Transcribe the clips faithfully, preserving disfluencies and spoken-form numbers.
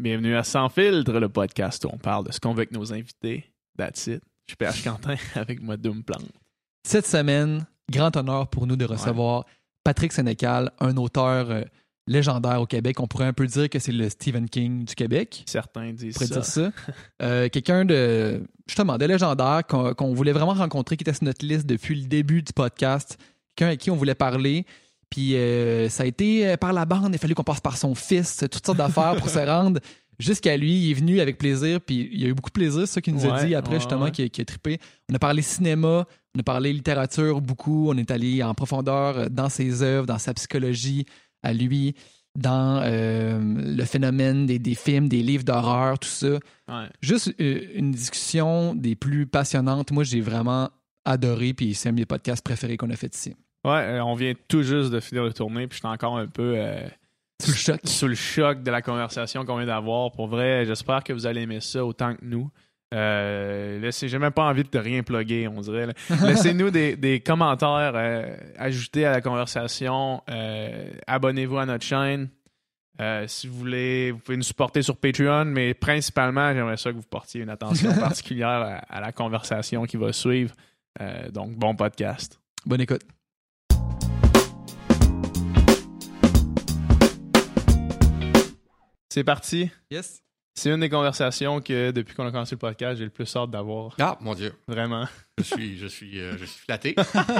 Bienvenue à Sans Filtre, le podcast où on parle de ce qu'on veut avec nos invités. That's it. Je suis P H Quentin avec moi Doom Plante. Cette semaine, grand honneur pour nous de recevoir ouais. Patrick Sénécal, un auteur euh, légendaire au Québec. On pourrait un peu dire que c'est le Stephen King du Québec. Certains disent ça. Dire ça. euh, quelqu'un de, justement, de légendaire qu'on, qu'on voulait vraiment rencontrer, qui était sur notre liste depuis le début du podcast. Quelqu'un avec qui on voulait parler. Puis euh, ça a été par la bande, il a fallu qu'on passe par son fils, toutes sortes d'affaires pour se rendre jusqu'à lui. Il est venu avec plaisir, puis il y a eu beaucoup de plaisir, c'est ça qu'il nous a ouais, dit après, ouais, justement, ouais. Qui, qui a trippé. On a parlé cinéma, on a parlé littérature beaucoup, on est allé en profondeur dans ses œuvres, dans sa psychologie à lui, dans euh, le phénomène des, des films, des livres d'horreur, tout ça. Ouais. Juste euh, une discussion des plus passionnantes. Moi, j'ai vraiment adoré, puis c'est un de mes podcasts préférés qu'on a fait ici. Ouais, euh, on vient tout juste de finir le tournée, puis je suis encore un peu euh, sous le choc. Sous le choc de la conversation qu'on vient d'avoir. Pour vrai, j'espère que vous allez aimer ça autant que nous. Euh, laissez, j'ai même pas envie de te rien plugger, on dirait. Là. Laissez-nous des, des commentaires euh, ajoutés à la conversation. Euh, abonnez-vous à notre chaîne. Euh, si vous voulez, vous pouvez nous supporter sur Patreon, mais principalement, j'aimerais ça que vous portiez une attention particulière à, à la conversation qui va suivre. Euh, donc, bon podcast. Bonne écoute. C'est parti. Yes. C'est une des conversations que, depuis qu'on a commencé le podcast, j'ai le plus hâte d'avoir. Ah, mon Dieu. Vraiment. Je suis, je suis, euh, je suis flatté.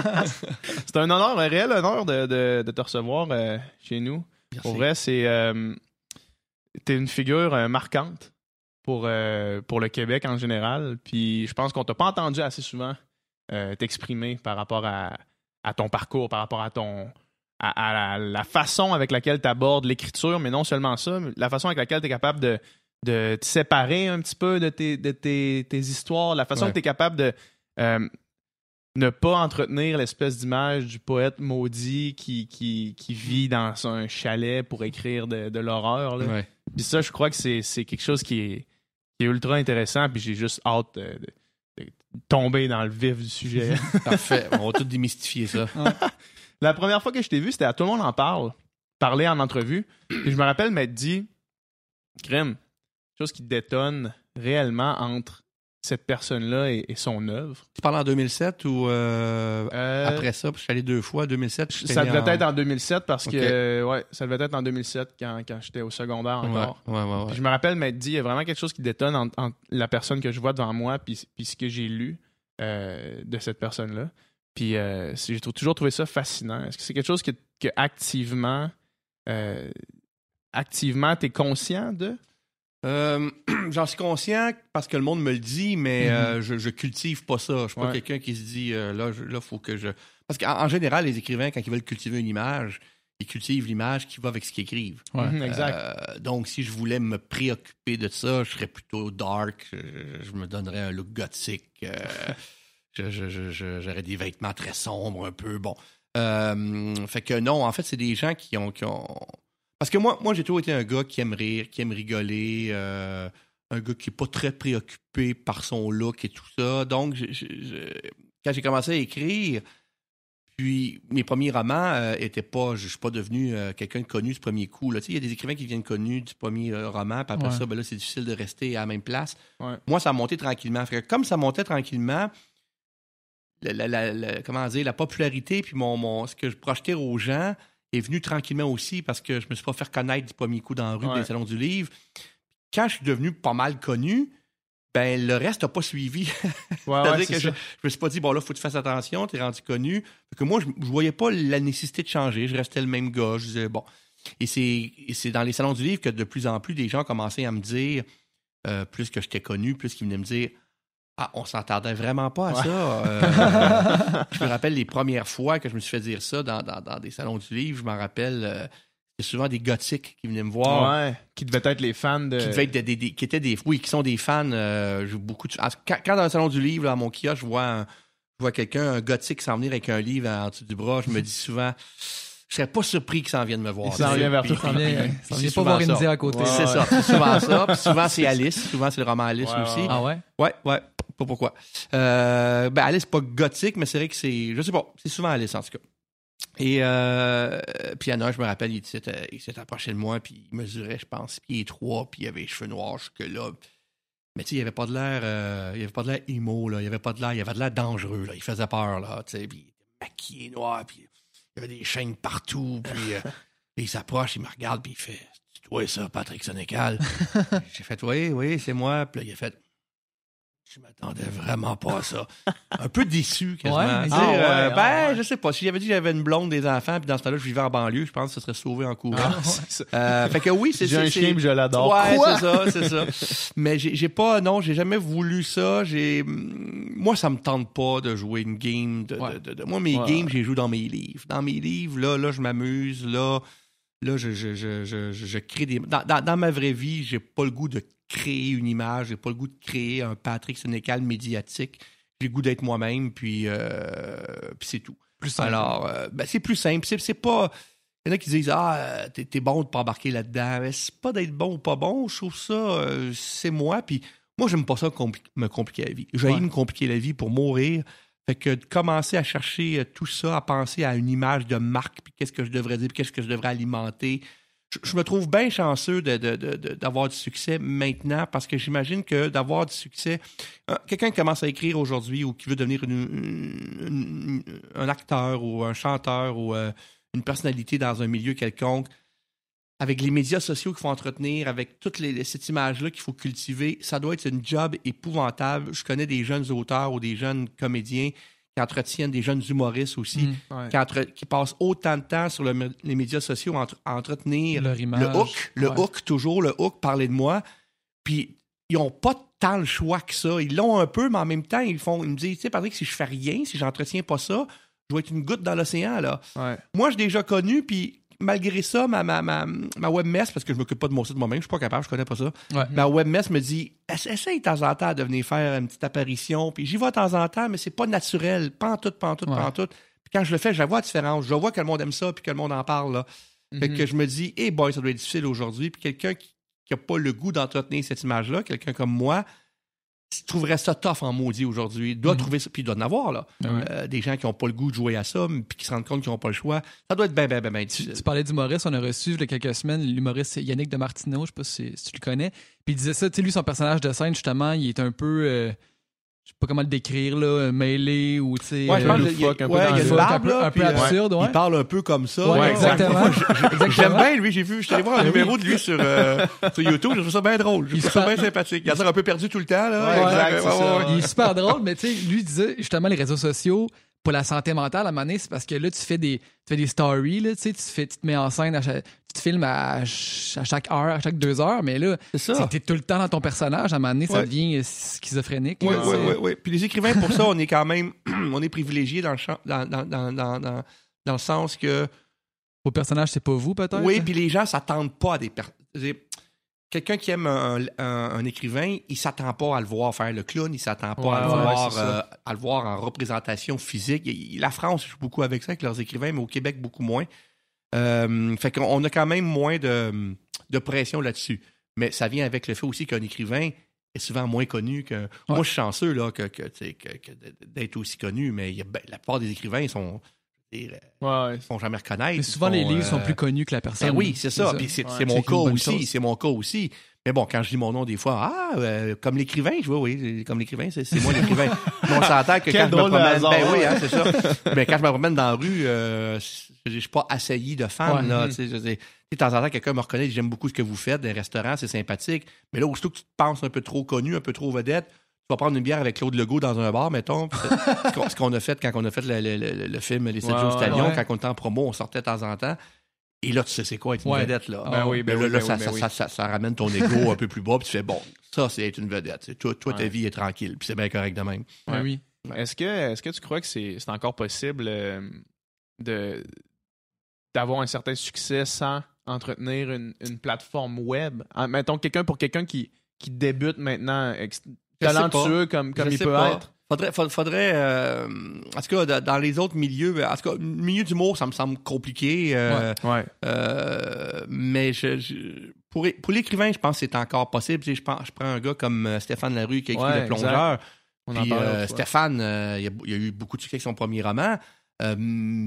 C'est un honneur, un réel honneur de, de, de te recevoir euh, chez nous. Merci. Pour vrai, c'est... Euh, t'es une figure euh, marquante pour, euh, pour le Québec en général. Puis je pense qu'on t'a pas entendu assez souvent euh, t'exprimer par rapport à, à ton parcours, par rapport à ton... à, à la, la façon avec laquelle tu abordes l'écriture, mais non seulement ça, mais la façon avec laquelle tu es capable de, de te séparer un petit peu de tes, de tes, tes histoires, la façon ouais. que tu es capable de euh, ne pas entretenir l'espèce d'image du poète maudit qui, qui, qui vit dans un chalet pour écrire de, de l'horreur. Là. Ouais. Puis ça, je crois que c'est, c'est quelque chose qui est, qui est ultra intéressant, puis j'ai juste hâte de, de, de tomber dans le vif du sujet. Parfait, on va tout démystifier ça. La première fois que je t'ai vu, c'était à Tout le monde en parle, parler en entrevue. Et je me rappelle m'être dit, crème, chose qui détonne réellement entre cette personne-là et, et son œuvre. Tu parles en deux mille sept ou euh, Euh, après ça? Parce que je suis allé deux fois, deux mille sept. Ça devait en... être en deux mille sept parce okay. que, euh, ouais, ça devait être en deux mille sept quand, quand j'étais au secondaire encore. Ouais, ouais, ouais, ouais. Puis je me rappelle m'être dit, il y a vraiment quelque chose qui détonne entre, entre la personne que je vois devant moi puis, puis ce que j'ai lu euh, de cette personne-là. Puis euh, j'ai toujours trouvé ça fascinant. Est-ce que c'est quelque chose que, que activement, euh, activement, t'es conscient de? Euh, j'en suis conscient parce que le monde me le dit, mais mm-hmm. euh, je, je cultive pas ça. Je suis pas ouais. quelqu'un qui se dit, euh, là, je, là, faut que je... Parce qu'en en général, les écrivains, quand ils veulent cultiver une image, ils cultivent l'image qui va avec ce qu'ils écrivent. Ouais, euh, exact. Donc, si je voulais me préoccuper de ça, je serais plutôt dark. Je, je me donnerais un look gothique. Euh, Je, je, je, je, j'aurais des vêtements très sombres un peu, bon. Euh, fait que non, en fait, c'est des gens qui ont... Qui ont... Parce que moi, moi, j'ai toujours été un gars qui aime rire, qui aime rigoler, euh, un gars qui n'est pas très préoccupé par son look et tout ça. Donc, je, je, je... quand j'ai commencé à écrire, puis mes premiers romans euh, étaient pas... Je ne suis pas devenu euh, quelqu'un de connu du premier coup. Il y a des écrivains qui viennent connus du premier euh, roman, puis après ouais. ça, ben là, c'est difficile de rester à la même place. Ouais. Moi, ça a monté tranquillement. Fait que comme ça montait tranquillement... La, la, la, la, comment dire, la popularité puis mon, mon, ce que je projetais aux gens est venu tranquillement aussi parce que je me suis pas fait reconnaître du premier coup dans la rue ouais. des salons du livre. Quand je suis devenu pas mal connu, ben le reste n'a pas suivi. Ouais, C'est-à-dire ouais, que je, je me suis pas dit, bon là, faut que tu fasses attention, t'es rendu connu. Fait que moi, je, je voyais pas la nécessité de changer. Je restais le même gars. Je disais, bon. Et c'est, et c'est dans les salons du livre que de plus en plus des gens commençaient à me dire, euh, plus que j'étais connu, plus qu'ils venaient me dire, ah, on s'entendait vraiment pas à ouais. ça. Euh, je me rappelle les premières fois que je me suis fait dire ça dans, dans, dans des salons du livre. Je m'en rappelle, euh, c'est souvent des gothiques qui venaient me voir. Ouais, qui devaient être les fans de... Qui devaient être des... des, des qui étaient des... Oui, qui sont des fans. Euh, j'ai beaucoup de... quand, quand dans le salon du livre, là, à mon kiosque, je vois, un, je vois quelqu'un, un gothique, s'en venir avec un livre en dessous du bras, je me dis souvent... Je serais pas surpris qu'il s'en vienne me voir. Il s'en vient vers toi. Ça vient, ça vient pas voir India à côté. Ouais, c'est ouais. ça, c'est souvent ça. Puis souvent, c'est Alice. Souvent, c'est le roman Alice ouais, aussi. Ouais. Ah ouais? Ouais, ouais. Pas pourquoi. Euh, ben, Alice, c'est pas gothique, mais c'est vrai que c'est... Je sais pas. C'est souvent Alice, en tout cas. Et euh, puis il y en a un, je me rappelle, il s'était, il s'était approché de moi, puis il mesurait, je pense, pied trois, puis il avait les cheveux noirs jusque-là. Mais tu sais, il avait pas de l'air, euh, il avait pas de l'air emo, là. Il avait pas de l'air, il avait de l'air dangereux, là. Il faisait peur, là, tu sais, puis il était maquillé noir, puis il y avait des chaînes partout, puis euh, il s'approche, il me regarde, puis il fait « C'est toi ça, Patrick Sénécal? » J'ai fait « Oui, oui, c'est moi. » Puis là, il a fait « Je m'attendais vraiment pas à ça. » Un peu déçu, quasiment. Ouais, Dire, ah ouais, euh, ah ben, ouais. je sais pas. Si j'avais dit que j'avais une blonde, des enfants, puis dans ce temps-là, je vivais en banlieue, je pense que ça serait sauvé en courant. Ah, c'est ça. Euh, fait que oui, c'est J'ai c'est, un c'est... chien et je l'adore. Ouais, Quoi? c'est ça, c'est ça. Mais j'ai, j'ai pas, non, j'ai jamais voulu ça. J'ai, moi, ça me tente pas de jouer une game. De, Ouais. de, de, de... Moi, mes Ouais. games, je les joue dans mes livres. Dans mes livres, là, là, je m'amuse. Là, là, je, je, je, je, je crée des. Dans, dans, dans ma vraie vie, j'ai pas le goût de créer une image. J'ai pas le goût de créer un Patrick Sénécal médiatique. J'ai le goût d'être moi-même, puis, euh, puis c'est tout. Plus simple. Alors, euh, ben, c'est plus simple. C'est, c'est pas. Il y en a qui disent Ah, euh, t'es, t'es bon de pas embarquer là-dedans. Mais c'est pas d'être bon ou pas bon. Je trouve ça, euh, c'est moi. Puis moi, j'aime pas ça compli- me compliquer la vie. J'ai Ouais. me compliquer la vie pour mourir. Fait que de commencer à chercher euh, tout ça, à penser à une image de marque, puis qu'est-ce que je devrais dire, puis qu'est-ce que je devrais alimenter. Je, je me trouve bien chanceux de, de, de, de- d'avoir du succès maintenant parce que j'imagine que d'avoir du succès, euh, quelqu'un qui commence à écrire aujourd'hui ou qui veut devenir une, une- une- un acteur ou un chanteur ou euh, une personnalité dans un milieu quelconque, avec les médias sociaux qu'il faut entretenir, avec toute les, cette image-là qu'il faut cultiver, ça doit être une job épouvantable. Je connais des jeunes auteurs ou des jeunes comédiens qui entretiennent, des jeunes humoristes aussi, Mm. Ouais. qui, entre- qui passent autant de temps sur le- les médias sociaux à, entre- à entretenir Leur image. le hook, le Ouais. hook, toujours le hook, parler de moi. Puis ils n'ont pas tant le choix que ça. Ils l'ont un peu, mais en même temps, ils font, ils me disent, tu sais, Patrick, si je fais rien, si j'entretiens pas ça, je vais être une goutte dans l'océan, là. Ouais. Moi, j'ai déjà connu, puis malgré ça, ma, ma, ma, ma webmess, parce que je m'occupe pas de mon site moi-même, je suis pas capable, je connais pas ça. Ouais. Ma webmess me dit, Essa- essaye de temps en temps de venir faire une petite apparition, puis j'y vais de temps en temps, mais c'est pas naturel, pas en tout, pas en tout, Ouais. pas en tout. Puis quand je le fais, je la vois la différence. Je vois que le monde aime ça, puis que le monde en parle, là. Fait Mhm. que je me dis, hey boy, ça doit être difficile aujourd'hui. Puis quelqu'un qui n'a pas le goût d'entretenir cette image-là, quelqu'un comme moi, trouverait ça tough en maudit aujourd'hui. Il doit Mhm. trouver ça, puis il doit en avoir, là. Ouais. Euh, des gens qui n'ont pas le goût de jouer à ça, puis qui se rendent compte qu'ils n'ont pas le choix. Ça doit être bien, bien, bien, bien Tu, difficile. tu parlais d'humoriste, on a reçu il y a quelques semaines l'humoriste Yannick de Martineau, je sais pas si, si tu le connais. Puis il disait ça, tu sais, lui, son personnage de scène, justement, il est un peu, euh, je sais pas comment le décrire, là, euh, mêlé ou, tu sais, Ouais, je euh, pense loufoque, qu'il y a, un peu ouais, il y a une loufoque, barbe, un peu- là, un peu puis, euh, absurde, ouais. il parle un peu comme ça. Ouais, Ouais, exactement. Moi, je- Exactement. J'aime bien lui, j'ai vu, je suis allé voir un numéro de lui sur, euh, sur YouTube, je trouve ça bien drôle, je Il trouve se ça fait- bien sympathique. Il a l'air un peu perdu tout le temps, là. Ouais, exact, c'est ça. ouais, Il ouais. est super drôle, mais tu sais, lui disait justement les réseaux sociaux pour la santé mentale à un moment donné, c'est parce que là, tu fais des, tu fais des stories, là, tu sais, tu, te fais- tu te mets en scène, à chaque- tu te filmes à, ch- à chaque heure, à chaque deux heures, mais là, C'est ça. tu es tout le temps dans ton personnage, à un moment donné, ça Ouais. devient euh, schizophrénique. Oui, là, oui, c'est- oui, oui. Puis les écrivains, pour ça, on est quand même, on est privilégiés dans le champ, dans, dans, dans, dans, dans, dans le sens que, Vos personnages, c'est pas vous, peut-être? oui, puis les gens s'attendent pas à des per- c'est- quelqu'un qui aime un, un- un écrivain, il s'attend pas à le voir faire le clown, il s'attend pas Ouais, à, le ouais, voir, c'est ça. euh, à le voir en représentation physique. Il- la France joue beaucoup avec ça, avec leurs écrivains, mais au Québec, beaucoup moins. Euh, fait qu'on on a quand même moins de, de pression là-dessus. Mais ça vient avec le fait aussi qu'un écrivain est souvent moins connu que... Moi, je suis chanceux là, que, que, tu sais, que- que d'être aussi connu, mais il y a, ben, la plupart des écrivains, ils sont... Ils Ouais. ne font jamais reconnaître. Mais souvent, Ils les font, livres euh, sont plus connus que la personne. ben oui, c'est ça. Puis c'est, Ouais, c'est mon c'est cas une bonne aussi. chose. C'est mon cas aussi. Mais bon, quand je dis mon nom des fois, ah, euh, comme l'écrivain, je vois, oui, comme l'écrivain, c'est, c'est moi l'écrivain. Mais on s'entend que Quel quand je me drôle de promène, hasard. ben oui, hein, c'est ça. Mais quand je me promène dans la rue, euh, je je suis pas assailli de fans, Ouais. là. Mhm. Tu sais, je sais, de temps en temps, quelqu'un me reconnaît, dit, j'aime beaucoup ce que vous faites, des restaurants, c'est sympathique. Mais là, aussitôt que tu te penses un peu trop connu, un peu trop vedette, tu vas prendre une bière avec Claude Legault dans un bar, mettons. Puis c'est- ce, qu'on, ce qu'on a fait quand on a fait le, le- le- le film Les sept Ouais, jours du ouais, Talion, ouais. quand on était en promo, on sortait de temps en temps. Et là, tu sais c'est quoi être une Ouais. vedette, là. Ben oui, ben Mais là, oui, là, ben ça, oui, ben ça, oui. ça, ça- ça ramène ton ego un peu plus bas, puis tu fais, bon, ça, c'est être une vedette. C'est toi, toi ta Ouais. vie est tranquille, puis c'est bien correct de même. Ben oui. Est-ce que, est-ce que tu crois que c'est, c'est encore possible euh, de, d'avoir un certain succès sans entretenir une, une plateforme web? En- mettons, quelqu'un pour quelqu'un qui, qui débute maintenant, ex- Je sais talentueux comme, comme Je il sais peut pas. être. Faudrait, fa- faudrait euh, en tout cas, dans- dans les autres milieux, en tout cas, le milieu d'humour, ça me semble compliqué. euh, Ouais. euh, mais je, je- pour, pour l'écrivain, je pense que c'est encore possible. Tu sais, je, pense, je prends un gars comme euh, Stéphane Larue qui a écrit Ouais, Le Plongeur. On en Puis parle euh, l'autre fois. Stéphane, euh, il, a, il a eu beaucoup de succès avec son premier roman. Euh,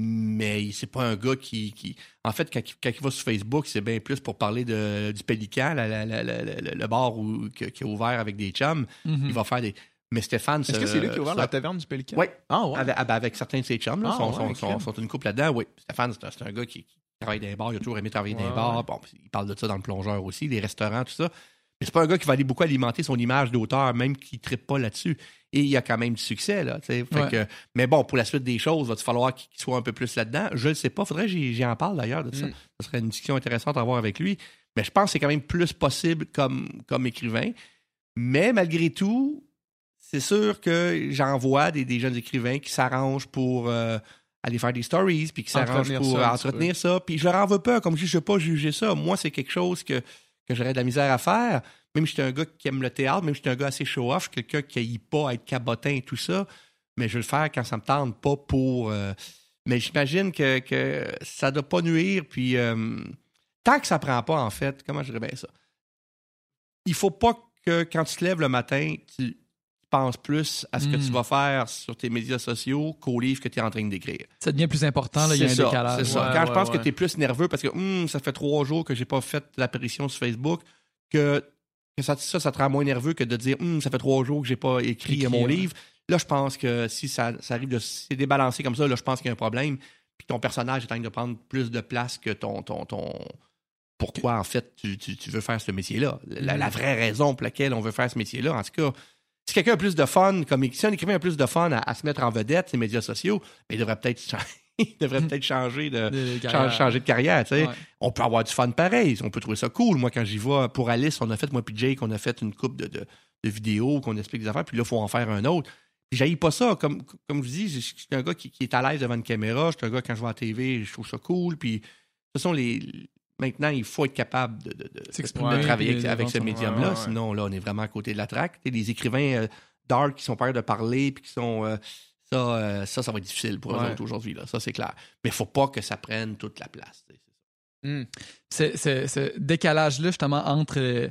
mais c'est pas un gars qui... qui... En fait, quand, quand il va sur Facebook, c'est bien plus pour parler de, du Pélican, la, la, la, la, la, le bar où, qui, qui est ouvert avec des chums. Mm-hmm. Il va faire des... Mais Stéphane... Est-ce que c'est lui qui a ouvert ça... la taverne du Pélican? Oui. Ah, ouais. Avec, avec certains de ses chums. Là, ah, sont, ouais, sont, sont, sont une couple là-dedans. Oui. Stéphane, c'est un, c'est un gars qui, qui travaille dans les bars. Il a toujours aimé travailler dans les ouais, bars. ouais. Bon, il parle de ça dans le plongeur aussi, les restaurants, tout ça. Mais c'est pas un gars qui va aller beaucoup alimenter son image d'auteur, même qu'il ne trippe pas là-dessus. Et il y a quand même du succès, là. Fait ouais. que, mais bon, pour la suite des choses, va-t-il falloir qu'il soit un peu plus là-dedans? Je ne sais pas. Faudrait que j'y, j'y en parle d'ailleurs de ça. Mm. Ça serait une discussion intéressante à avoir avec lui. Mais je pense que c'est quand même plus possible comme, comme écrivain. Mais malgré tout, c'est sûr que j'en vois des, des jeunes écrivains qui s'arrangent pour euh, aller faire des stories, puis qui s'arrangent entretenir pour ça, entretenir ça. Puis je leur en veux pas. Comme je dis, je ne vais pas juger ça. Moi, c'est quelque chose que, que j'aurais de la misère à faire. Même si j'étais un gars qui aime le théâtre, même si j'étais un gars assez show-off, quelqu'un qui n'aille pas à être cabotin et tout ça, mais je vais le faire quand ça me tente, pas pour... Euh... Mais j'imagine que, que ça ne doit pas nuire, puis euh... tant que ça ne prend pas, en fait, comment je dirais bien ça? Il ne faut pas que quand tu te lèves le matin, tu penses plus à ce que mm. tu vas faire sur tes médias sociaux qu'au livre que tu es en train d'écrire. Ça devient plus important, là, il y a un ça, décalage. C'est ça. Ouais, Quand ouais, je pense ouais. que tu es plus nerveux parce que hum, ça fait trois jours que j'ai pas fait l'apparition sur Facebook, que... Que ça, ça, ça te rend moins nerveux que de dire hm, ça fait trois jours que j'ai pas écrit, écrit mon ouais. livre. Là, je pense que si ça, ça arrive de se débalancer comme ça, là, je pense qu'il y a un problème. Puis ton personnage est en train de prendre plus de place que ton. ton, ton... Pourquoi, en fait, tu, tu, tu veux faire ce métier-là. La, la vraie raison pour laquelle on veut faire ce métier-là. En tout cas, si quelqu'un a plus de fun, comme si un écrivain a plus de fun à, à se mettre en vedette, les médias sociaux, mais il devrait peut-être il devrait peut-être changer de, de changer, changer de carrière. Tu sais. Ouais. On peut avoir du fun pareil. On peut trouver ça cool. Moi, quand j'y vais pour Alice, on a fait, moi puis Jake, on a fait une couple de, de, de vidéos qu'on explique des affaires, puis là, il faut en faire un autre. Puis j'haïs pas ça. Comme, comme je dis, je suis un gars qui, qui est à l'aise devant une caméra. Je suis un gars, quand je vais à la T V, je trouve ça cool. Puis, ce sont les... Maintenant, il faut être capable de, de, de, de, de travailler avec, avec ce médium-là. Ouais, ouais. Sinon, là, on est vraiment à côté de la traque. Et les écrivains euh, dark qui sont peurs de parler, puis qui sont... Euh, Ça, euh, ça, ça va être difficile pour ouais. eux autres aujourd'hui. Là. Ça, c'est clair. Mais il ne faut pas que ça prenne toute la place. C'est ça. Mm. C'est, c'est, ce décalage-là, justement, entre le,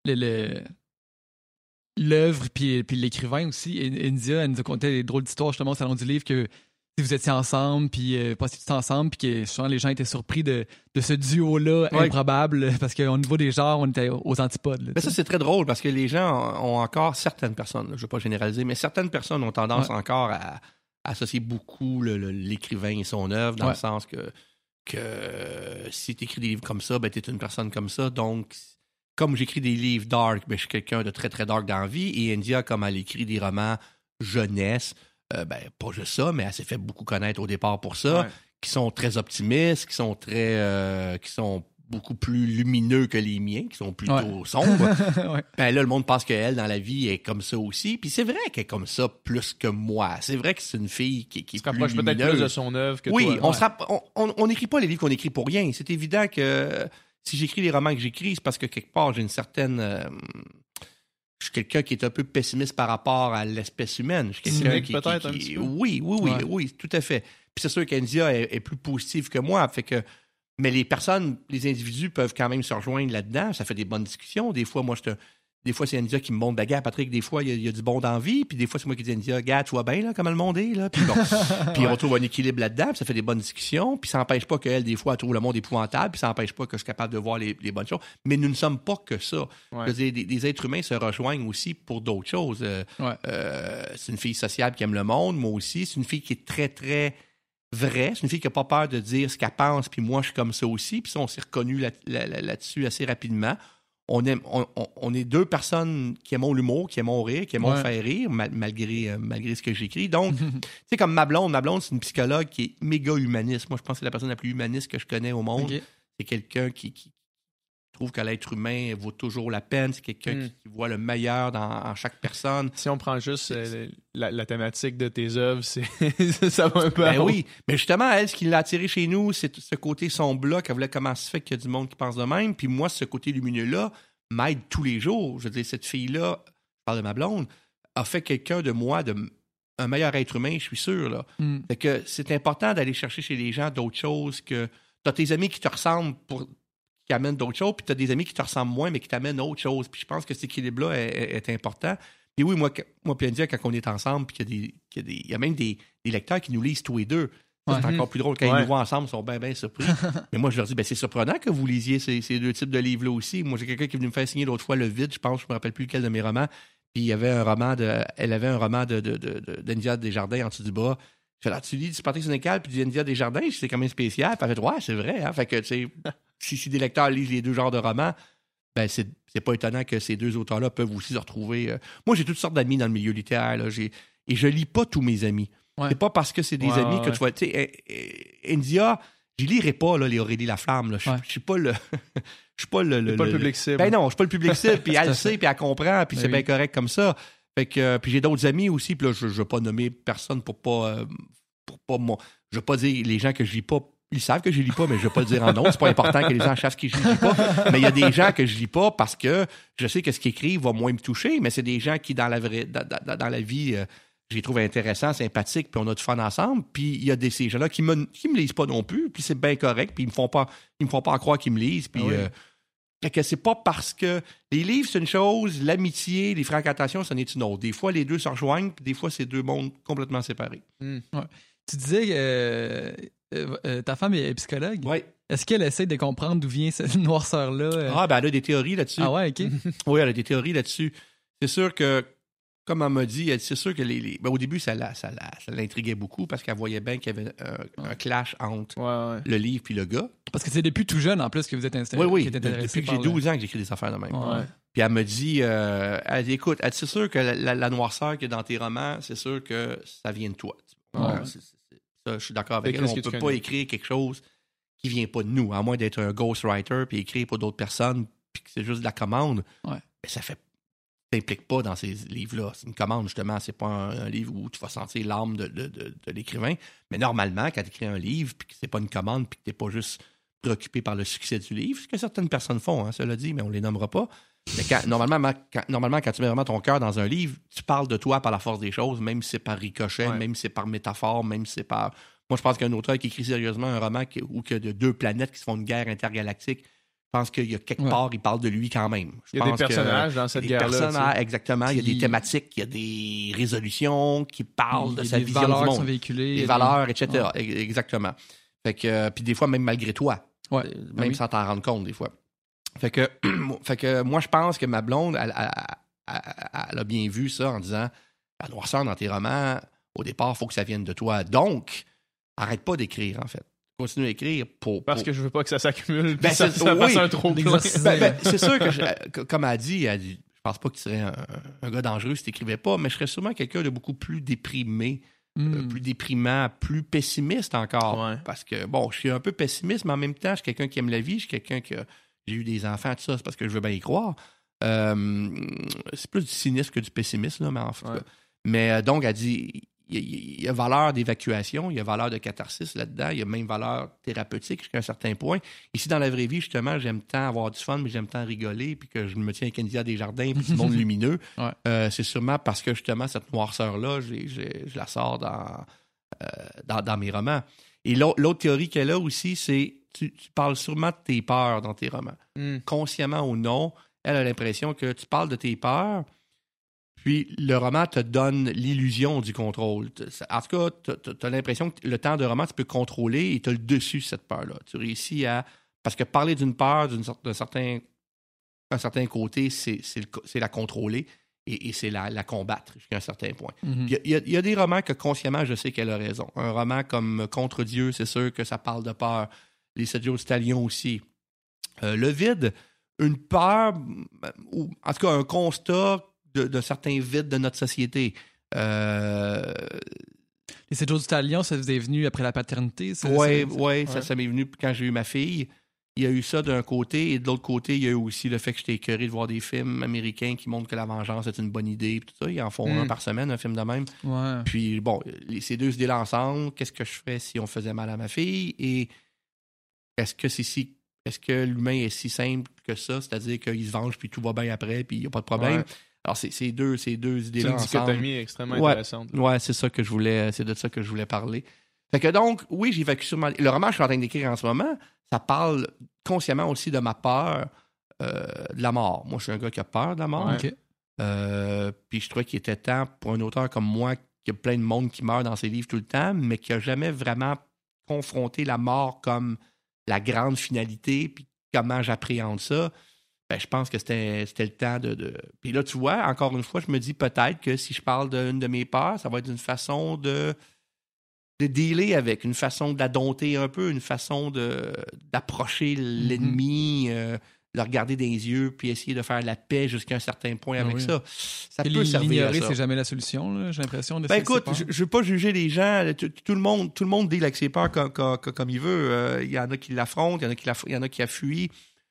le, l'œuvre puis, puis l'écrivain aussi. India, elle nous a conté des drôles d'histoires, justement, au Salon du Livre, que si vous étiez ensemble, puis euh, passez tout ensemble, puis que souvent les gens étaient surpris de, de ce duo-là ouais. improbable, parce qu'au niveau des genres, on était aux antipodes. Là, mais ça, c'est très drôle, parce que les gens ont encore, certaines personnes, je ne veux pas généraliser, mais certaines personnes ont tendance ouais. encore à, à associer beaucoup le, le, l'écrivain et son œuvre, dans ouais. le sens que, que si tu écris des livres comme ça, ben, tu es une personne comme ça. Donc, comme j'écris des livres dark, ben, je suis quelqu'un de très, très dark dans la vie. Et India, comme elle écrit des romans jeunesse, Euh, ben, pas juste ça, mais elle s'est fait beaucoup connaître au départ pour ça, ouais. qui sont très optimistes, qui sont très, euh, qui sont beaucoup plus lumineux que les miens, qui sont plutôt ouais. sombres. ouais. Ben là, le monde pense qu'elle, dans la vie, est comme ça aussi. Puis c'est vrai qu'elle est comme ça plus que moi. C'est vrai que c'est une fille qui, qui est plus lumineuse. Peut-être plus de son œuvre que oui, toi. Oui, on n'écrit pas les livres qu'on écrit pour rien. C'est évident que si j'écris les romans que j'écris, c'est parce que quelque part, j'ai une certaine... Euh, je suis quelqu'un qui est un peu pessimiste par rapport à l'espèce humaine. Je suis quelqu'un cynique, qui, peut-être, qui, un qui, petit peu. Oui, oui, oui, ouais. oui, tout à fait. Puis c'est sûr qu'India est, est plus positive que moi, fait que mais les personnes, les individus peuvent quand même se rejoindre là-dedans. Ça fait des bonnes discussions. Des fois, moi, je te... Des fois, c'est India qui me montre, ben, gars, Patrick, des fois, il y, a, il y a du bon d'envie, puis des fois, c'est moi qui dis, India, gars, tu vois bien, là, comment le monde est, là. Puis bon, puis ouais. on trouve un équilibre là-dedans, puis ça fait des bonnes discussions, puis ça n'empêche pas qu'elle, des fois, elle trouve le monde épouvantable, puis ça n'empêche pas que je suis capable de voir les, les bonnes choses. Mais nous ne sommes pas que ça. Ouais. Je veux dire, des, des êtres humains se rejoignent aussi pour d'autres choses. Euh, ouais. euh, c'est une fille sociable qui aime le monde, moi aussi. C'est une fille qui est très, très vraie. C'est une fille qui n'a pas peur de dire ce qu'elle pense, puis moi, je suis comme ça aussi. Puis ça, on s'est reconnus là, là, là, là-dessus assez rapidement. On, aime, on, on est deux personnes qui aiment l'humour, qui aiment rire, qui aiment ouais. faire rire, mal, malgré, euh, malgré ce que j'écris. Donc, tu sais, comme ma blonde, ma blonde, c'est une psychologue qui est méga humaniste. Moi, je pense que c'est la personne la plus humaniste que je connais au monde. Okay. C'est quelqu'un qui, qui trouve que l'être humain vaut toujours la peine. C'est quelqu'un mm. qui, qui voit le meilleur dans, en chaque personne. Si on prend juste euh, la, la thématique de tes œuvres, c'est ça va un peu ben oui, mais justement, elle, ce qui l'a attiré chez nous, c'est ce côté sombre-là, qu'elle voulait comment se fait qu'il y a du monde qui pense de même. Puis moi, ce côté lumineux-là m'aide tous les jours. Je veux dire, cette fille-là, je parle de ma blonde, a fait quelqu'un de moi, de, un meilleur être humain, je suis sûr. Là. Mm. Fait que c'est important d'aller chercher chez les gens d'autres choses que... Tu as tes amis qui te ressemblent pour... qui amènent d'autres choses, puis tu as des amis qui te ressemblent moins, mais qui t'amènent autre chose. Puis je pense que cet équilibre-là est, est, est important. Puis oui, moi, moi puis India, quand on est ensemble, puis qu'il y a des, qu'il y a des, il y a même des, des lecteurs qui nous lisent tous les deux. Ça, c'est Ouais. encore plus drôle. Quand Ouais. ils nous voient ensemble, ils sont bien, bien surpris. Mais moi, je leur dis, ben, c'est surprenant que vous lisiez ces, ces deux types de livres-là aussi. Moi, j'ai quelqu'un qui est venu me faire signer l'autre fois Le Vide, je pense, je me rappelle plus lequel de mes romans. Puis il y avait un roman de. Elle avait un roman de, de, de, de, d'India Desjardins en dessous du bras. Je fais là, tu lis du Patrick Sénécal puis du India Desjardins, c'est quand même spécial. Puis elle fait, ouais, c'est vrai. Hein? Fait que, tu sais, si, si des lecteurs lisent les deux genres de romans, ben, c'est, c'est pas étonnant que ces deux auteurs-là peuvent aussi se retrouver. euh. Moi, j'ai toutes sortes d'amis dans le milieu littéraire, là. J'ai, et je lis pas tous mes amis. Ouais. C'est pas parce que c'est des Ouais, amis ouais, que ouais. tu vois. Tu sais, euh, euh, India, je lirai pas, là, les Aurélie Laflamme, là. Je Ouais. je suis pas le. Je suis pas le. C'est pas le public cible. Ben non, je suis pas le public cible, puis elle Tout le à fait. sait, puis elle comprend, puis Ben c'est oui. bien correct comme ça. Fait que, euh, puis j'ai d'autres amis aussi, puis là, je, je veux pas nommer personne pour pas, euh, pour pas moi, je veux pas dire les gens que je lis pas, ils savent que je lis pas, mais je veux pas le dire en nom. C'est pas important que les gens sachent que je lis pas. Mais il y a des gens que je lis pas parce que je sais que ce qu'ils écrivent va moins me toucher, mais c'est des gens qui dans la vraie, dans, dans, dans la vie, euh, je les trouve intéressants, sympathiques, puis on a du fun ensemble. Puis il y a des ces gens-là qui me, qui me lisent pas non plus, puis c'est bien correct, puis ils me font pas, ils me font pas croire qu'ils me lisent, puis. Ah oui. euh, Fait que c'est pas parce que les livres, c'est une chose, l'amitié, les fréquentations, c'en est une autre. Des fois, les deux se rejoignent, puis des fois, c'est deux mondes complètement séparés. Tu disais que euh, euh, euh, ta femme est psychologue. Oui. Est-ce qu'elle essaie de comprendre d'où vient cette noirceur-là? euh? Ah, ben elle a des théories là-dessus. Ah ouais, OK. Oui, elle a des théories là-dessus. C'est sûr que, comme elle m'a dit, elle- c'est sûr que les, les- ben, au début, ça, la- ça, la- ça l'intriguait beaucoup parce qu'elle voyait bien qu'il y avait un, un clash entre Ouais, ouais. le livre puis le gars. Parce que c'est depuis tout jeune, en plus, que vous êtes installé. Oui, oui. qui êtes de- intéressé Depuis que par j'ai le- douze ans que j'écris des affaires de même. Ouais. Ouais. Puis elle me dit, euh, elle dit, écoute, elle dit, c'est sûr que la, la- la noirceur qu'il y a dans tes romans, c'est sûr que ça vient de toi. Ouais. Ouais, c'est- c'est- c'est- ça, je suis d'accord avec Écris elle. ce On que peut tu pas connais. écrire quelque chose qui vient pas de nous, à moins d'être un ghostwriter puis écrire pour d'autres personnes puis que c'est juste de la commande. Ouais. Mais ça fait t'impliques pas dans ces livres-là. C'est une commande, justement. C'est pas un, un livre où tu vas sentir l'âme de, de, de, de l'écrivain. Mais normalement, quand tu écris un livre puis que c'est pas une commande puis que t'es pas juste préoccupé par le succès du livre, ce que certaines personnes font, hein, cela dit, mais on les nommera pas. Mais quand, normalement, ma- quand, normalement, quand tu mets vraiment ton cœur dans un livre, tu parles de toi par la force des choses, même si c'est par ricochet, Ouais. même si c'est par métaphore, même si c'est par... Moi, je pense qu'un auteur qui écrit sérieusement un roman qui, où il y a de deux planètes qui se font une guerre intergalactique, je pense qu'il y a quelque Ouais. part, il parle de lui quand même. Je Il y a des pense que- personnages dans cette des guerre-là. personnages, tu sais. exactement. Il y a Qui- des thématiques, il y a des résolutions qui parlent de Il y a sa des vision valeurs du qui sont monde. véhiculées. il y Les a des- valeurs, et cetera. E- Exactement. Fait que, euh, puis des fois, même malgré toi. Ouais. Euh, Ben Même oui. sans t'en rendre compte, des fois. Fait que, fait que moi, je pense que ma blonde, elle, elle- elle- elle a bien vu ça en disant la noirceur dans tes romans, au départ, il faut que ça vienne de toi. Donc, arrête pas d'écrire, en fait. Continue à écrire pour. Parce pour- que je veux pas que ça s'accumule. Ben, Ben, ça, c'est- ça fasse oui. un trop plein. L'exercice. Ben, ben, c'est sûr que, je- euh, comme elle a dit, elle a dit, je pense pas que tu serais un, un gars dangereux si tu n'écrivais pas, mais je serais sûrement quelqu'un de beaucoup plus déprimé, Hmm. euh, plus déprimant, plus pessimiste encore. Ouais. Parce que, bon, je suis un peu pessimiste, mais en même temps, je suis quelqu'un qui aime la vie, je suis quelqu'un qui a j'ai eu des enfants, tout ça, c'est parce que je veux bien y croire. Euh, c'est plus du cynisme que du pessimisme, là, mais en tout Ouais. cas. Mais euh, donc, elle dit, il y, a- il y a valeur d'évacuation, il y a valeur de catharsis là-dedans, il y a même valeur thérapeutique jusqu'à un certain point. Ici, dans la vraie vie, justement, j'aime tant avoir du fun, mais j'aime tant rigoler, puis que je me tiens avec India Desjardins, puis du monde lumineux. Ouais. Euh, c'est sûrement parce que, justement, cette noirceur-là, j'ai- j'ai- je la sors dans, euh, dans, dans mes romans. Et l'au- l'autre théorie qu'elle a aussi, c'est tu, tu parles sûrement de tes peurs dans tes romans. Hmm. Consciemment ou non, elle a l'impression que tu parles de tes peurs, puis le roman te donne l'illusion du contrôle. T- En tout cas, tu as l'impression que le temps de roman, tu peux contrôler et tu as le dessus sur cette peur-là. Tu réussis à... Parce que parler d'une peur d'une sorte- d'un certain, d'un certain côté, c'est c'est le co- c'est la contrôler et, et c'est la, la combattre jusqu'à un certain point. Mhm. Il y, a- il y a- il y a des romans que consciemment, je sais qu'elle a raison. Un roman comme Contre Dieu, c'est sûr que ça parle de peur. Les sept jours du talion aussi. Euh, le vide, une peur, ou en tout cas un constat de, de certains vides de notre société. Euh, Les sept jours du talion, ça vous est venu après la paternité? ça- oui, ça- ouais, ça, ouais. ça m'est venu quand j'ai eu ma fille. Il y a eu ça d'un côté, et de l'autre côté, il y a eu aussi le fait que j'étais écœuré de voir des films américains qui montrent que la vengeance est une bonne idée, puis tout ça. Ils en font Mm. un par semaine, un film de même. Ouais. Puis bon, les- ces deux idées-là ensemble, qu'est-ce que je ferais si on faisait mal à ma fille? Et est-ce que c'est si est-ce que l'humain est si simple que ça? C'est-à-dire qu'il se venge puis tout va bien après, puis il n'y a pas de problème. Ouais. Alors, c'est ces deux, ces deux C'est idées-là une ensemble. dichotomie extrêmement Ouais. intéressante. Ouais, c'est ça que je voulais, c'est de ça que je voulais parler. Fait que donc, oui, j'évacue sûrement. Le roman que je suis en train d'écrire en ce moment, ça parle consciemment aussi de ma peur euh, de la mort. Moi, je suis un gars qui a peur de la mort. Ouais. OK. Euh, puis je trouvais qu'il était temps pour un auteur comme moi, qui a plein de monde qui meurt dans ses livres tout le temps, mais qui a jamais vraiment confronter la mort comme la grande finalité, puis comment j'appréhende ça, ben, je pense que c'était, c'était le temps de, de... Puis là, tu vois, encore une fois, je me dis peut-être que si je parle d'une de mes peurs, ça va être une façon de, de dealer avec, une façon de la dompter un peu, une façon de, d'approcher l'ennemi, mm-hmm. euh, de le regarder dans les yeux, puis essayer de faire la paix jusqu'à un certain point avec oui. ça. Ça et peut servir à ça. L'ignorer, c'est jamais la solution, là, j'ai l'impression. De ben écoute, je ne veux pas juger les gens. Tout, tout le monde tout le monde deal avec ses peurs comme, comme, comme il veut. Il euh, y en a qui l'affrontent, il y en a qui, il y en a qui a fui.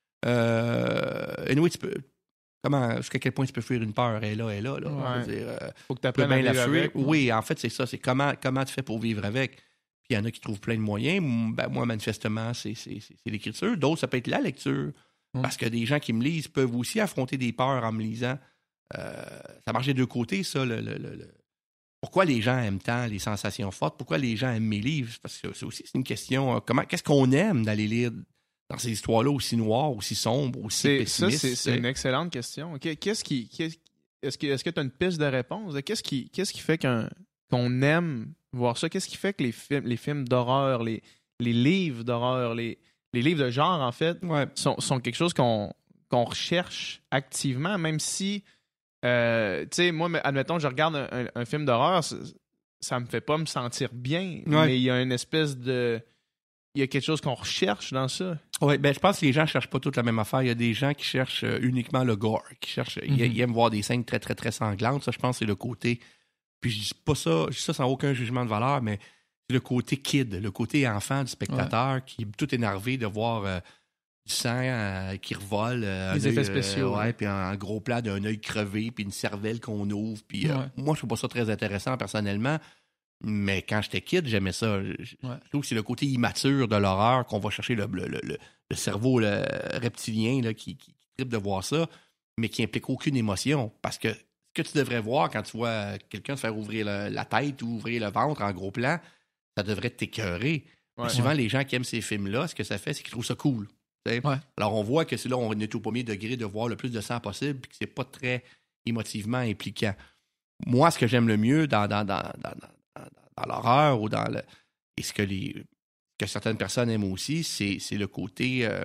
Euh, anyway, tu peux... Comment, jusqu'à quel point tu peux fuir une peur? Elle est là, elle est là. là. Ouais. Je veux dire, euh, faut que tu apprennes à vivre la avec. Oui, en fait, c'est ça. C'est comment, comment tu fais pour vivre avec. Puis il y en a qui trouvent plein de moyens. Ben, moi, manifestement, c'est, c'est, c'est, c'est l'écriture. D'autres, ça peut être la lecture. Mm. Parce que des gens qui me lisent peuvent aussi affronter des peurs en me lisant. Euh, ça marche des deux côtés, ça. Le, le, le, le... Pourquoi les gens aiment tant les sensations fortes? Pourquoi les gens aiment mes livres? Parce que c'est aussi c'est une question. Comment, qu'est-ce qu'on aime d'aller lire dans ces histoires-là aussi noires, aussi sombres, aussi c'est, pessimistes? Ça, c'est, c'est une excellente question. Qu'est-ce qui, qu'est-ce, est-ce que est-ce que tu as une piste de réponse? Qu'est-ce qui, qu'est-ce qui fait qu'un, qu'on aime voir ça? Qu'est-ce qui fait que les films, les films d'horreur, les, les livres d'horreur, les, les livres de genre, en fait, ouais. sont, sont quelque chose qu'on, qu'on recherche activement, même si, euh, tu sais, moi, admettons, je regarde un, un, un film d'horreur, ça, ça me fait pas me sentir bien, ouais. mais il y a une espèce de... Il y a quelque chose qu'on recherche dans ça. Oui, ben je pense que les gens ne cherchent pas toute la même affaire. Il y a des gens qui cherchent euh, uniquement le gore, qui cherchent, mm-hmm. ils, ils aiment voir des scènes très, très, très sanglantes. Ça, je pense, c'est le côté... Puis je dis pas ça, je dis ça sans aucun jugement de valeur, mais c'est le côté kid, le côté enfant du spectateur ouais. qui est tout énervé de voir euh, du sang euh, qui revole. Euh, les effets œil, spéciaux. Euh, ouais, puis un gros plat d'un œil crevé, puis une cervelle qu'on ouvre. Puis euh, ouais. moi, je trouve pas ça très intéressant personnellement. Mais quand j'étais kid, j'aimais ça. Je, ouais. je trouve que c'est le côté immature de l'horreur qu'on va chercher le, le, le, le cerveau le reptilien là, qui, qui, qui tripe de voir ça, mais qui implique aucune émotion. Parce que ce que tu devrais voir quand tu vois quelqu'un se faire ouvrir le, la tête ou ouvrir le ventre en gros plan, ça devrait t'écœurer. Ouais, souvent, ouais. les gens qui aiment ces films-là, ce que ça fait, c'est qu'ils trouvent ça cool. Ouais. Alors, on voit que c'est là on est au premier degré de voir le plus de sang possible et que c'est pas très émotivement impliquant. Moi, ce que j'aime le mieux dans, dans, dans, dans, dans, dans l'horreur ou dans le... Et ce que, les, que certaines personnes aiment aussi, c'est, c'est le côté... Euh,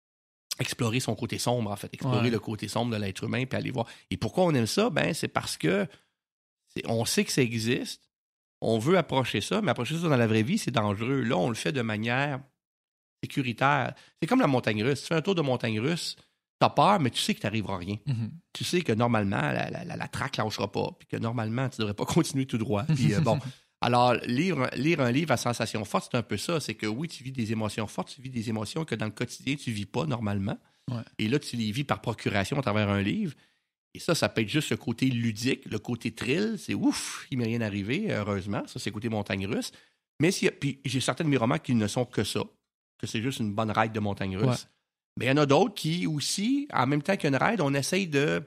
explorer son côté sombre, en fait. Explorer ouais. le côté sombre de l'être humain puis aller voir. Et pourquoi on aime ça? Ben, c'est parce que c'est, on sait que ça existe. On veut approcher ça, mais approcher ça dans la vraie vie, c'est dangereux. Là, on le fait de manière sécuritaire. C'est comme la montagne russe. Tu fais un tour de montagne russe, t'as peur, mais tu sais que t'arriveras rien. Mm-hmm. Tu sais que normalement, la, la, la, la traque lâchera pas, puis que normalement, tu devrais pas continuer tout droit. Puis euh, bon, alors, lire, lire un livre à sensation forte, c'est un peu ça. C'est que oui, tu vis des émotions fortes, tu vis des émotions que dans le quotidien, tu vis pas normalement. Ouais. Et là, tu les vis par procuration à travers un livre. Et ça, ça peut être juste le côté ludique, le côté thrill. C'est ouf, il m'est rien arrivé, heureusement. Ça, c'est le côté montagne russe. Mais s'il y a, puis j'ai certains de mes romans qui ne sont que ça, que c'est juste une bonne ride de montagne russe. Ouais. Mais il y en a d'autres qui aussi, en même temps qu'une ride, on essaye de...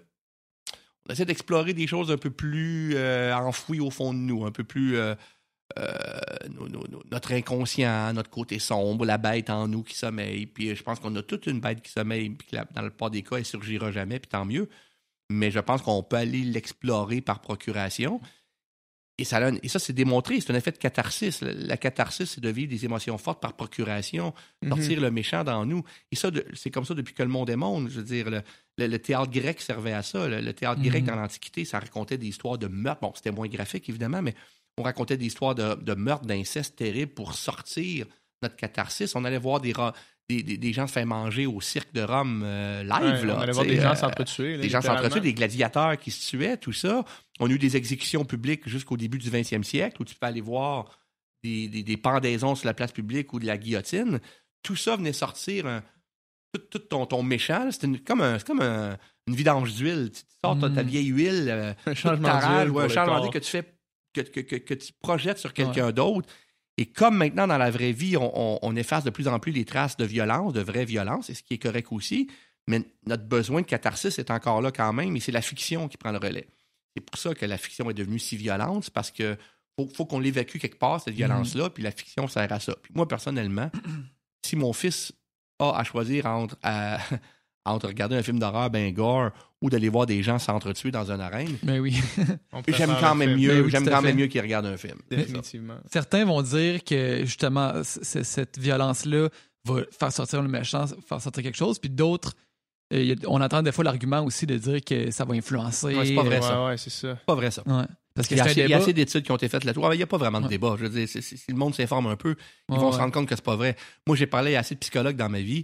On essaie d'explorer des choses un peu plus euh, enfouies au fond de nous, un peu plus euh, euh, no, no, no, notre inconscient, notre côté sombre, la bête en nous qui sommeille. Puis je pense qu'on a toute une bête qui sommeille, puis que la, dans le plupart des cas, elle ne surgira jamais, puis tant mieux. Mais je pense qu'on peut aller l'explorer par procuration. Et ça, et ça, c'est démontré, c'est un effet de catharsis. La catharsis, c'est de vivre des émotions fortes par procuration, sortir mm-hmm. le méchant dans nous. Et ça, de, c'est comme ça depuis que le monde est monde. Je veux dire, le, le, le théâtre grec servait à ça. Le, le théâtre mm-hmm. grec, dans l'Antiquité, ça racontait des histoires de meurtres. Bon, c'était moins graphique, évidemment, mais on racontait des histoires de, de meurtres, d'inceste terribles pour sortir notre catharsis. On allait voir des, des, des, des gens se faire manger au cirque de Rome euh, live. Ouais, là, on allait voir des gens s'entretuer. Des gens s'entretuer, des gladiateurs qui se tuaient, tout ça. On a eu des exécutions publiques jusqu'au début du vingtième siècle où tu peux aller voir des, des, des pendaisons sur la place publique ou de la guillotine. Tout ça venait sortir un, tout, tout ton, ton méchant. C'était une, comme, un, c'est comme un, une vidange d'huile. Tu sors ta, ta vieille huile, euh, un changement d'huile, ou un changement d'huile que tu fais, que, que, que, que tu projettes sur quelqu'un ouais. d'autre. Et comme maintenant, dans la vraie vie, on, on, on efface de plus en plus les traces de violence, de vraie violence, et ce qui est correct aussi, mais notre besoin de catharsis est encore là quand même, et c'est la fiction qui prend le relais. C'est pour ça que la fiction est devenue si violente, c'est parce que faut, faut qu'on l'évacue quelque part, cette violence-là, puis la fiction sert à ça. Puis moi, personnellement, si mon fils a à choisir entre, à, entre regarder un film d'horreur ben gore ou d'aller voir des gens s'entretuer dans une arène. Ben oui. J'aime quand même mieux, ben oui, j'aime quand même mieux qu'ils regardent un film. Définitivement. Certains vont dire que justement c- cette violence-là va faire sortir le méchant, faire sortir quelque chose, puis d'autres, euh, y a- on entend des fois l'argument aussi de dire que ça va influencer. Ouais, c'est pas vrai, Ouais, ça. ouais, c'est ça. C'est pas vrai, ça. Ouais. Parce que Il y, a c'est un assez, il y a débat. assez d'études qui ont été faites là-dessus. Il n'y a pas vraiment de Ouais. débat. Je veux dire, c'est- c'est- si le monde s'informe un peu, ils Ouais, vont ouais. se rendre compte que c'est pas vrai. Moi, j'ai parlé à assez de psychologues dans ma vie,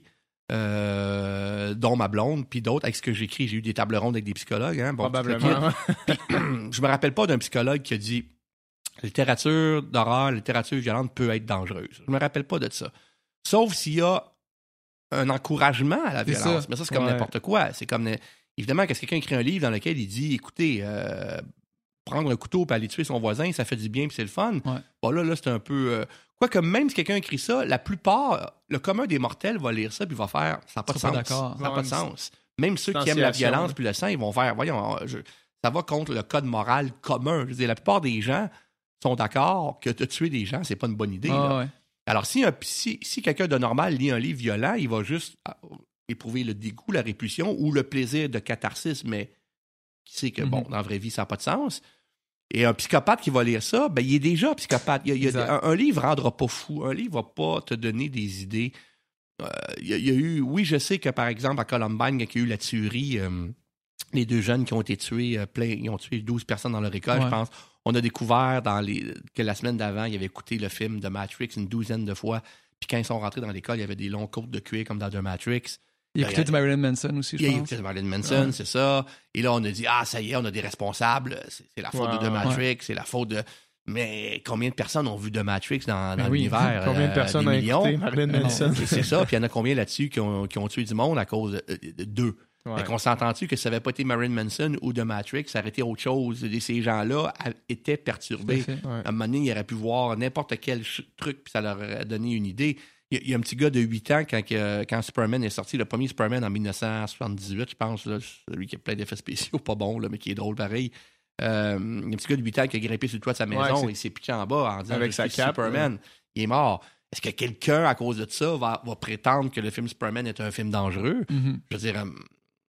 euh, dont ma blonde, puis d'autres. Avec ce que j'écris, j'ai eu des tables rondes avec des psychologues. Hein, bon, Probablement. je me rappelle pas d'un psychologue qui a dit la littérature d'horreur, la littérature violente peut être dangereuse. Je me rappelle pas de ça. Sauf s'il y a un encouragement à la C'est violence. ça. Mais ça, c'est comme Ouais. n'importe quoi. C'est comme évidemment, quand quelqu'un écrit un livre dans lequel il dit écoutez, euh, prendre un couteau et aller tuer son voisin, ça fait du bien puis c'est le fun. Ouais. Bon, là, là c'est un peu. Euh... Quoique, même si quelqu'un écrit ça, la plupart, le commun des mortels va lire ça puis va faire ça n'a pas de Sera sens. pas d'accord. Ça n'a pas de Ouais, sens. Même ceux qui aiment la distanciation, violence là. puis le sang, ils vont faire voyons, je- ça va contre le code moral commun. Je veux dire, la plupart des gens sont d'accord que de tuer des gens, c'est pas une bonne idée. Ah, là. ouais. Alors, si, un- si, si quelqu'un de normal lit un livre violent, il va juste ah, éprouver le dégoût, la répulsion ou le plaisir de catharsis, mais qui sait que, Mhm. bon, dans la vraie vie, ça n'a pas de sens. Et un psychopathe qui va lire ça, ben, il est déjà psychopathe. Il y a- il y a- Exact. un, un livre ne rendra pas fou. Un livre ne va pas te donner des idées. Euh, il, y a, il y a eu, oui, je sais que, par exemple, à Columbine, quand il y a eu la tuerie, euh, les deux jeunes qui ont été tués, euh, plein, ils ont tué douze personnes dans leur école, Ouais. je pense. On a découvert dans les, que la semaine d'avant, ils avaient écouté le film de Matrix une douzaine de fois. Puis quand ils sont rentrés dans l'école, il y avait des longs côtes de cuir comme dans The Matrix. Il Ben, écoutait du Marilyn Manson aussi, je Il y a pense. eu Marilyn Manson, Ouais. c'est ça. Et là, on a dit, ah, ça y est, on a des responsables. C'est, c'est la faute Ouais, de The ouais. Matrix, c'est la faute de... Mais combien de personnes ont vu The Matrix dans, dans Ben oui. l'univers? Combien de Euh, personnes des ont millions? écouté Marilyn Non. Manson? C'est, c'est ça. Puis il y en a combien là-dessus qui ont, qui ont tué du monde à cause de, de deux? Ouais. Fait qu'on s'entend-tu que ça n'avait pas été Marilyn Manson ou The Matrix, ça aurait été autre chose. Et ces gens-là a- étaient perturbés. Tout à fait. Ouais. À un moment donné, ils auraient pu voir n'importe quel ch- truc, puis ça leur aurait donné une idée. Il y, a, il y a un petit gars de huit ans, quand, que- quand Superman est sorti, le premier Superman en dix-neuf cent soixante-dix-huit, je pense, là, celui qui a plein d'effets spéciaux, pas bon, là, mais qui est drôle pareil. Euh, il y a un petit gars de huit ans qui a grimpé sur le toit de sa maison, Ouais, c'est- il s'est pitché en bas en disant Avec je sa suis cape, Superman. Il est mort. Est-ce que quelqu'un, à cause de ça, va, va prétendre que le film Superman est un film dangereux? Mhm. Je veux dire, euh,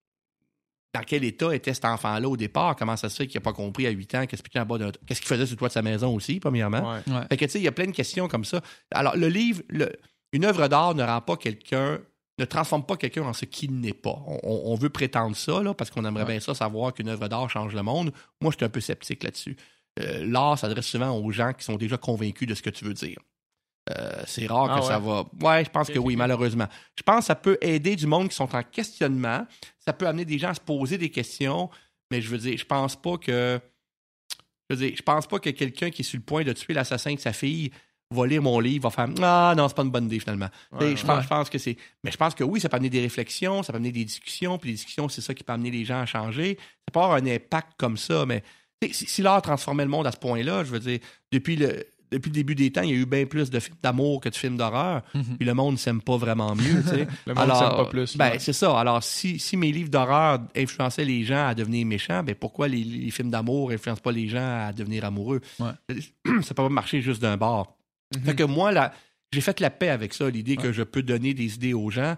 dans quel état était cet enfant-là au départ? Comment ça se fait qu'il n'a pas compris à huit ans qu'est-ce qu'il en bas d'un- qu'est-ce qu'il faisait sur le toit de sa maison aussi, premièrement? Ouais. Ouais. Fait que, tu sais, il y a plein de questions comme ça. Alors, le livre, le- une œuvre d'art ne rend pas quelqu'un, ne transforme pas quelqu'un en ce qu'il n'est pas. On, on- on veut prétendre ça, là, parce qu'on aimerait Ouais. bien ça, savoir qu'une œuvre d'art change le monde. Moi, je suis un peu sceptique là-dessus. Euh, l'art s'adresse souvent aux gens qui sont déjà convaincus de ce que tu veux dire. Euh, c'est rare Ah que ouais? ça va. Ouais, je pense que Ok, oui, ok. malheureusement. Je pense que ça peut aider du monde qui sont en questionnement. Ça peut amener des gens à se poser des questions, mais je veux dire, je pense pas que. Je veux dire, je pense pas que quelqu'un qui est sur le point de tuer l'assassin de sa fille va lire mon livre, va faire Ah non, c'est pas une bonne idée finalement. Ouais, Et je, pense, ouais. je pense que c'est. Mais je pense que oui, ça peut amener des réflexions, ça peut amener des discussions, puis les discussions, c'est ça qui peut amener les gens à changer. Ça peut avoir un impact comme ça, mais tu sais, si, si l'art transformait le monde à ce point-là, je veux dire, depuis le. Depuis le début des temps, il y a eu bien plus de films d'amour que de films d'horreur. Mhm. Puis le monde ne s'aime pas vraiment mieux, tu sais. Le monde Alors, s'aime pas plus. Ben, ouais. c'est ça. Alors, si, si mes livres d'horreur influençaient les gens à devenir méchants, ben pourquoi les, les films d'amour influencent pas les gens à devenir amoureux? Ouais. Ça peut pas marcher juste d'un bord. Mhm. Fait que moi, là, j'ai fait la paix avec ça, l'idée Ouais. que je peux donner des idées aux gens.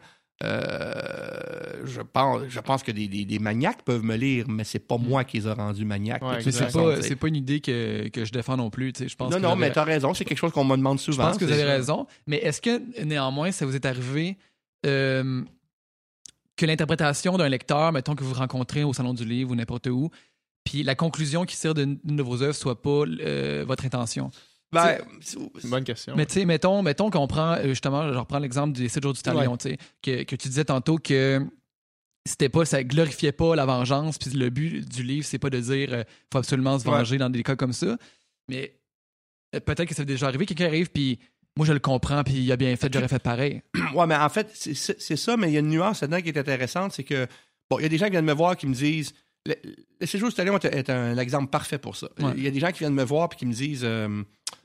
Euh, je pense, je pense que des, des, des maniaques peuvent me lire, mais c'est pas moi qui les ai rendus maniaques. Ouais, de toute Mais c'est exact. façon, pas, tu sais. c'est pas une idée que, que je défends non plus. tu sais. Je pense Non, que non, vous mais avez- t'as raison, c'est quelque chose qu'on me demande je souvent. pense que vous c'est avez ça. raison. Mais est-ce que, néanmoins, ça vous est arrivé euh, que l'interprétation d'un lecteur, mettons que vous rencontrez au Salon du Livre ou n'importe où, puis la conclusion qui tire d'une d'une de vos œuvres soit pas euh, votre intention? Ben, C'est une bonne question. Mais tu sais, mettons, mettons qu'on prend, euh, justement, je reprends l'exemple des sept jours du Talion, tu sais, que, que tu disais tantôt que c'était pas, ça glorifiait pas la vengeance, puis le but du livre, c'est pas de dire euh, faut absolument se venger dans des cas comme ça. Mais euh, peut-être que ça m'est déjà arrivé, quelqu'un arrive, puis moi je le comprends, puis il a bien fait, j'aurais fait pareil. Ouais, mais en fait, c'est- c'est c'est ça, mais il y a une nuance là-dedans qui est intéressante, c'est que, bon, il y a des gens qui viennent me voir qui me disent, le, le séjour du Talion est, est un exemple parfait pour ça. Ouais. Il y a des gens qui viennent me voir et qui me disent, euh,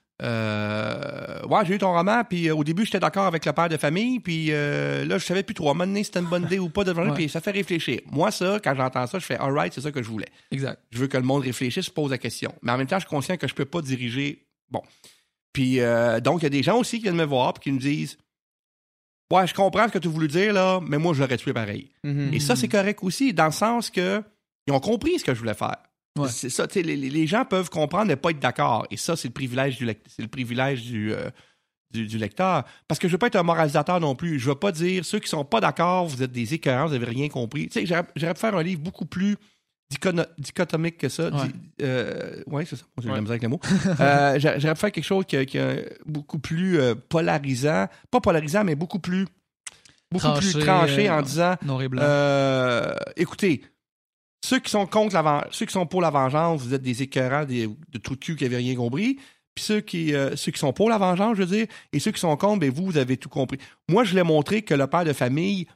euh, ouais, j'ai eu ton roman, puis euh, au début, j'étais d'accord avec le père de famille, puis euh, là, je savais plus trop, à un moment donné, c'était une bonne idée ou pas de venger, Ouais. puis ça fait réfléchir. Moi, ça, quand j'entends ça, je fais, alright, c'est ça que je voulais. Exact. Je veux que le monde réfléchisse, se pose la question. Mais en même temps, je suis conscient que je peux pas diriger. Bon. Puis, euh, donc, il y a des gens aussi qui viennent me voir et qui me disent ouais, je comprends ce que tu as voulu dire, là, mais moi, je l'aurais tué pareil. Mm-hmm. Et ça, c'est correct aussi, dans le sens que ils ont compris ce que je voulais faire. Ouais. C'est ça, tu sais, les, les gens peuvent comprendre et pas être d'accord. Et ça, c'est le privilège du, lect- c'est le privilège du, euh, du, du lecteur. Parce que je veux pas être un moralisateur non plus. Je veux pas dire, ceux qui sont pas d'accord, vous êtes des écœurants, vous avez rien compris. Tu sais, j'aurais, j'aurais pu faire un livre beaucoup plus dicono- dichotomique que ça. Ouais. Di- euh, ouais, c'est ça. Moi, j'ai de Ouais. la misère avec les mots. euh, j'aurais, j'aurais pu faire quelque chose qui, qui est beaucoup plus euh, polarisant. Pas polarisant, mais beaucoup plus, beaucoup Tranché, plus tranché euh, en disant, Noir et blanc. euh, écoutez, ceux qui sont contre la ven- ceux qui sont pour la vengeance, vous êtes des écœurants, des, de trous de cul qui n'avaient rien compris. Puis ceux qui, euh, ceux qui sont pour la vengeance, je veux dire, et ceux qui sont contre, ben vous, vous avez tout compris. Moi, je l'ai montré que le père de famille,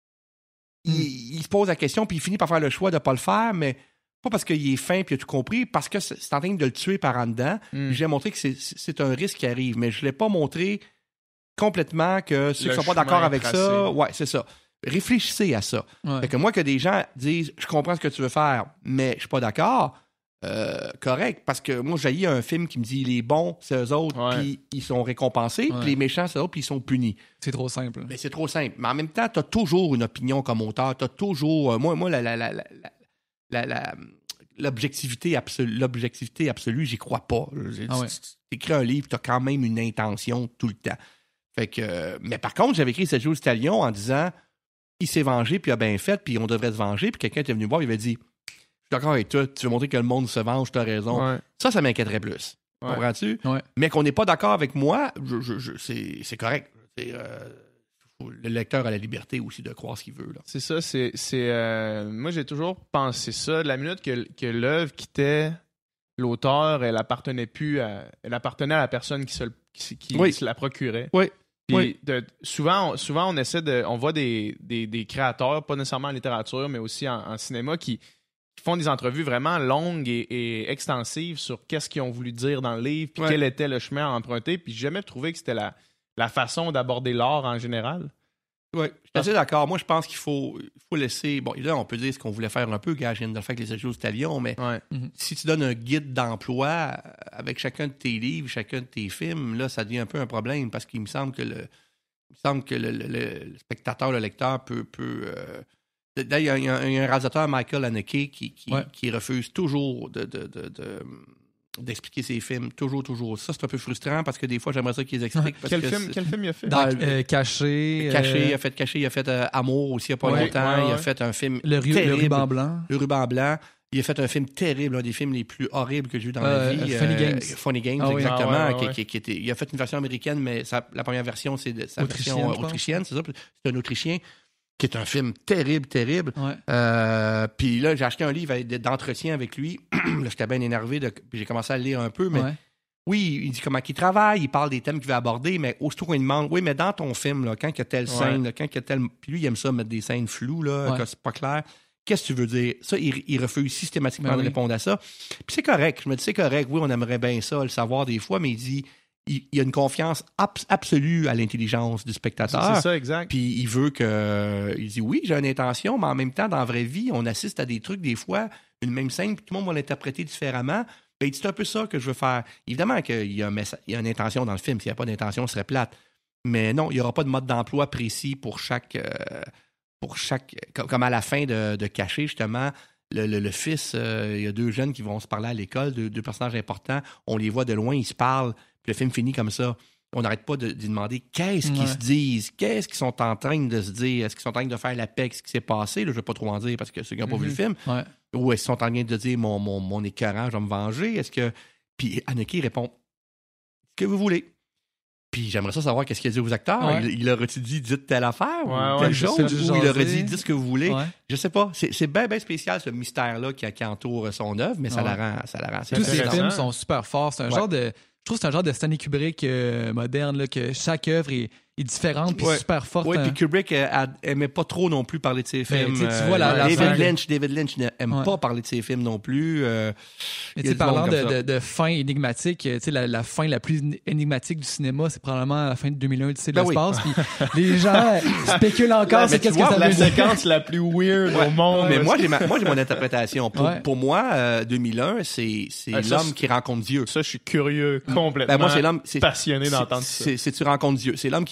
il, Mm. il se pose la question, puis il finit par faire le choix de ne pas le faire, mais pas parce qu'il est fin puis il a tout compris, parce que c'est, c'est en train de le tuer par en dedans. Mm. Puis j'ai montré que c'est, c'est un risque qui arrive, mais je ne l'ai pas montré complètement que ceux Le qui sont pas chemin d'accord avec tracé. ça, ouais, c'est ça. Réfléchissez à ça. Ouais. Fait que moi, que des gens disent, je comprends ce que tu veux faire, mais je suis pas d'accord, euh, correct, parce que moi, j'ai un film qui me dit, les bons, c'est eux autres, Ouais. puis ils sont récompensés, Ouais. puis les méchants, c'est eux autres, puis ils sont punis. C'est trop simple. Mais c'est trop simple. Mais en même temps, tu as toujours une opinion comme auteur, tu as toujours, euh, moi, moi, la, la, la, la, la, la- l'objectivité absolue, l'objectivité absolue, j'y crois pas. Ah ouais. Tu écris un livre, tu as quand même une intention tout le temps. Fait que, euh, mais par contre, j'avais écrit Sergio Stallion en disant, il s'est vengé, puis il a bien fait, puis on devrait se venger. Puis quelqu'un était venu voir, il avait dit, je suis d'accord avec toi, tu veux montrer que le monde se venge, tu as raison. Ouais. Ça, ça m'inquiéterait plus. Ouais. Comprends-tu? Ouais. Mais qu'on n'est pas d'accord avec moi, je, je- je- c'est, c'est correct. C'est, euh, faut- le lecteur a la liberté aussi de croire ce qu'il veut. Là. C'est ça, c'est. c'est euh, moi, j'ai toujours pensé ça. La minute que, que l'œuvre quittait l'auteur, elle appartenait plus à. Elle appartenait à la personne qui se, le- qui, qui Oui. se la procurait. Oui. Puis Oui. de- souvent, on, souvent, on essaie de. On voit des, des, des créateurs, pas nécessairement en littérature, mais aussi en, en cinéma, qui, qui font des entrevues vraiment longues et, et extensives sur qu'est-ce qu'ils ont voulu dire dans le livre, puis Ouais. quel était le chemin à emprunter. Puis j'ai jamais trouvé que c'était la, la façon d'aborder l'art en général. Oui, je suis assez d'accord. Moi, je pense qu'il faut, il faut laisser. Bon, là, on peut dire ce qu'on voulait faire un peu, gars, je viens de le faire avec les Sergio Stallion, mais Ouais. si tu donnes un guide d'emploi euh, avec chacun de tes livres, chacun de tes films, là, ça devient un peu un problème parce qu'il me semble que le, il me semble que le, le- le spectateur, le lecteur peut. peut euh, D'ailleurs, il y, a un- il y a un réalisateur, Michael Haneke, qui, qui, Ouais. qui refuse toujours de, de, de, de- d'expliquer ses films. Toujours, toujours. Ça, c'est un peu frustrant parce que des fois, j'aimerais ça qu'ils les expliquent. parce Quel que film, c'est- quel film il a fait? Dans, Ah, euh, caché. Caché, il euh, a fait Caché, il a fait euh, Amour aussi il n'y a pas Ouais, longtemps. ouais, Il a ouais. fait un film le, ru- le terrible. ruban blanc. Le ruban blanc. Il a fait un film terrible, un des films les plus horribles que j'ai eu dans Euh, ma vie. Funny Games. Funny Games, Ah oui. exactement. Ah ouais, ouais, qui- ouais. qui- qui était- il a fait une version américaine, mais sa- la première version, c'est de, sa Autrichienne, version je euh, pense. autrichienne, c'est ça. C'est un Autrichien qui est un film terrible, terrible. Ouais. Euh, puis là, j'ai acheté un livre avec- d'entretien avec lui. Là, j'étais bien énervé. De, puis j'ai commencé à le lire un peu, mais Ouais. oui, il dit comment il travaille, il parle des thèmes qu'il veut aborder, mais aussitôt qu'on lui demande, oui, mais dans ton film, là, quand il y a telle Ouais. scène, là, quand il y a telle. Puis lui, il aime ça, mettre des scènes floues, là, Ouais. que c'est pas clair. Qu'est-ce que tu veux dire? Ça, il, il refuse systématiquement Ben de oui. répondre à ça. Puis c'est correct. Je me dis, c'est correct. Oui, on aimerait bien ça, le savoir des fois, mais il dit, il, il y a une confiance abs- absolue à l'intelligence du spectateur. C'est ça, exact. Puis il veut que. Il dit oui, j'ai une intention, mais en même temps, dans la vraie vie, on assiste à des trucs, des fois, une même scène, puis tout le monde va l'interpréter différemment. Ben, il dit c'est un peu ça que je veux faire. Évidemment qu'il y a, un messa- il y a une intention dans le film. S'il n'y a pas d'intention, ce serait plate. Mais non, il n'y aura pas de mode d'emploi précis pour chaque. euh, pour chaque. Comme, comme à la fin de, de Caché, justement. Le, le- le fils, euh, il y a deux jeunes qui vont se parler à l'école, deux, deux personnages importants. On les voit de loin, ils se parlent. Puis le film finit comme ça. On n'arrête pas de, de demander qu'est-ce qu'ils Ouais. se disent, qu'est-ce qu'ils sont en train de se dire, est-ce qu'ils sont en train de faire la paix avec ce qui s'est passé, là, je ne vais pas trop en dire parce que ceux qui n'ont pas vu le film, Ouais. ou est-ce qu'ils sont en train de dire mon, mon, mon écœurant, je vais me venger, est-ce que... Puis Haneke répond, ce que vous voulez. Puis j'aimerais ça savoir qu'est-ce qu'il a dit aux acteurs. Ouais. Il, il aurait-tu dit, dites telle affaire, Ouais, ou ouais, telle je chose, sais, ou il jaser. aurait dit, dites ce que vous voulez. Ouais. Je sais pas, c'est, c'est bien, bien spécial ce mystère-là qui, qui entoure son œuvre, mais ça, Ouais. la rend, ça la rend assez Tous ces intéressant. films sont super forts. C'est un Ouais. genre de. Je trouve que c'est un genre de Stanley Kubrick euh, moderne, là, que chaque œuvre est, est différente puis Ouais. super forte. Oui, hein. puis Kubrick euh, a- aimait pas trop non plus parler de ses Ben, films. tu sais, tu Euh, vois la- la David fin- Lynch, David Lynch n'aime Ouais. pas parler de ses films non plus. euh, Mais il y tu sais, a du parlant monde de, comme ça. de, de fin énigmatique, euh, tu sais, la, la fin la plus énigmatique du cinéma, c'est probablement la fin de deux mille un, tu sais, de Ben oui. l'espace. Puis les gens spéculent encore Mais sur tu qu'est-ce que vois, ça la veut dire. séquence la plus weird Ouais. au monde. Mais moi, j'ai, ma- moi, j'ai mon interprétation. Pour, Ouais. pour moi, euh, deux mille un, c'est, c'est Ah, ça, l'homme c'est- qui rencontre Dieu. Ça, je suis curieux complètement. Ben, moi, c'est l'homme. C'est, passionné c'est- d'entendre ça. C'est, c'est tu rencontres Dieu. C'est l'homme qui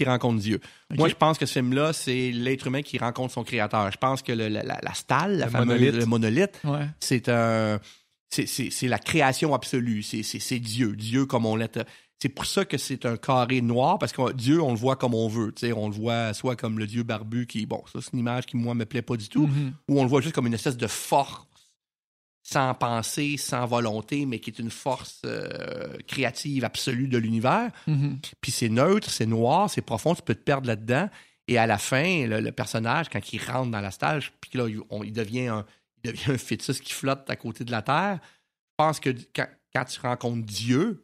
rencontre Dieu. Okay. Moi, je pense que ce film-là, c'est l'être humain qui rencontre son créateur. Je pense que le, la, la, la stèle, la le fameuse, monolithe, le monolithe Ouais. c'est un... C'est, c'est, c'est la création absolue. C'est, c'est, c'est Dieu. Dieu comme on l'est. C'est pour ça que c'est un carré noir, parce que Dieu, on le voit comme on veut. T'sais, on le voit soit comme le Dieu barbu qui... Bon, ça, c'est une image qui, moi, me plaît pas du tout. Mm-hmm. Ou on le voit juste comme une espèce de force sans pensée, sans volonté, mais qui est une force euh, créative absolue de l'univers. Mm-hmm. Puis c'est neutre, c'est noir, c'est profond, tu peux te perdre là-dedans. Et à la fin, le, le personnage, quand il rentre dans la stage, puis là, il, on, il, devient un, il devient un fœtus qui flotte à côté de la Terre. Je pense que quand, quand tu rencontres Dieu,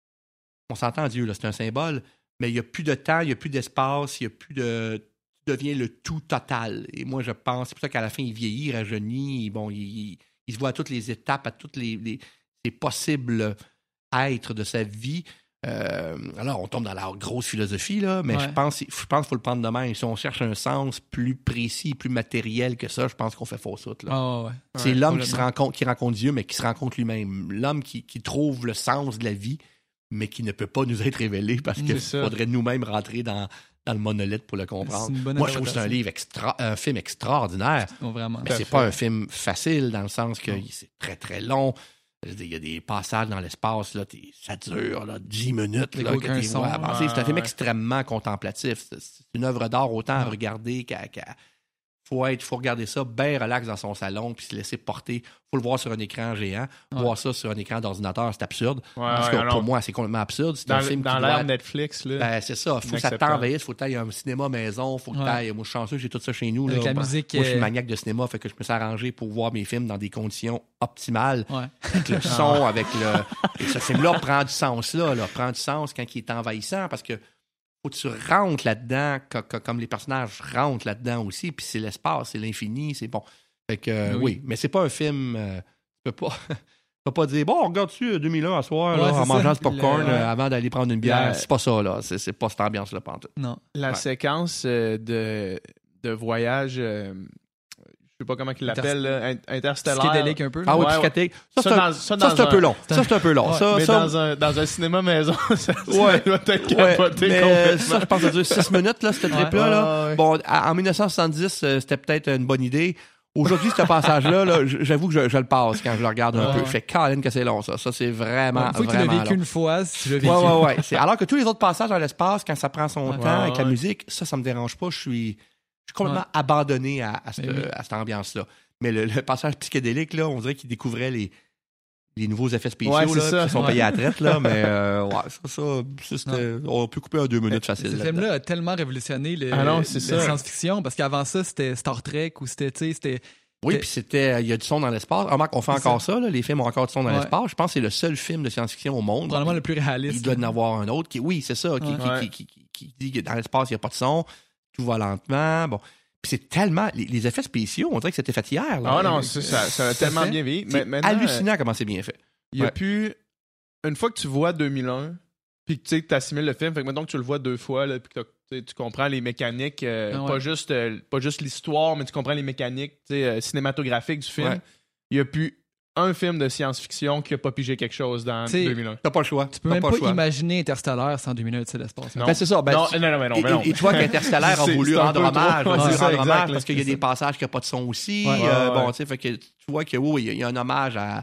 on s'entend Dieu, là, c'est un symbole, mais il n'y a plus de temps, il n'y a plus d'espace, il n'y a plus de... Tu deviens le tout total. Et moi, je pense, c'est pour ça qu'à la fin, il vieillit, il rajeunit, bon, il, il, il se voit à toutes les étapes, à toutes les, les, les possibles êtres de sa vie. Euh, alors, on tombe dans la grosse philosophie, là, mais ouais. je pense, je pense qu'il faut le prendre de même. Si on cherche un sens plus précis, plus matériel que ça, je pense qu'on fait fausse route. Là. Oh, ouais. C'est Ouais, l'homme qui se rencontre, qui rencontre Dieu, mais qui se rencontre lui-même. L'homme qui, qui trouve le sens de la vie, mais qui ne peut pas nous être révélé parce qu'il faudrait nous-mêmes rentrer dans, dans le monolithe pour le comprendre. Moi, je trouve que c'est un livre extra, un film extraordinaire. Oh, vraiment. Mais c'est pas un film facile dans le sens que c'est très, très long. Il y a des passages dans l'espace, là, ça dure là, dix minutes. Là, que son, vois avancer. ouais, c'est un film ouais. extrêmement contemplatif. C'est, c'est une œuvre d'art autant à regarder qu'à... qu'à faut être, faut regarder ça bien relax dans son salon puis se laisser porter. Faut le voir sur un écran géant. Ouais. Voir ça sur un écran d'ordinateur, c'est absurde. Ouais, Parce que ouais, pour alors, moi, c'est complètement absurde. C'est dans, un film dans qui l'ère doit... Netflix, là. Ben, c'est ça. Faut que ça Inacceptable. t'envahisse. Faut que t'ailles un cinéma maison. Faut que Ouais. t'ailles... Moi, je suis chanceux que j'ai tout ça chez nous. Avec là. la musique, Moi, je suis euh, maniaque de cinéma. Fait que je me suis arrangé pour voir mes films dans des conditions optimales. Ouais. Avec le son, avec le... Et ce film-là prend du sens, là, là. Prend du sens quand il est envahissant parce que faut que tu rentres là-dedans co- co- comme les personnages rentrent là-dedans aussi. Puis c'est l'espace, c'est l'infini, c'est bon. Fait que, euh, oui. Oui. mais c'est pas un film... Euh, tu peux pas... tu peux pas dire, bon, on regarde-tu deux mille un à soir, Ouais, là, c'est en ça. mangeant du popcorn Le- euh, avant d'aller prendre une bière. La- C'est pas ça, là. C'est, c'est pas cette ambiance-là, pantoute. Non. La Ouais. séquence euh, de, de voyage, euh, je sais pas comment il l'appelle, là, in- interstellaire. Psychédélique un peu. là. Ah oui, Ouais, psychiatrique. Ça, Ça, c'est un- dans- ça, ça, dans c'est un peu un- long. Ça, c'est un peu long. Ouais, Ça, mais ça, dans, un, dans un cinéma maison, ça, ça Ouais. doit être ouais, capoté mais complètement. ça, je pense que ça dure six minutes, là, ce trip-là. Ouais, là. ouais, ouais. Bon, à- en dix-neuf cent soixante-dix, euh, c'était peut-être une bonne idée. Aujourd'hui, ce passage-là, là, j- j'avoue que je, je le passe quand je le regarde un Ouais. peu. Je fais Colin que c'est long, ça. Ça, c'est vraiment, Une fois que tu l'as vraiment vécu long. une fois, si tu l'as vécu. Ouais, ouais, ouais. C'est, alors que tous les autres passages dans l'espace, quand ça prend son Ouais. temps Ouais, avec la ouais. musique, ça, ça me dérange pas. Je suis, je suis complètement Ouais. abandonné à, à, cette, Mais oui. à cette ambiance-là. Mais le, le passage psychédélique, là, on dirait qu'il découvrait les, les nouveaux effets spéciaux, Ouais, là, c'est ça. qui sont Ouais. payés à la traite, là. Mais, euh, ouais, ça, ça, ça, c'était, on peut couper en deux minutes facile. Ce là-dedans. film-là a tellement révolutionné le, Ah non, c'est la ça. science-fiction parce qu'avant ça, c'était Star Trek ou c'était, tu sais, c'était. Oui, C'était- puis c'était, il y a du son dans l'espace. Remarque, on fait C'est encore ça, là, les films ont encore du son dans Ouais. l'espace. Je pense que c'est le seul film de science-fiction au monde. Probablement le plus réaliste. Il doit y en avoir un autre qui, oui, c'est ça, qui, Ouais. qui, Ouais. qui, qui, qui- qui dit que dans l'espace, il n'y a pas de son, tout va lentement. Bon. Puis c'est tellement, les, les effets spéciaux, on dirait que c'était fait hier. Là. Ah non, ça, ça, ça a Ça tellement fait- bien vieilli. C'est Mais maintenant, hallucinant comment c'est bien fait. il y a Ouais. plus... Une fois que tu vois deux mille un, puis que tu assimiles le film, fait que maintenant que tu le vois deux fois, là, puis que t'as- tu sais, tu comprends les mécaniques, euh, Ah ouais. pas juste euh, pas juste l'histoire, mais tu comprends les mécaniques tu sais, euh, cinématographiques du film, Ouais. il y a plus un film de science-fiction qui a pas pigé quelque chose dans Tu sais, deux mille un. T'as pas le choix. Tu peux T'as même pas pas, le choix. imaginer Interstellar sans deux minutes, c'est l'espace. Non. Ben, c'est ça. Ben, non, tu- non, non, mais non, et, mais non. et- et tu vois qu'Interstellaire a C'est- voulu c'est un rendre peu hommage, trop. a Ouais, voulu c'est ça, rendre exact, hommage là, parce qu'il y a c'est des ça. passages qui n'ont pas de son aussi. Ouais. Euh, Ouais, bon, ouais. tu sais, fait que tu vois que oui, il y a un hommage à,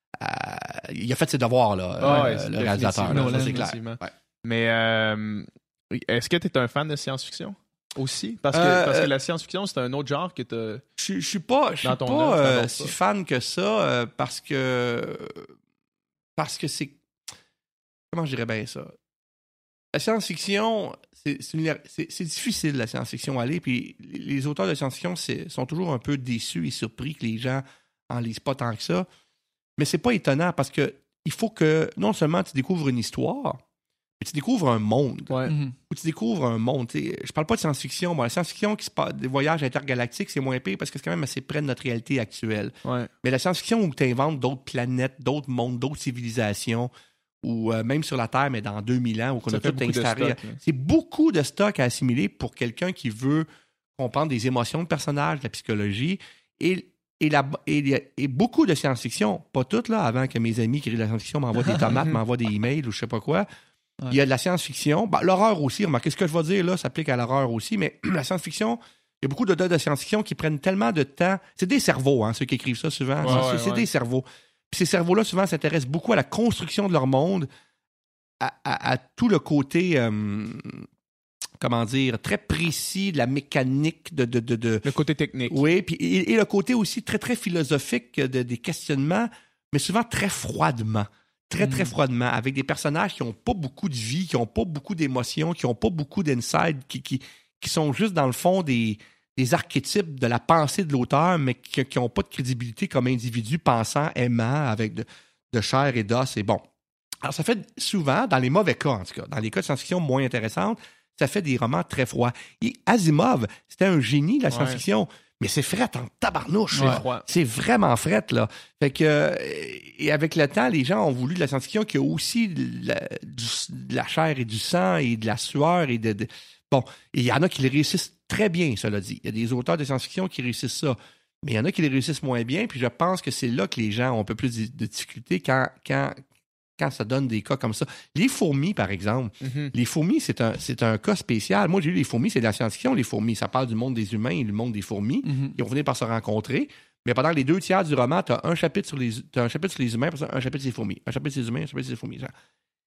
à- il a fait ses devoirs là, Ah euh, ouais, c'est le réalisateur. définitivement, Là, ça, Nolan, c'est clair. définitivement. Ouais. Mais euh, est-ce que tu es un fan de science-fiction aussi? Parce que, Euh, parce que euh, la science-fiction, c'est un autre genre que t'as... Je, je suis pas, je suis Dans ton pas œuvre, euh, t'adores si ça. fan que ça euh, parce que parce que c'est comment je dirais bien ça. La science-fiction, c'est, c'est, une- c'est- c'est difficile la science-fiction à lire, puis les auteurs de science-fiction c'est- sont toujours un peu déçus et surpris que les gens en lisent pas tant que ça. Mais c'est pas étonnant parce que il faut que non seulement tu découvres une histoire, mais tu découvres un monde. Ouais. Mhm. Où tu découvres un monde. T'sais, je parle pas de science-fiction. Bon, la science-fiction qui se passe, des voyages intergalactiques, c'est moins pire parce que c'est quand même assez près de notre réalité actuelle. Ouais. Mais la science-fiction où tu inventes d'autres planètes, d'autres mondes, d'autres civilisations, ou euh, même sur la Terre, mais dans deux mille ans, où on Ça a fait tout beaucoup de installé. stock, là. C'est beaucoup de stock à assimiler pour quelqu'un qui veut comprendre des émotions de personnages, de la psychologie, et, et, la, et, et beaucoup de science-fiction, pas toutes, là, avant que mes amis qui lisent de la science-fiction m'envoient des tomates, m'envoient des emails ou je sais pas quoi. Ouais. Il y a de la science-fiction. Ben, l'horreur aussi. Remarquez, ce que je vais dire là s'applique à l'horreur aussi, mais la science-fiction, il y a beaucoup d'auteurs de science-fiction qui prennent tellement de temps. C'est des cerveaux, hein, ceux qui écrivent ça souvent. Ouais, c'est ouais, c'est ouais. des cerveaux. Puis ces cerveaux-là, souvent, s'intéressent beaucoup à la construction de leur monde, à, à, à tout le côté, euh, comment dire, très précis de la mécanique de... de, de, de... Le côté technique. Oui, puis et, et le côté aussi très, très philosophique de, des questionnements, mais souvent très froidement. Très, très Mm. froidement, avec des personnages qui n'ont pas beaucoup de vie, qui n'ont pas beaucoup d'émotions, qui n'ont pas beaucoup d'insight, qui, qui, qui sont juste, dans le fond, des, des archétypes de la pensée de l'auteur, mais qui n'ont pas de crédibilité comme individus pensants, aimants, avec de, de chair et d'os. Et bon. Alors, ça fait souvent, dans les mauvais cas, en tout cas, dans les cas de science-fiction moins intéressantes, ça fait des romans très froids. Et Asimov, c'était un génie de la science-fiction. Ouais. Mais c'est fret en tabarnouche. Ouais. C'est vraiment fret, là. Fait que, et avec le temps, les gens ont voulu de la science-fiction qui a aussi de la, du, de la chair et du sang et de la sueur et de... de... Bon, il y en a qui les réussissent très bien, cela dit. Il y a des auteurs de science-fiction qui réussissent ça. Mais il y en a qui les réussissent moins bien, puis je pense que c'est là que les gens ont un peu plus de, de difficultés quand, quand, quand ça donne des cas comme ça. Les fourmis, par exemple. Mm-hmm. Les fourmis, c'est un, c'est un cas spécial. Moi, j'ai lu les fourmis, c'est de la science-fiction, les fourmis. Ça parle du monde des humains et du monde des fourmis. Mm-hmm. Ils vont venir par se rencontrer. Mais pendant les deux tiers du roman, tu as un chapitre sur les, t'as un chapitre sur les humains, un chapitre sur les fourmis. Un chapitre sur les humains, un chapitre sur les fourmis. Genre.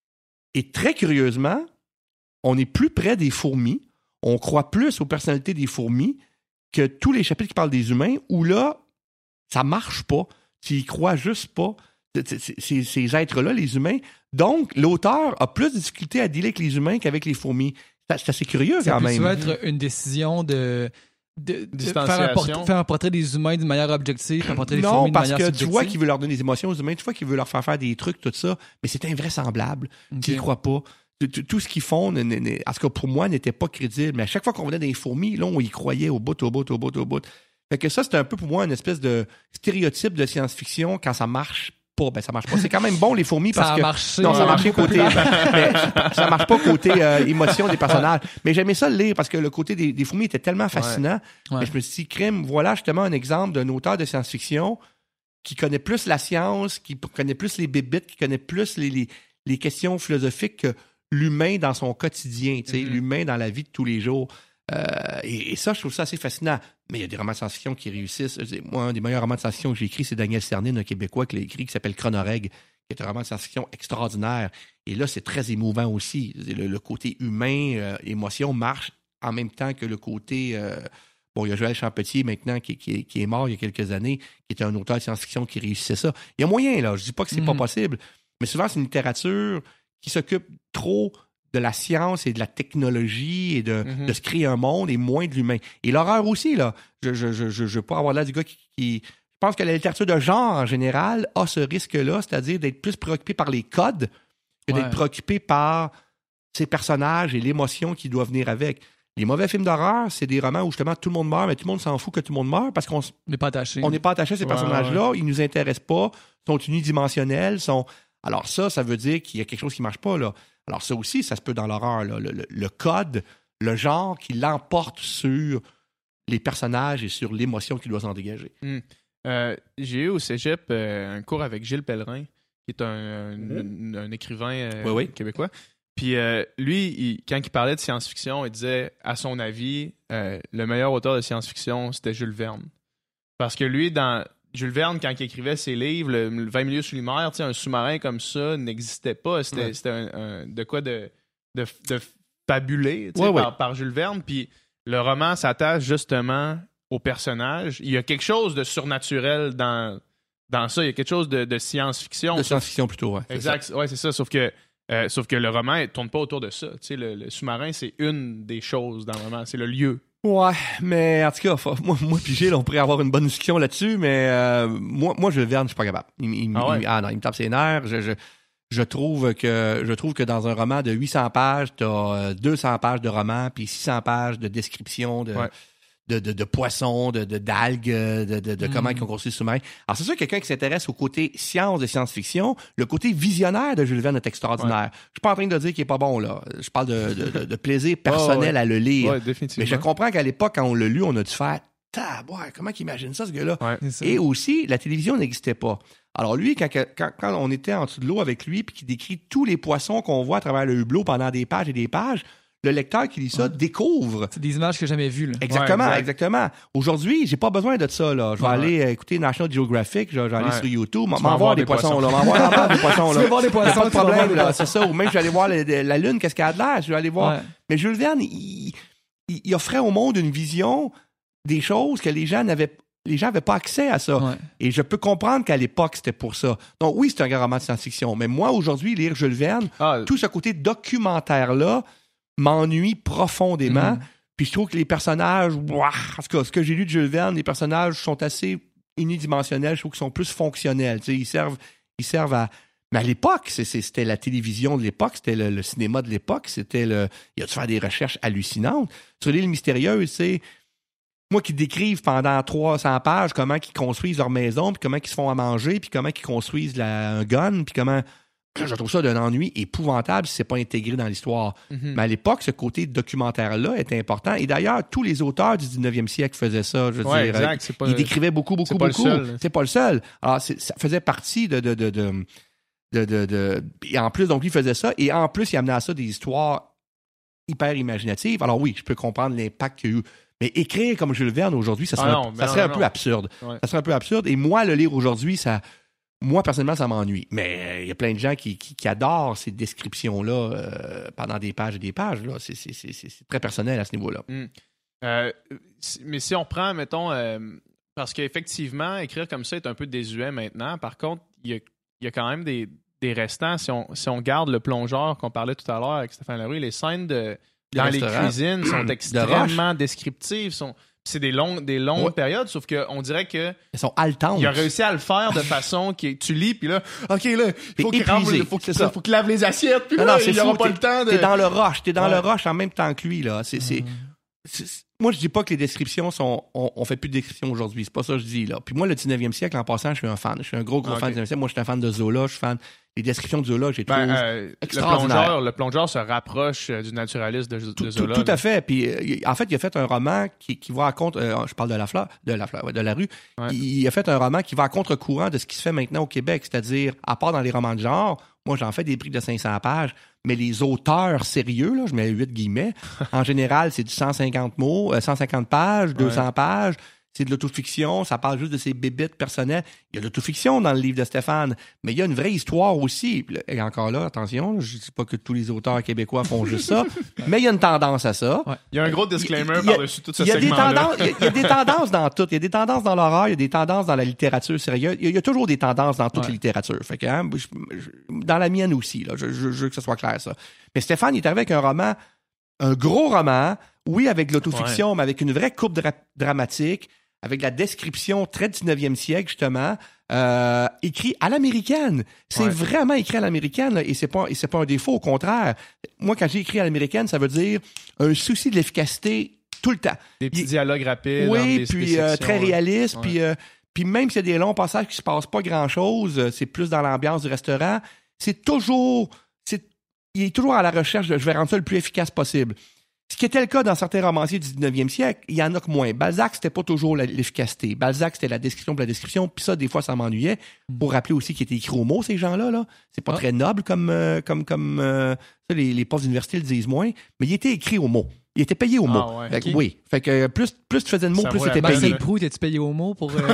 Et très curieusement, on est plus près des fourmis. On croit plus aux personnalités des fourmis que tous les chapitres qui parlent des humains, où là, ça marche pas. Tu y crois juste pas. Ces, ces êtres-là, les humains. Donc, l'auteur a plus de difficulté à dealer avec les humains qu'avec les fourmis. C'est assez curieux ça quand même. Ça peut être une décision de, de, de faire, un portrait, faire un portrait des humains d'une manière objective, un portrait des non, fourmis d'une manière subjective. Non, parce que tu vois subjective. qu'il veut leur donner des émotions aux humains, tu vois qu'il veut leur faire faire des trucs, tout ça, mais c'est invraisemblable. Okay. Tu y crois pas. Tout ce qu'ils font, en tout cas pour moi, n'était pas crédible. Mais à chaque fois qu'on venait dans les fourmis, là, on y croyait au bout, au bout, au bout, au bout. Fait que ça, c'était un peu pour moi une espèce de stéréotype de science-fiction quand ça marche pas. Ben, ça marche pas. C'est quand même bon, les fourmis, parce ça a que. Marché, non, ça ouais. marchait côté. mais, ça marche pas côté euh, émotion des personnages. Mais j'aimais ça le lire parce que le côté des, des fourmis était tellement fascinant. Ouais. Ouais. Mais je me suis dit, crime, voilà justement un exemple d'un auteur de science-fiction qui connaît plus la science, qui connaît plus les bébites, qui connaît plus les, les, les questions philosophiques que l'humain dans son quotidien, tu sais, mm-hmm. l'humain dans la vie de tous les jours. Euh, et, et ça, je trouve ça assez fascinant. Mais il y a des romans de science-fiction qui réussissent. Moi, un des meilleurs romans de science-fiction que j'ai écrit, c'est Daniel Cernine, un Québécois qui l'a écrit, qui s'appelle Chronoreg, qui est un roman de science-fiction extraordinaire. Et là, c'est très émouvant aussi. Le, le côté humain, euh, émotion, marche en même temps que le côté... Euh, bon, il y a Joël Champetier maintenant qui, qui, qui est mort il y a quelques années, qui était un auteur de science-fiction qui réussissait ça. Il y a moyen, là. Je dis pas que c'est mm-hmm. pas possible. Mais souvent, c'est une littérature qui s'occupe trop de la science et de la technologie et de, mm-hmm. de se créer un monde et moins de l'humain. Et l'horreur aussi, là. Je je, je, je, je veux pas avoir là du gars qui, qui... Je pense que la littérature de genre, en général, a ce risque-là, c'est-à-dire d'être plus préoccupé par les codes que ouais. d'être préoccupé par ses personnages et l'émotion qui doit venir avec. Les mauvais films d'horreur, c'est des romans où justement tout le monde meurt, mais tout le monde s'en fout que tout le monde meurt parce qu'on n'est pas attaché. On n'est pas attaché à ces ouais, personnages-là, ouais. ils nous intéressent pas, sont unidimensionnels, sont... Alors ça, ça veut dire qu'il y a quelque chose qui marche pas, là. Alors ça aussi, ça se peut dans l'horreur, là. Le, le, le code, le genre qui l'emporte sur les personnages et sur l'émotion qui doit s'en dégager. Mm. Euh, j'ai eu au cégep euh, un cours avec Gilles Pellerin, qui est un, un, mm. un, un écrivain euh, oui, oui. québécois. Puis euh, lui, il, quand il parlait de science-fiction, il disait, à son avis, euh, le meilleur auteur de science-fiction, c'était Jules Verne. Parce que lui, dans... Jules Verne, quand il écrivait ses livres, le, le vingt milieux sous les mers, un sous-marin comme ça n'existait pas. C'était, ouais. c'était un, un, de quoi de, de, de fabulé ouais, par, ouais. par Jules Verne. Puis le roman s'attache justement au personnage. Il y a quelque chose de surnaturel dans, dans ça. Il y a quelque chose de, de science-fiction. De science-fiction plutôt, ouais. Exact. C'est ouais, c'est ça. Sauf que, euh, sauf que le roman ne tourne pas autour de ça. Le, le sous-marin, c'est une des choses dans le roman. C'est le lieu. Ouais, mais en tout cas, faut, moi, moi puis Gilles, on pourrait avoir une bonne discussion là-dessus, mais euh, moi, moi, Jules Verne, je suis pas capable. Il, il, ah, ouais. il, ah non, il me tape ses nerfs. Je, je, je trouve que je trouve que dans un roman de huit cents pages, t'as deux cents pages de roman, puis six cents pages de description de, ouais. de, de, de poissons, de, de d'algues, de, de, de mm. comment ils ont construit le sous-marin. Alors c'est sûr, quelqu'un qui s'intéresse au côté science de science-fiction, le côté visionnaire de Jules Verne est extraordinaire. Ouais. Je suis pas en train de dire qu'il est pas bon, là. Je parle de, de, de, de plaisir personnel oh, ouais. à le lire. Ouais, définitivement. Mais je comprends qu'à l'époque, quand on l'a lu, on a dû faire tabarouette, comment qu'il imagine ça, ce gars-là? Ouais. C'est ça. Et aussi, la télévision n'existait pas. Alors lui, quand, quand, quand on était en dessous de l'eau avec lui, puis qu'il décrit tous les poissons qu'on voit à travers le hublot pendant des pages et des pages, le lecteur qui lit ça Ouais. découvre. C'est des images que j'ai jamais vues. Là. Exactement, Ouais, exact. exactement. Aujourd'hui, j'ai pas besoin de ça, là. Je vais Ouais. aller euh, écouter National Geographic, je vais je vais aller Ouais. sur YouTube, m'en Tu vas m'en voir voir des des poissons, poissons. là. M'en voir m'en voir des poissons, Tu là. veux voir des Y a poissons, pas de tu vas voir problème, des là. poissons. C'est ça. Ou même, je vais aller voir le- la Lune, qu'est-ce qu'elle a de l'air. Je vais aller voir. Ouais. Mais Jules Verne, il, il, il offrait au monde une vision des choses que les gens n'avaient les gens n'avaient pas accès à ça. Ouais. Et je peux comprendre qu'à l'époque, c'était pour ça. Donc oui, c'est un grand roman de science-fiction. Mais moi, aujourd'hui, lire Jules Verne, Ah, tout ce côté documentaire-là m'ennuie profondément. Mhm. Puis je trouve que les personnages, ouah, en tout cas, ce que j'ai lu de Jules Verne, les personnages sont assez unidimensionnels. Je trouve qu'ils sont plus fonctionnels. Tu sais, ils servent, ils servent à... Mais à l'époque, c'est- c'est- c'était la télévision de l'époque, c'était le, le cinéma de l'époque, c'était le... Il a dû faire des recherches hallucinantes. Sur l'île mystérieuse, c'est... Moi qui décrivent pendant trois cents pages comment ils construisent leur maison, puis comment ils se font à manger, puis comment ils construisent la, un gun, puis comment... Je trouve ça d'un ennui épouvantable si c'est pas intégré dans l'histoire. mhm. Mais à l'époque, ce côté documentaire-là était important. Et d'ailleurs, tous les auteurs du dix-neuvième siècle faisaient ça. Je veux Ouais, dire, exact. C'est pas, ils décrivaient beaucoup, beaucoup, c'est pas le beaucoup. seul. C'est pas le seul. Alors, c'est- ça faisait partie de... de, de, de, de, de, de- Et en plus, donc, lui faisait ça. Et en plus, il amenait à ça des histoires hyper imaginatives. Alors oui, je peux comprendre l'impact qu'il y a eu. Mais écrire comme Jules Verne aujourd'hui, ça serait, Ah un- non, ça ben serait non, un non. peu absurde. Ouais. Ça serait un peu absurde. Et moi, le lire aujourd'hui, ça... Moi, personnellement, ça m'ennuie. Mais euh, il y a plein de gens qui, qui, qui adorent ces descriptions-là euh, pendant des pages et des pages. Là. C'est, c'est, c'est, c'est c'est très personnel à ce niveau-là. Euh, si- mais si on prend, mettons, euh, parce qu'effectivement, écrire comme ça est un peu désuet maintenant. Par contre, il y a, il y a quand même des, des restants. Si on, si on garde le plongeur qu'on parlait tout à l'heure avec Stéphane Larue, les scènes de, Des dans les restaurants. cuisines sont roche. extrêmement descriptives. Sont, c'est des longues, des longues Ouais. périodes, sauf qu'on dirait que Elles sont haletantes. il a réussi à le faire de façon que tu lis, puis là, OK, là, il faut T'es qu'il rame- épuisé, faut qu'il c'est ça. faut qu'il lave les assiettes, puis Non, là, non, c'est il n'y aura fou, pas t'es- le temps de... T'es dans le rush. T'es dans Ouais. le rush en même temps que lui. Là. C'est, c'est, c'est- c'est- moi, je dis pas que les descriptions sont... On, on fait plus de descriptions aujourd'hui. C'est pas ça que je dis. Là. Puis moi, le dix-neuvième siècle, en passant, je suis un fan. Je suis un gros, gros Ok. fan du dix-neuvième siècle. Moi, je suis un fan de Zola. Je suis fan... Les descriptions de Zola, j'ai Ben, trouvé... euh, le, extraordinaire. plongeur, le plongeur se rapproche euh, du naturaliste de, de Tout, tout- Zola. tout là. à fait. Puis, euh, il- en fait, il a fait un roman qui, qui va à contre. euh, je parle de la fleur, de la fleur, ouais, de la rue. Ouais. Il, il a fait un roman qui va à contre-courant de ce qui se fait maintenant au Québec, c'est-à-dire, à part dans les romans de genre, moi, j'en fais des briques de cinq cents pages, mais les auteurs sérieux, là, je mets huit guillemets, en général, c'est du cent cinquante mots, euh, cent cinquante pages, deux cents pages. C'est de l'autofiction, ça parle juste de ses bébites personnelles. Il y a de l'autofiction dans le livre de Stéphane, mais il y a une vraie histoire aussi. Puis là, et encore là, attention, je dis pas que tous les auteurs québécois font juste ça, mais il y a une tendance à ça. Ouais. Il y a un gros disclaimer Il y a- par-dessus tout ce Il y a des segment-là. tendances, il y a- il y a des tendances dans tout. Il y a des tendances dans l'horreur, il y a des tendances dans la littérature sérieuse. Il y a, il y a toujours des tendances dans toute Ouais. la littérature. Fait que, hein, je- je- dans la mienne aussi, là, je, je- je veux que ce soit clair ça. Mais Stéphane, il est arrivé avec un roman, un gros roman, oui, avec de l'autofiction, mais avec une vraie coupe dra- dramatique, avec la description très dix-neuvième siècle, justement, euh, écrit à l'américaine. C'est Ouais. vraiment écrit à l'américaine, là, et c'est pas, et c'est pas un défaut, au contraire. Moi, quand j'ai écrit à l'américaine, ça veut dire un souci de l'efficacité tout le temps. Des petits il- dialogues rapides. entre Oui, des- puis des euh, sections, très là. réaliste, Ouais. puis euh, puis même s'il y a des longs passages qui se passent pas grand-chose, euh, c'est plus dans l'ambiance du restaurant, c'est toujours... c'est il est toujours à la recherche de « je vais rendre ça le plus efficace possible ». Ce qui était le cas dans certains romanciers du dix-neuvième siècle, il y en a que moins. Balzac, c'était pas toujours la- l'efficacité. Balzac, c'était la description pour la description, puis ça, des fois, ça m'ennuyait. Pour rappeler aussi qu'il était écrit au mot, ces gens-là, là. C'est pas Ah. très noble comme... euh, comme, comme euh, ça, les, les profs d'université le disent moins, mais il était écrit au mot. Il était payé au Ah, mot. ouais. Fait que Ok. oui. Fait que euh, plus, plus tu faisais de mots, Ça plus vaut c'était la payé. peine. Marcel Proust, t'es-tu payé au mot pour. euh,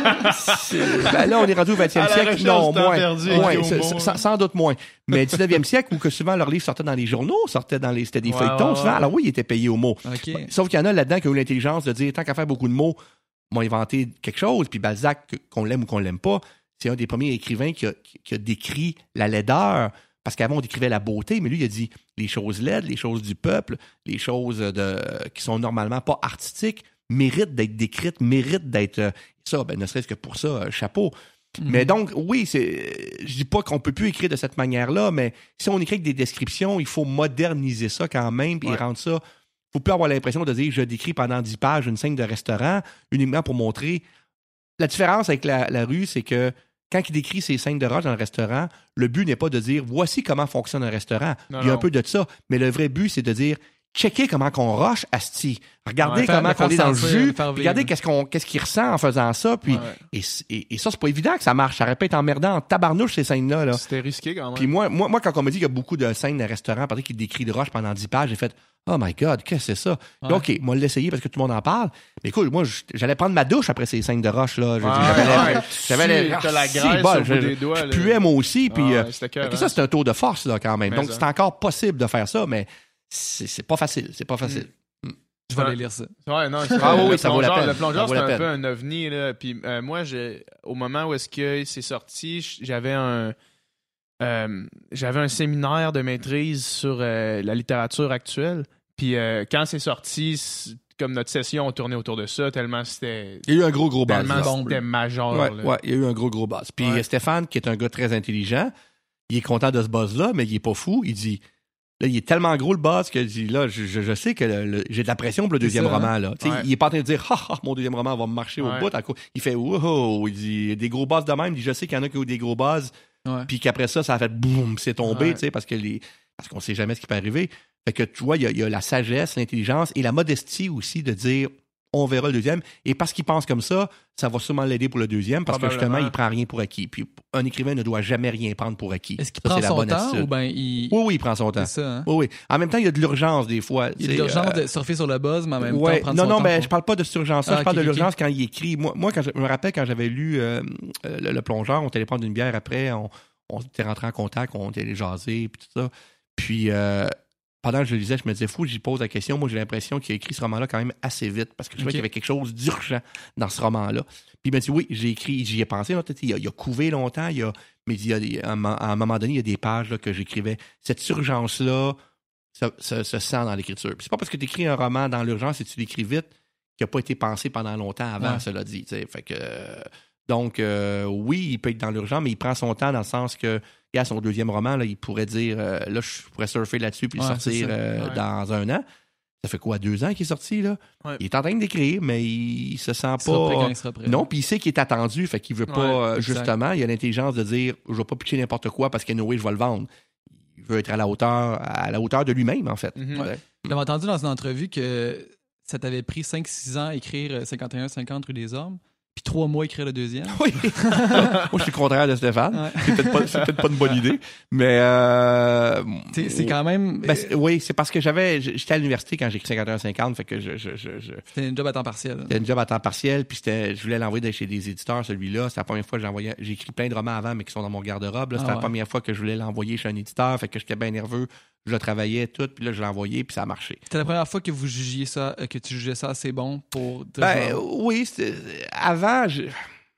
C'est- ben là, on est rendu au vingtième À la siècle. recherche Non, du temps moins. perdu, Ouais, écrit au c'est- mot, c'est- ouais. sans, sans doute moins. Mais dix-neuvième siècle, où que souvent leurs livres sortaient dans les journaux, sortaient dans les, c'était des Ouais, feuilletons, ouais, souvent. ouais. Alors oui, ils étaient payés au mot. OK. Sauf qu'il y en a là-dedans qui ont eu l'intelligence de dire, tant qu'à faire beaucoup de mots, m'ont inventé quelque chose. Puis Balzac, que- qu'on l'aime ou qu'on l'aime pas, c'est un des premiers écrivains qui a, qui- qui a décrit la laideur. Parce qu'avant, on décrivait la beauté, mais lui, il a dit les choses laides, les choses du peuple, les choses de, qui sont normalement pas artistiques, méritent d'être décrites, méritent d'être... euh, ça, ben, ne serait-ce que pour ça, euh, chapeau. Mhm. Mais donc, oui, c'est, je dis pas qu'on peut plus écrire de cette manière-là, mais si on écrit avec des descriptions, il faut moderniser ça quand même, puis Ouais. rendre ça... faut plus avoir l'impression de dire je décris pendant dix pages une scène de restaurant, uniquement pour montrer... La différence avec la, la rue, c'est que quand il décrit ces scènes de roche dans le restaurant, le but n'est pas de dire voici comment fonctionne un restaurant. Non, il y a un non. peu de ça, mais le vrai but, c'est de dire checker comment qu'on rush, asti. Regardez Ouais, faire- comment le faire on est dans le sentir, jus. le faire vivre. Regardez qu'est-ce qu'on, qu'est-ce qu'il ressent en faisant ça. Puis, Ouais. et, et, et ça, c'est pas évident que ça marche. Ça aurait pu être emmerdant en tabarnouche, ces scènes-là, là. C'était risqué quand même. Puis moi, moi, moi, quand on m'a dit qu'il y a beaucoup de scènes de restaurants, par exemple, qui décrit de rush pendant dix pages, j'ai fait, oh my God, qu'est-ce que c'est ça? Ouais. OK, moi, l'essayer parce que tout le monde en parle. Mais écoute, moi, je- j'allais prendre ma douche après ces scènes de rush, là. Je- Ouais, j'avais ouais, j'avais tu- les- t'as la si, graisse bon, au bout je- des doigts, je là. puais moi aussi. Puis, Ouais, euh, c'était fait que écœurant. ça, c'est un tour de force, là, quand même. Mais Donc, ça. c'est encore possible de faire ça, mais c'est c'est pas facile. C'est pas facile. Je vais aller lire ça. Ouais, non, c'est Ah vrai. oui, le ça vaut la plongeur, peine. le Ça plongeur, vaut c'est la un peine. peu un ovni, là. Puis euh, moi, j'ai, au moment où est-ce que c'est sorti, j'avais un, euh, j'avais un séminaire de maîtrise sur euh, la littérature actuelle. Puis euh, quand c'est sorti, c'est- comme notre session, on tournait autour de ça, tellement c'était, Il y a eu un gros, gros buzz. tellement là. c'était majeur. Ouais, là. ouais, il y a eu un gros, gros buzz. Puis Ouais. Stéphane, qui est un gars très intelligent, il est content de ce buzz-là, mais il est pas fou. Il dit, là, il est tellement gros le buzz qu'il dit, là, je, je, je sais que le- le- j'ai de la pression pour le C'est deuxième ça, hein? roman, là. Tu sais, Ouais. il est pas en train de dire, ha, ha, mon deuxième roman va me marcher au Ouais. bout. À cause- Il fait, wow, il dit, des gros buzz de même. Il dit, je sais qu'il y en a qui ont eu des gros buzz, Ouais. puis qu'après ça, ça a fait boum, c'est tombé, Ouais. tu sais, parce que les, parce qu'on sait jamais ce qui peut arriver. Fait que, tu vois, il y a, il y a la sagesse, l'intelligence et la modestie aussi de dire, on verra le deuxième. Et parce qu'il pense comme ça, ça va sûrement l'aider pour le deuxième, parce que justement, Probablement. il prend rien pour acquis. Puis un écrivain ne doit jamais rien prendre pour acquis. Est-ce qu'il Ça, prend c'est la son bonne temps attitude. ou ben il. Oui, oui, il prend son temps. C'est ça, hein? Oui, oui. En même temps, il y a de l'urgence des fois. Il y a de l'urgence de surfer sur le buzz, mais en même Ouais. temps prendre non, son non, temps. mais pour- je parle pas de cette urgence-là. Ah, je parle ok, de ok, l'urgence quand il écrit. Moi, moi quand je, je me rappelle quand j'avais lu euh, euh, le, le plongeur, on était allé prendre une bière après, on, on était rentré en contact, on était allé jaser, puis tout ça. Puis euh, pendant que je le lisais, je me disais, fou, j'y pose la question. Moi, j'ai l'impression qu'il a écrit ce roman-là quand même assez vite, parce que je trouvais Ok. qu'il y avait quelque chose d'urgent dans ce roman-là. Puis il m'a dit, oui, j'ai écrit, j'y ai pensé. Là, il, a, il a couvé longtemps, il a, mais il y a des- à, un, mo- à un moment donné, il y a des pages là, que j'écrivais. Cette urgence-là se, se- se sent dans l'écriture. Puis c'est pas parce que tu écris un roman dans l'urgence et tu l'écris vite qui n'a pas été pensé pendant longtemps avant, Ouais. cela dit. tu sais. Fait que, euh, donc, euh, oui, il peut être dans l'urgence, mais il prend son temps dans le sens que, il y a son deuxième roman, là, il pourrait dire, euh, là, je pourrais surfer là-dessus puis le Ouais, sortir c'est ça. euh, Ouais. dans un an. Ça fait quoi, deux ans qu'il est sorti, là? Ouais. Il est en train d'écrire, mais il, il se sent Il sera prêt pas... quand il sera prêt. Non, puis il sait qu'il est attendu, fait qu'il veut pas, Ouais, euh, exact. justement, il a l'intelligence de dire, je vais pas pitcher n'importe quoi parce qu'anyway, je vais le vendre. Il veut être à la hauteur, à la hauteur de lui-même, en fait. Mhm. Ouais. J'avais entendu dans une entrevue que ça t'avait pris cinq six ans à écrire cinquante et un cinquante rue des Ormes, puis trois mois à écrire le deuxième. Oui. Moi, je suis le contraire de Stéphane. Ouais. C'est peut-être pas, c'est peut-être pas une bonne idée, mais euh, C'est c'est quand même. ben, c'est- oui, c'est parce que j'avais, j'étais à l'université quand j'ai écrit cinquante et un cinquante, fait que je, je, je, je- C'était un job à temps partiel. c'était une job à temps partiel, puis c'était, je voulais l'envoyer chez des éditeurs, celui-là. C'est la première fois que j'envoyais, j'ai écrit plein de romans avant, mais qui sont dans mon garde-robe. Là, c'était Ah la ouais. première fois que je voulais l'envoyer chez un éditeur, fait que j'étais bien nerveux. Je le travaillais tout, puis là, je l'ai envoyé, puis ça a marché. C'était la première fois que vous jugiez ça, euh, que tu jugeais ça assez bon pour. dire Ben genre, oui, c'était- avant, je-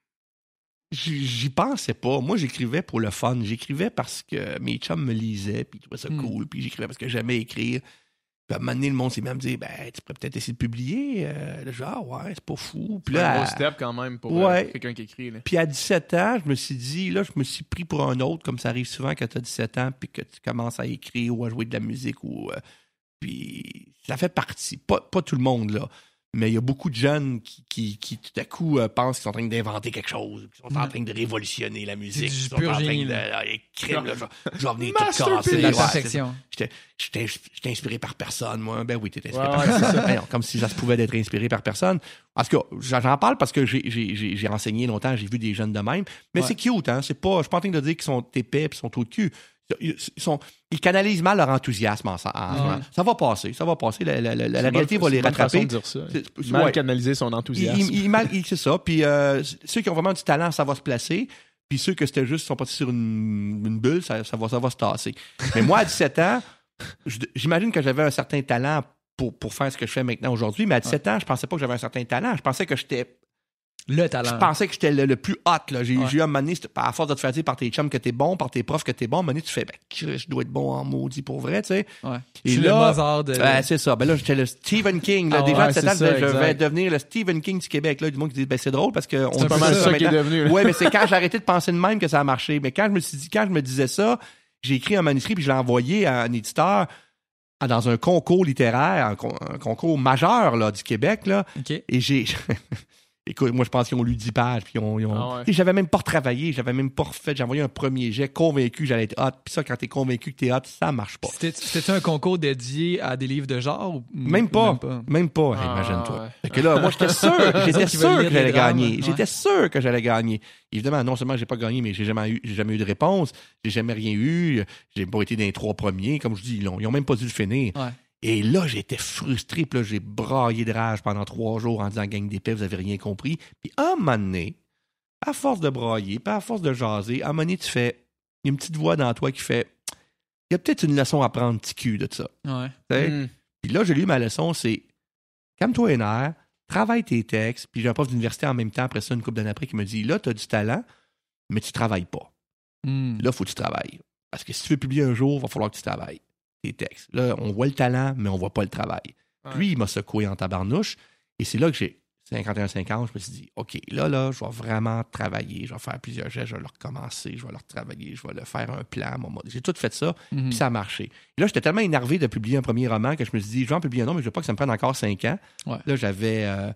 j'y j'y pensais pas. Moi, j'écrivais pour le fun. J'écrivais parce que mes chums me lisaient, puis ils trouvaient ça Hmm. cool, puis j'écrivais parce que j'aimais écrire. Puis à un moment donné, le monde s'est même dit, ben, tu pourrais peut-être essayer de publier. Euh, là, genre, ouais, c'est pas fou. Puis C'est un là, gros step quand même pour Ouais. euh, quelqu'un qui écrit. Là. puis à dix-sept ans, je me suis dit, là, je me suis pris pour un autre, comme ça arrive souvent quand tu as dix-sept ans, puis que tu commences à écrire ou à jouer de la musique. ou euh, Puis ça fait partie. Pas, pas tout le monde, là. Mais il y a beaucoup de jeunes qui, qui, qui tout à coup, euh, pensent qu'ils sont en train d'inventer quelque chose, qu'ils sont en Ouais. train de révolutionner la musique. C'est du qu'ils sont pur en train génie, de. là. ah, les crimes, là, je, vais- je vais venir tout Masterpiece. casser. la Ouais, c'est ça. perfection. J'étais j'étais ins- j'étais inspiré par personne, moi. Ben oui, t'étais inspiré Ouais, par ouais, personne. Ben non, comme si ça se pouvait d'être inspiré par personne. En tout cas, j'en j'en parle parce que j'ai- j'ai j'ai- j'ai enseigné longtemps, j'ai vu des jeunes de même. Mais Ouais. c'est cute, hein. C'est pas, je suis pas en train de dire qu'ils sont épais et qu'ils sont tout de cul. Ils, ils sont, ils canalisent mal leur enthousiasme en, en ce moment. Ouais. Ça va passer, ça va passer. La, la- la- la C'est une réalité bonne- va les c'est une bonne façon rattraper. de dire ça. C'est- Mal ouais. canaliser son Il- enthousiasme. il- il- mal- il- c'est ça. Puis euh, ceux qui ont vraiment du talent, ça va se placer. Puis ceux que c'était juste, ils sont partis sur une, une bulle, ça, ça, va, ça va se tasser. Mais moi, à dix-sept ans, je- j'imagine que j'avais un certain talent pour, pour faire ce que je fais maintenant aujourd'hui. Mais à dix-sept ans, je pensais pas que j'avais un certain talent. Je pensais que j'étais Le je talent. pensais que j'étais le, le plus hot. Là. J'ai, Ouais. j'ai eu un moment donné, c'était- à force de te faire dire par tes chums que t'es bon, par tes profs que t'es bon, à un moment donné, tu fais, ben, Christ, je dois être bon en maudit pour vrai, tu sais. Ouais. Et Je suis là, le Mozart de. Ouais, c'est ça. Ben là, j'étais le Stephen King. Là. Ah Déjà, ouais, à dix-sept c'est ans, je ça, disais, je vais exact. devenir le Stephen King du Québec. Là, du monde qui dit, ben, c'est drôle parce qu'on C'est C'est un pas peu mal ça, ça qui est maintenant. devenu. là. Ouais, mais c'est quand j'ai arrêté de penser de même que ça a marché. Mais quand je me suis dit, quand je me disais ça, j'ai écrit un manuscrit puis je l'ai envoyé à un éditeur à- dans un concours littéraire, un, con- un concours majeur là, du Québec. Là, OK. et j'ai. Écoute, moi, je pense qu'ils ont lu dix pages. Puis ils ont, ils ont... Ah ouais. Et j'avais même pas retravaillé, j'avais même pas refait. J'ai envoyé un premier jet, convaincu que j'allais être hot. Puis ça, quand t'es convaincu que t'es hot, ça marche pas. C'était, c'était un concours dédié à des livres de genre? Ou... Même pas. Même pas. Même pas, Ah, imagine-toi. ouais. Fait que là, moi, j'étais sûr, j'étais autres qui veulent sûr lire que j'allais des drames, gagner. ouais. J'étais sûr que j'allais gagner. Évidemment, non seulement j'ai pas gagné, mais j'ai jamais eu, j'ai jamais eu de réponse. J'ai jamais rien eu. J'ai pas été dans les trois premiers. Comme je dis, ils ont, ils ont même pas dû le finir. Ouais. Et là, j'étais frustré. Puis là, j'ai braillé de rage pendant trois jours en disant « Gang d'épée, vous avez rien compris. » Puis à un moment donné, à force de brailler, puis à force de jaser, à un moment donné, tu fais... Il y a une petite voix dans toi qui fait « Il y a peut-être une leçon à prendre, petit cul, de ça. Ouais. » Tu sais? Mm. Puis là, j'ai lu ma leçon, c'est « Calme-toi les nerfs, travaille tes textes. » Puis j'ai un prof d'université en même temps, après ça, une couple d'années après, qui me dit « Là, tu as du talent, mais tu travailles pas. Mm. Là, il faut que tu travailles. Parce que si tu veux publier un jour, il va falloir que tu travailles. » Tes textes. Là, on voit le talent, mais on voit pas le travail. Ouais. Puis, il m'a secoué en tabarnouche. Et c'est là que j'ai cinquante et un cinquante. Je me suis dit, OK, là, là, je vais vraiment travailler. Je vais faire plusieurs gestes. Je vais le recommencer. Je vais le retravailler. Je vais le faire un plan. Mon mode. J'ai tout fait ça. Mhm. Puis ça a marché. Et là, j'étais tellement énervé de publier un premier roman que je me suis dit, je vais en publier un autre, mais je veux pas que ça me prenne encore cinq ans. Ouais. Là, j'avais euh,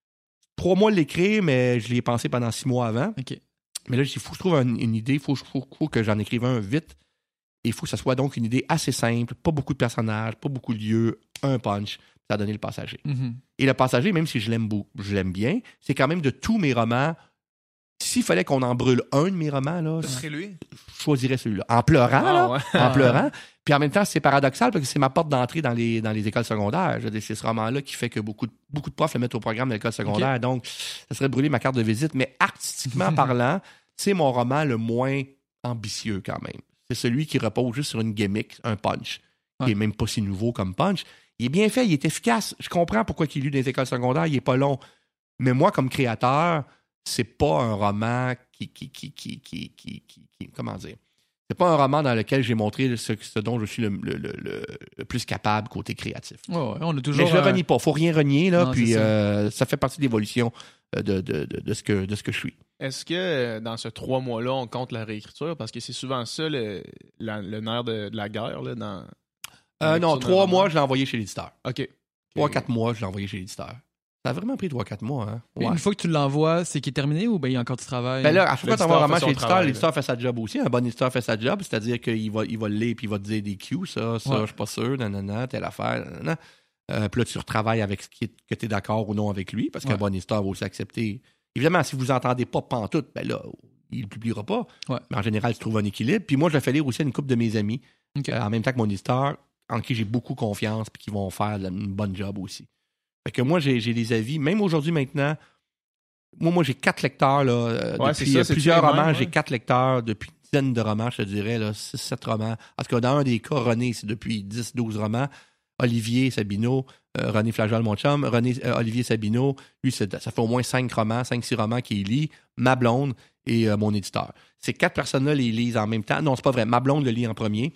trois mois de l'écrire, mais je l'ai pensé pendant six mois avant. OK. Mais là, il faut que je trouve une, une idée. Il faut, faut, faut que j'en écrive un vite. Et il faut que ça soit donc une idée assez simple, pas beaucoup de personnages, pas beaucoup de lieux, un punch. Ça a donné Le Passager. Mhm. Et Le Passager, même si je l'aime beau, je l'aime bien, c'est quand même de tous mes romans. S'il fallait qu'on en brûle un de mes romans, là, Ce serait lui. je choisirais celui-là. En pleurant, Ah, là, ouais. en pleurant. Puis en même temps, c'est paradoxal parce que c'est ma porte d'entrée dans les, dans les écoles secondaires. Je veux dire, c'est ce roman-là qui fait que beaucoup de, beaucoup de profs le mettent au programme de l'école secondaire. Donc, ça serait brûler ma carte de visite. Mais artistiquement parlant, c'est mon roman le moins ambitieux quand même. C'est celui qui repose juste sur une gimmick, un punch, Ouais. qui est même pas si nouveau comme punch. Il est bien fait, il est efficace. Je comprends pourquoi il est lu dans les écoles secondaires, il est pas long. Mais moi, comme créateur, c'est pas un roman qui... qui, qui, qui, qui, qui, qui, qui comment dire? C'est pas un roman dans lequel j'ai montré ce, ce dont je suis le, le, le, le plus capable côté créatif. Ouais, ouais, on a toujours. Mais je le un- renie pas. Faut rien renier, là. Non, Puis c'est ça. euh, ça fait partie de l'évolution de, de, de, de, ce que, de ce que je suis. Est-ce que euh, dans ce trois mois-là, on compte la réécriture? Parce que c'est souvent ça le, la- le nerf de, de la guerre. Là, dans... Euh, non, Lecture d'un trois roman. mois, je l'ai envoyé chez l'éditeur. OK. Trois, quatre mois, je l'ai envoyé chez l'éditeur. Ça a vraiment pris trois, quatre mois, hein? Puis Ouais. Une fois que tu l'envoies, c'est qu'il est terminé ou ben il y a encore du travail? Ben là, à chaque fois que tu L'éditeur envoies un roman fait son chez l'éditeur, travail, l'éditeur fait sa job aussi. Un bon éditeur fait sa job, c'est-à-dire qu'il va, il va le lire puis il va te dire des cues, ça, ça, Ouais. je suis pas sûr, nanana, telle affaire, nanana. Euh, puis là, tu retravailles avec ce qui est, que tu es d'accord ou non avec lui, parce qu'un Ouais. bon éditeur va aussi accepter. Évidemment, si vous entendez pas pantoute, ben là, il le publiera pas. Ouais. Mais en général, tu trouves un équilibre. Puis moi, je le fais lire aussi à une couple de mes amis, OK. euh, en même temps que mon éditeur, en qui j'ai beaucoup confiance puis qui vont faire de la- une bonne job aussi. Fait que moi, j'ai, j'ai des avis. Même aujourd'hui, maintenant, moi, moi j'ai quatre lecteurs. Là, euh, Ouais, depuis c'est ça, euh, c'est plusieurs les mêmes, romans, ouais. j'ai quatre lecteurs depuis une dizaine de romans, je te dirais, là, six, sept romans. En tout cas, dans un des cas, René, c'est depuis dix, douze romans. Olivier Sabino, euh, René Flageol, mon chum, René, euh, Olivier Sabino, lui, c'est- ça fait au moins cinq romans, cinq, six romans qu'il lit, ma blonde et euh, mon éditeur. Ces quatre personnes-là les lisent en même temps. Non, c'est pas vrai. Ma blonde le lit en premier.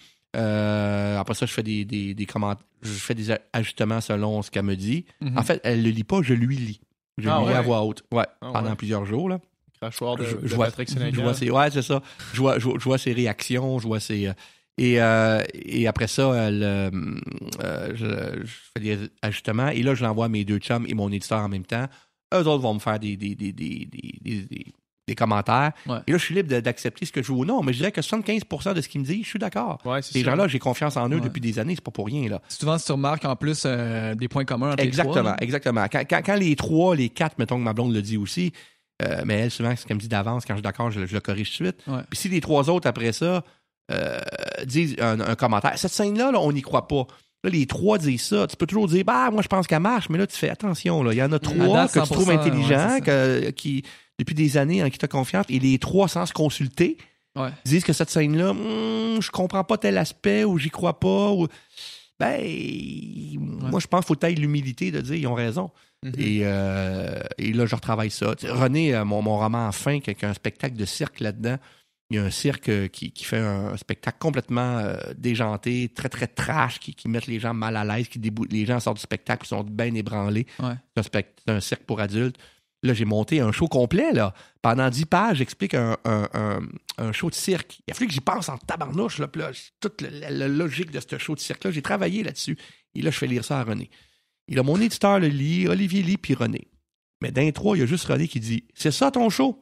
Euh, après ça, je fais des, des, des commentaires, je fais des ajustements selon ce qu'elle me dit. Mhm. En fait, elle le lit pas, je lui lis. Je Ah lui lis ouais? à voix haute. Ouais, Ah pendant ouais. plusieurs jours, là. Crachoir de, Je, de je vois, Patrick je Sénégal. vois ses, ouais, c'est ça. Je vois, je, vois- je vois ses réactions, je vois ses. euh, et, euh, et après ça, elle, euh, euh, je, je fais des ajustements. Et là, je l'envoie à mes deux chums et mon éditeur en même temps. Eux autres vont me faire des, des, des, des, des, des, des- des commentaires. Ouais. Et là, je suis libre de- d'accepter ce que je veux ou non. Mais je dirais que soixante-quinze pour cent de ce qu'ils me disent, je suis d'accord. Ouais, c'est Ces ça. gens-là, j'ai confiance en eux Ouais. depuis des années. C'est pas pour rien, là. Souvent, si tu remarques en plus euh, des points communs entre Exactement, les trois. là. exactement. Quand, quand, quand les trois, les quatre, mettons que ma blonde le dit aussi, euh, mais elle, souvent, ce qu'elle me dit d'avance, quand je suis d'accord, je, je le corrige tout de suite. Ouais. Puis si les trois autres, après ça, euh, disent un, un commentaire, cette scène-là, là, on n'y croit pas. Là, les trois disent ça. Tu peux toujours dire, bah, moi, je pense qu'elle marche, mais là, tu fais attention, là. Il y en a trois date, que tu trouves cent pour cent, intelligents, ouais, que- qui, depuis des années, en qui tu as confiance, et les trois, sans se consulter, Ouais. disent que cette scène-là, hum, je comprends pas tel aspect, ou j'y crois pas, ou. Ben, moi, je pense qu'il faut tailler l'humilité de dire, ils ont raison. Mhm. Et, euh, et là, je retravaille ça. Tu sais, René, euh, mon, mon roman Enfin, qui a un spectacle de cirque là-dedans, il y a un cirque euh, qui, qui fait un, spectacle complètement euh, déjanté, très, très trash, qui, qui met les gens mal à l'aise, qui débou- les gens sortent du spectacle et sont bien ébranlés. Ouais. C'est un, spect- c'est un cirque pour adultes. Là, j'ai monté un show complet, là. Pendant dix pages, j'explique un, un, un, un show de cirque. Il a fallu que j'y pense en tabarnouche, là. Puis là, toute la, la- la logique de ce show de cirque-là, j'ai travaillé là-dessus. Et là, je fais lire ça à René. Et là, mon éditeur le lit, Olivier lit, puis René. Mais dans les trois, il y a juste René qui dit « C'est ça ton show?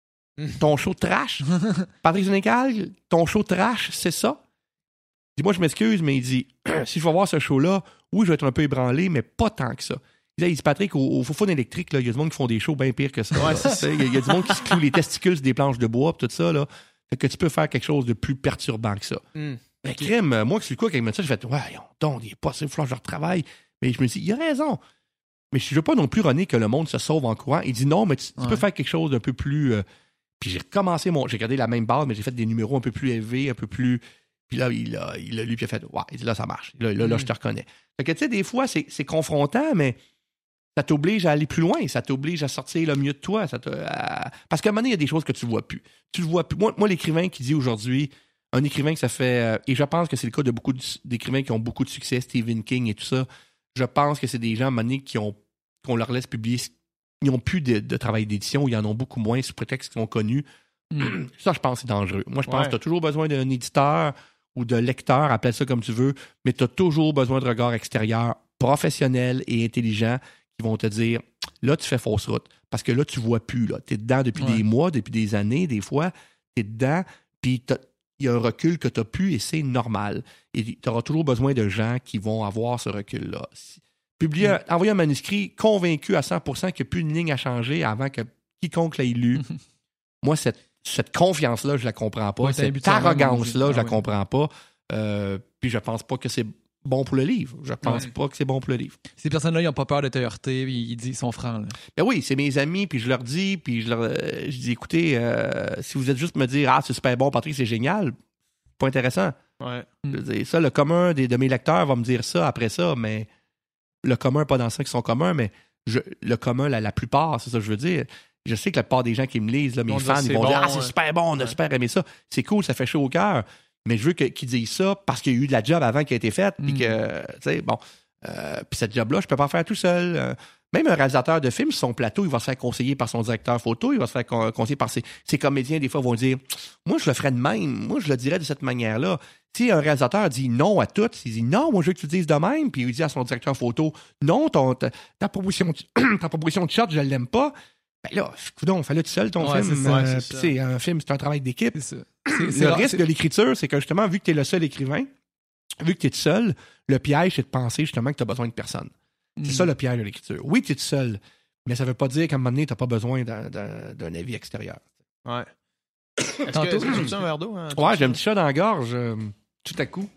Ton show trash? Patrick Sénécal, ton show trash, c'est ça? » Il dit « Moi, je m'excuse, mais il dit « Si je vais voir ce show-là, oui, je vais être un peu ébranlé, mais pas tant que ça. » Il dit « Patrick, au, au Faux-Fun électrique, il y a du monde qui font des shows bien pires que ça. Ouais, Il y, y a du monde qui se cloue les testicules sur des planches de bois et tout ça. Là. Fait que tu peux faire quelque chose de plus perturbant que ça. Mm. » Mais crème, moi, c'est quoi quand il m'a dit ça, j'ai fait « Ouais, donc, il est pas assez, il faut que je retravaille. » Mais je me dis « Il a raison. » Mais je ne veux pas non plus, René, que le monde se sauve en courant. Il dit non, mais tu, tu ouais. peux faire quelque chose d'un peu plus. Euh... Puis j'ai recommencé mon. J'ai gardé la même base, mais j'ai fait des numéros un peu plus élevés, un peu plus. Puis là, il a, il a lu, puis il a fait ouais, il dit là, ça marche. Là, là, mm. là je te reconnais. Fait que tu sais, des fois, c'est, c'est confrontant, mais ça t'oblige à aller plus loin. Ça t'oblige à sortir le mieux de toi. Ça à... Parce qu'à un moment donné, il y a des choses que tu ne vois plus. Tu le vois plus. Moi, moi, l'écrivain qui dit aujourd'hui, un écrivain que ça fait. Euh... Et je pense que c'est le cas de beaucoup d'écrivains qui ont beaucoup de succès, Stephen King et tout ça. Je pense que c'est des gens, à un moment donné, qui ont qu'on leur laisse publier, ils n'ont plus de, de travail d'édition, ils en ont beaucoup moins sous prétexte qu'ils sont connus. Mm. Ça, je pense que c'est dangereux. Moi, je pense ouais. que tu as toujours besoin d'un éditeur ou de lecteur, appelle ça comme tu veux, mais tu as toujours besoin de regards extérieurs professionnels et intelligents qui vont te dire, là, tu fais fausse route. Parce que là, tu vois plus. Tu es dedans depuis ouais. des mois, depuis des années, des fois. Tu es dedans, puis il y a un recul que tu n'as plus et c'est normal. Et tu auras toujours besoin de gens qui vont avoir ce recul-là. Publier, mm. envoyer un manuscrit convaincu à cent pour cent qu'il n'y a plus une ligne à changer avant que quiconque l'ait lu. Mm-hmm. Moi, cette, cette confiance-là, je la comprends pas. Ouais, cette arrogance-là, ah, je la ouais. comprends pas. Euh, puis je pense pas que c'est bon pour le livre. Je pense ouais. pas que c'est bon pour le livre. Ces personnes-là, ils n'ont pas peur de te heurter, ils, ils sont francs. Là. Ben oui, c'est mes amis, puis je leur dis, puis je leur euh, je dis, écoutez, euh, si vous êtes juste me dire, ah, c'est super bon, Patrick, c'est génial, pas intéressant. Ouais. Je veux dire, ça, le commun des, de mes lecteurs va me dire ça après ça, mais le commun, pas dans le sens qu'ils sont communs, mais je, le commun, la, la plupart, c'est ça que je veux dire. Je sais que la plupart des gens qui me lisent, là, mes on fans, ils vont bon, dire « Ah, c'est ouais. super bon, on a ouais. super aimé ça. » C'est cool, ça fait chaud au cœur. Mais je veux que, qu'ils disent ça parce qu'il y a eu de la job avant qui a été faite. Puis mm. que, tu sais, bon. Euh, puis cette job-là, je peux pas faire tout seul. Euh, même un réalisateur de film, sur son plateau, il va se faire conseiller par son directeur photo, il va se faire con- conseiller par ses, ses comédiens. Des fois, vont dire « Moi, je le ferais de même. Moi, je le dirais de cette manière-là. » Si un réalisateur dit non à tout, il dit non, moi je veux que tu le dises de même, puis il dit à son directeur photo, non, ton, ta, ta, proposition, ta proposition de shot, je l'aime pas. Ben là, coudonc, fais-le tout seul ton ouais, film. C'est ça, euh, c'est, c'est un film, c'est un travail d'équipe. C'est ça. C'est, c'est le rare, risque c'est... de l'écriture, c'est que justement, vu que tu es le seul écrivain, vu que tu es tout seul, le piège, c'est de penser justement que tu as besoin de personne. Mm. C'est ça le piège de l'écriture. Oui, tu es tout seul, mais ça veut pas dire qu'à un moment donné, tu n'as pas besoin d'un, d'un, d'un avis extérieur. Ouais. Est-ce que, est-ce que tu as un verre d'eau? Hein, ouais, j'ai un petit chat dans la gorge, euh, tout à coup.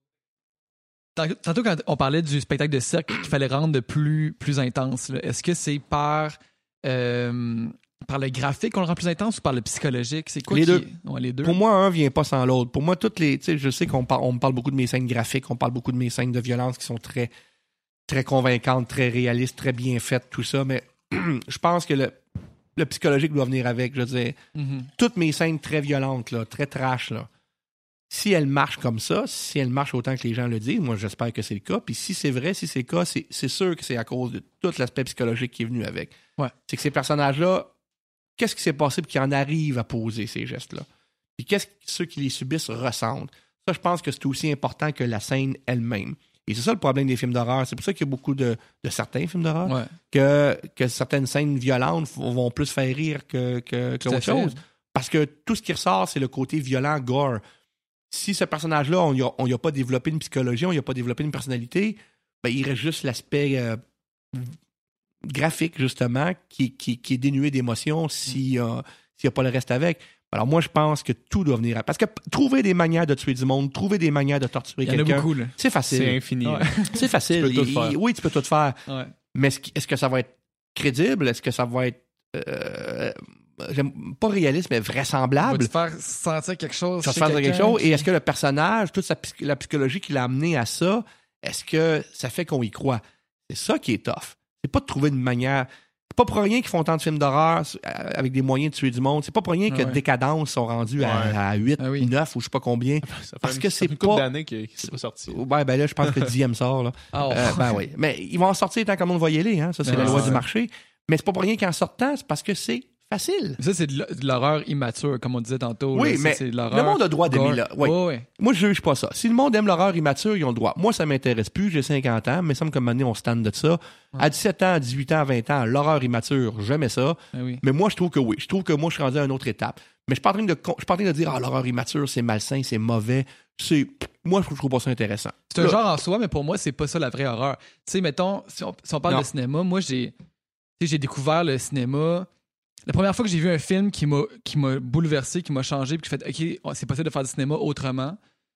Tantôt, quand on parlait du spectacle de cirque qu'il fallait rendre de plus, plus intense, là, est-ce que c'est par, euh, par le graphique qu'on le rend plus intense ou par le psychologique? C'est quoi les, qui... deux. Ouais, les deux. Pour moi, un vient pas sans l'autre. Pour moi, toutes les. Tu sais, je sais qu'on par, on me parle beaucoup de mes scènes graphiques, on parle beaucoup de mes scènes de violence qui sont très, très convaincantes, très réalistes, très bien faites, tout ça, mais je pense que le, le psychologique doit venir avec. Je veux dire, mm-hmm. toutes mes scènes très violentes, là, très trash, là. Si elle marche comme ça, si elle marche autant que les gens le disent, moi j'espère que c'est le cas. Puis si c'est vrai, si c'est le cas, c'est, c'est sûr que c'est à cause de tout l'aspect psychologique qui est venu avec. Ouais. C'est que ces personnages-là, qu'est-ce qui s'est passé pour qu'ils en arrivent à poser ces gestes-là? Puis qu'est-ce que ceux qui les subissent ressentent? Ça, je pense que c'est aussi important que la scène elle-même. Et c'est ça le problème des films d'horreur. C'est pour ça qu'il y a beaucoup de, de certains films d'horreur ouais. que, que certaines scènes violentes vont plus faire rire que, que, que autre chose. Parce que tout ce qui ressort, c'est le côté violent, gore. Si ce personnage-là, on n'y a, a pas développé une psychologie, on n'y a pas développé une personnalité, ben, il reste juste l'aspect euh, graphique, justement, qui, qui, qui est dénué d'émotion s'il n'y a, a pas le reste avec. Alors moi, je pense que tout doit venir. Parce que trouver des manières de tuer du monde, trouver des manières de torturer quelqu'un, il y en a beaucoup, là. C'est facile. C'est infini. Ouais. C'est facile. Tu peux tout faire. Oui, tu peux tout faire. Ouais. Mais est-ce, est-ce que ça va être crédible? Est-ce que ça va être... Euh, J'aime pas réaliste, mais vraisemblable. Va te faire sentir quelque chose. Ça te faire quelque chose. Qui... Et est-ce que le personnage, toute sa, la psychologie qui l'a amené à ça, est-ce que ça fait qu'on y croit? C'est ça qui est tough. C'est pas de trouver une manière. C'est pas pour rien qu'ils font tant de films d'horreur avec des moyens de tuer du monde. C'est pas pour rien que ouais. Décadence sont rendus à, ouais. à huit, ah oui. neuf ou je sais pas combien. Ça parce une, que c'est une pas. couple d'années qui, qui s'est pas sorti. Ouais, ben là, je pense que le dixième sort. Là. Oh. Euh, ben oui. Mais ils vont en sortir tant que le monde va y aller. Hein. Ça, c'est ah, la loi ouais. du marché. Mais c'est pas pour rien qu'en sortant, c'est parce que c'est facile. Ça, c'est de l'horreur immature, comme on disait tantôt. Oui, là. mais c'est le l'horreur monde a le droit d'aimer gore. là. Oui. Ouais, ouais. Moi, je juge pas ça. Si le monde aime l'horreur immature, ils ont le droit. Moi, ça m'intéresse plus. J'ai cinquante ans, mais ça me comme année, on stand de ça. Ouais. À dix-sept ans, à dix-huit ans, à vingt ans, l'horreur immature, j'aimais ça. Ah oui. Mais moi, je trouve que oui. Je trouve que moi, je suis rendu à une autre étape. Mais je suis pas en train de, je suis pas en train de dire, ah, l'horreur immature, c'est malsain, c'est mauvais. C'est, moi, je trouve pas ça intéressant. C'est un Là, genre en soi, mais pour moi, c'est pas ça la vraie horreur. Tu sais, mettons, si on, si on parle Non. de cinéma, moi, j'ai, tu sais, j'ai découvert le cinéma. La première fois que j'ai vu un film qui m'a, qui m'a bouleversé, qui m'a changé, puis qui fait, OK, c'est possible de faire du cinéma autrement,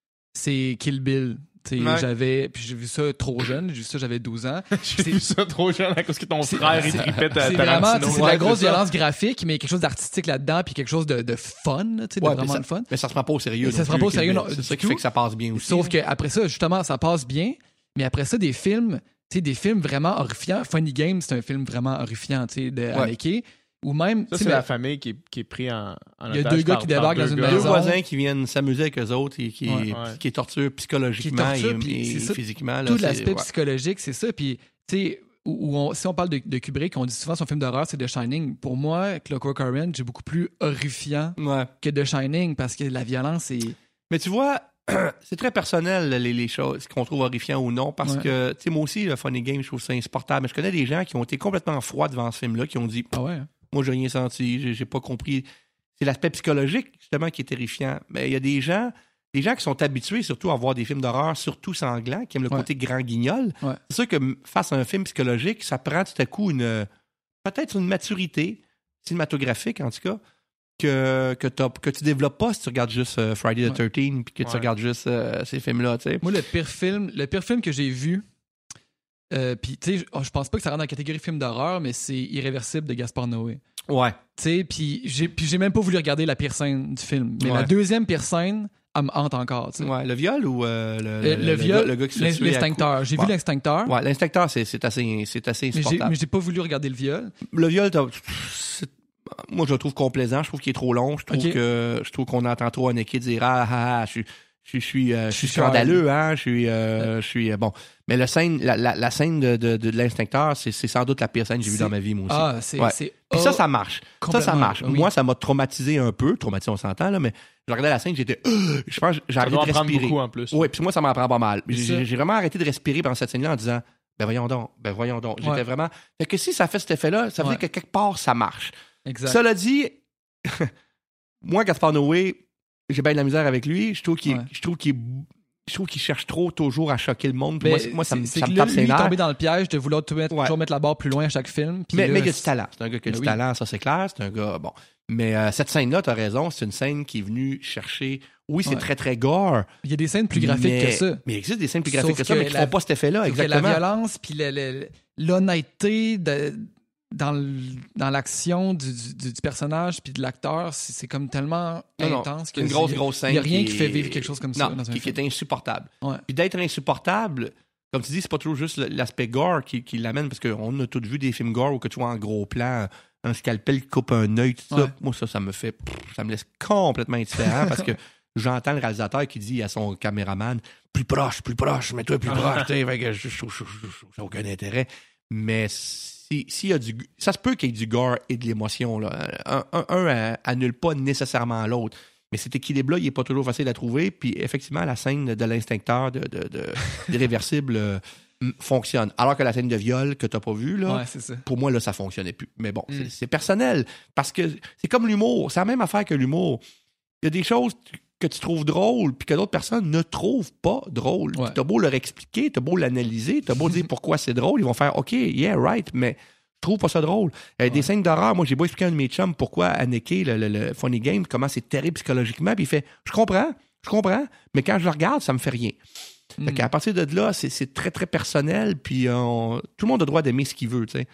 c'est Kill Bill. Tu sais, Ouais. j'avais, puis j'ai vu ça trop jeune, j'ai vu ça, j'avais douze ans. J'ai vu ça trop jeune à cause que ton frère, il c'est- tripait à C'est vraiment, tu Tarantino. sais, c'est de Ouais, la grosse c'est ça. violence graphique, mais quelque chose d'artistique là-dedans, puis quelque chose de, de fun, tu sais, de ouais, vraiment mais ça, de fun. mais ça se prend pas au sérieux. Et ça non se prend plus, pas au Kill sérieux, Bill. non, C'est du ça qui tout. fait que ça passe bien aussi. Sauf qu'après ça, justement, ça passe bien, mais après ça, des films, tu sais, des films vraiment horrifiants. Funny Games, c'est un film vraiment horrifiant, tu sais, de Ouais. Haneke. Ou même, Ça, tu sais, c'est la mais- famille qui est, qui est pris en, en Il y a otage deux gars par- qui par débarquent deux dans une gars. Deux maison. voisins qui viennent s'amuser avec eux autres et qui, Ouais. qui, Ouais. qui les torturent psychologiquement Qui les torturent, et, puis et c'est ça. physiquement. là, tout c'est- l'aspect ouais. psychologique, c'est ça. Puis, tu sais, où, où on- si on parle de, de Kubrick, on dit souvent son film d'horreur, c'est The Shining. Pour moi, Clockwork Orange, j'ai beaucoup plus horrifiant Ouais. que The Shining parce que la violence, c'est. Mais tu vois, c'est très personnel, les, les choses qu'on trouve horrifiants ou non, parce Ouais. que, tu sais, moi aussi, le Funny Game, je trouve ça insupportable. Mais je connais des gens qui ont été complètement froids devant ce film-là, qui ont dit, Ah ouais. hein? moi, j'ai rien senti, j'ai, j'ai pas compris. C'est l'aspect psychologique, justement, qui est terrifiant. Mais il y a des gens, des gens qui sont habitués surtout à voir des films d'horreur, surtout sanglants, qui aiment le Ouais. côté grand guignol. Ouais. C'est sûr que m- face à un film psychologique, ça prend tout à coup une, peut-être une maturité cinématographique, en tout cas, que, que, t'as- que tu développes pas si tu regardes juste euh, Friday the Ouais. thirteenth puis que tu Ouais. regardes juste euh, ces films-là, tu sais. Moi, le pire film, le pire film que j'ai vu, euh, puis tu sais, je oh, je pense pas que ça rentre dans la catégorie film d'horreur, mais c'est Irréversible de Gaspard Noé. Ouais. Tu sais, puis j'ai, puis j'ai même pas voulu regarder la pire scène du film. Mais Ouais. la deuxième pire scène, elle me hante encore. tu sais. Ouais. Le viol ou euh, le, Euh, le, le viol, gars, le gars qui se fait l'in- tuer à l'extincteur. J'ai Ouais. vu l'extincteur, coups? Ouais, l'instincteur, c'est, c'est assez, c'est assez mais j'ai, insupportable. mais j'ai pas voulu regarder le viol. Le viol, t'as- c'est- moi, je le trouve complaisant. Je trouve qu'il est trop long. Je trouve Ok. que je trouve qu'on entend trop Haneke dire ah ah ah, je suis je, je suis euh, je suis Je suis scandaleux, hein. Je suis euh, je suis euh, bon. Mais le scène, la, la, la scène de, de, de l'instincteur, c'est, c'est sans doute la pire scène que j'ai vue C'est- dans ma vie, moi aussi. Ah, c'est. Ouais. c'est Puis ça, oh, ça marche. Ça, ça complètement, marche. oui. Moi, ça m'a traumatisé un peu. Traumatisé, on s'entend, là, mais je regardais la scène, j'étais, euh, je pense, que j'ai Ça arrêté doit de en prendre respirer. beaucoup en plus. Oui, puis moi, ça m'en prend pas mal. C'est J'ai, ça. j'ai vraiment arrêté de respirer pendant cette scène-là en disant, ben voyons donc, ben voyons donc. J'étais Ouais. vraiment. Fait que si ça fait cet effet-là, ça veut Ouais. dire que quelque part, ça marche. Exact. Cela dit, moi, Gaspard Noé, j'ai bien de la misère avec lui. Je trouve qu'il, Ouais. je trouve qu'il, je trouve qu'il cherche trop toujours à choquer le monde. Puis Mais moi, moi, ça, me- c'est ça que me là, tape lui, ses il est nerfs. tombé dans le piège de vouloir tout mettre- Ouais. toujours mettre la barre plus loin à chaque film. puis Mais là, mais il y a du talent. C'est un gars qui a Ben du oui. talent, ça c'est clair. C'est un gars, bon. Mais euh, cette scène-là, t'as raison, c'est une scène qui est venue chercher. Oui, c'est Ouais. très, très gore. Il y a des scènes plus graphiques mais, que ça. Mais il existe des scènes plus Sauf graphiques que, ça, que mais qui la- font pas cet effet-là, Sauf que exactement. la violence puis le- le- l'honnêteté de- dans, le- dans l'action du, du- du personnage puis de l'acteur, c'est c'est comme tellement Non, non, intense c'est une que grosse, il y a- grosse scène. Il n'y a rien qui, est- fait vivre quelque chose comme ça Non, dans un qui, qui film. est insupportable. Ouais. Puis d'être insupportable, comme tu dis, c'est pas toujours juste l'aspect gore qui, qui l'amène, parce qu'on a tous vu des films gore où que tu vois en gros plan un scalpel qui coupe un œil, tout ça. Ouais. Moi, ça, ça me fait. pff, ça me laisse complètement indifférent parce que j'entends le réalisateur qui dit à son caméraman plus proche, plus proche, mets-toi plus proche. tu sais, fait que je je- je- je- je- j'ai aucun intérêt. Mais si, s'il y a du. Ça se peut qu'il y ait du gore et de l'émotion. Là. Un, un, un euh, annule pas nécessairement l'autre. Mais cet équilibre-là, il n'est pas toujours facile à trouver. Puis effectivement, la scène de l'instincteur de, de, de, d'Irréversible euh, m- fonctionne. Alors que la scène de viol que tu n'as pas vue, là, Ouais, c'est ça. pour moi, là, ça fonctionnait plus. Mais bon, Mm. c'est, c'est personnel. Parce que c'est comme l'humour. C'est la même affaire que l'humour. Il y a des choses que tu trouves drôles puis que d'autres personnes ne trouvent pas drôles. Ouais. Puis t'as beau leur expliquer, t'as beau l'analyser, t'as beau dire pourquoi c'est drôle, ils vont faire « OK, yeah, right », mais je trouve pas ça drôle. Euh, Des Ouais. scènes d'horreur, moi, j'ai beau expliquer à un de mes chums pourquoi Haneke, le, le, le Funny Game, comment c'est terrible psychologiquement, puis il fait « Je comprends, je comprends, mais quand je le regarde, ça me fait rien. » Fait Mm. qu'à partir de là, c'est, c'est très, très personnel, puis on- tout le monde a le droit d'aimer ce qu'il veut, tu sais.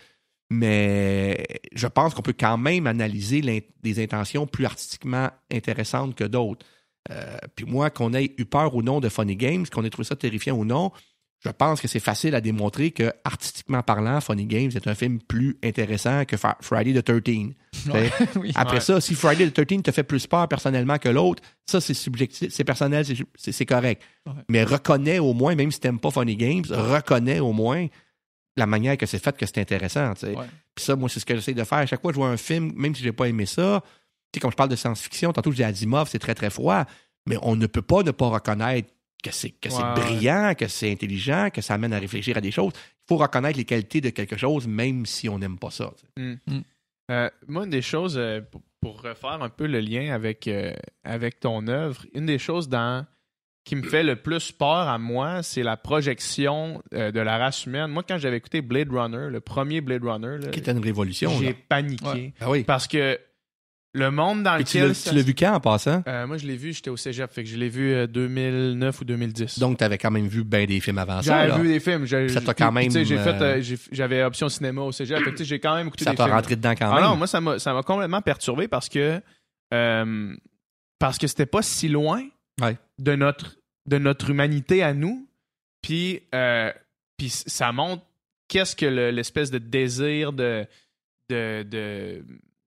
Mais je pense qu'on peut quand même analyser l'in- des intentions plus artistiquement intéressantes que d'autres. Euh, puis moi, qu'on ait eu peur ou non de Funny Games, qu'on ait trouvé ça terrifiant ou non, je pense que c'est facile à démontrer que, artistiquement parlant, Funny Games est un film plus intéressant que Fa- Friday the thirteenth. Ouais. Oui. Après Ouais. ça, si Friday the thirteenth te fait plus peur personnellement que l'autre, ça, c'est subjectif, c'est personnel, c'est, c'est, c'est correct. Ouais. Mais reconnais au moins, même si t'aimes pas Funny Games, reconnais au moins la manière que c'est fait que c'est intéressant, tu sais. Ouais. Puis ça, moi, c'est ce que j'essaie de faire. À chaque fois que je vois un film, même si j'ai pas aimé ça, tu sais, quand je parle de science-fiction, tantôt je dis Asimov, c'est très, très froid, mais on ne peut pas ne pas reconnaître que c'est, que c'est ouais, brillant, ouais. que c'est intelligent, que ça amène à réfléchir à des choses. Il faut reconnaître les qualités de quelque chose, même si on n'aime pas ça. Mm. Mm. Euh, moi, une des choses, euh, pour, pour refaire un peu le lien avec, euh, avec ton œuvre, une des choses dans, qui me fait le plus peur à moi, c'est la projection euh, de la race humaine. Moi, quand j'avais écouté Blade Runner, le premier Blade Runner, là, qui était une révolution. j'ai là. paniqué. Ouais. Ah oui. Parce que le monde dans Et lequel... tu l'as, ça... tu l'as vu quand en passant? Euh, moi, je l'ai vu, j'étais au cégep, fait que je l'ai vu euh, deux mille neuf ou deux mille dix. Donc, tu avais quand même vu bien des films avant ça. J'avais là. vu des films. J'ai, ça t'a quand même... J'ai euh... fait, euh, j'ai, j'avais option cinéma au cégep, fait que j'ai quand même écouté ça des t'a films. rentré dedans quand Ah même? non, moi, ça m'a, ça m'a complètement perturbé parce que... Euh, parce que c'était pas si loin ouais. de, notre, de notre humanité à nous. Puis, euh, puis ça montre qu'est-ce que le, l'espèce de désir de... de, de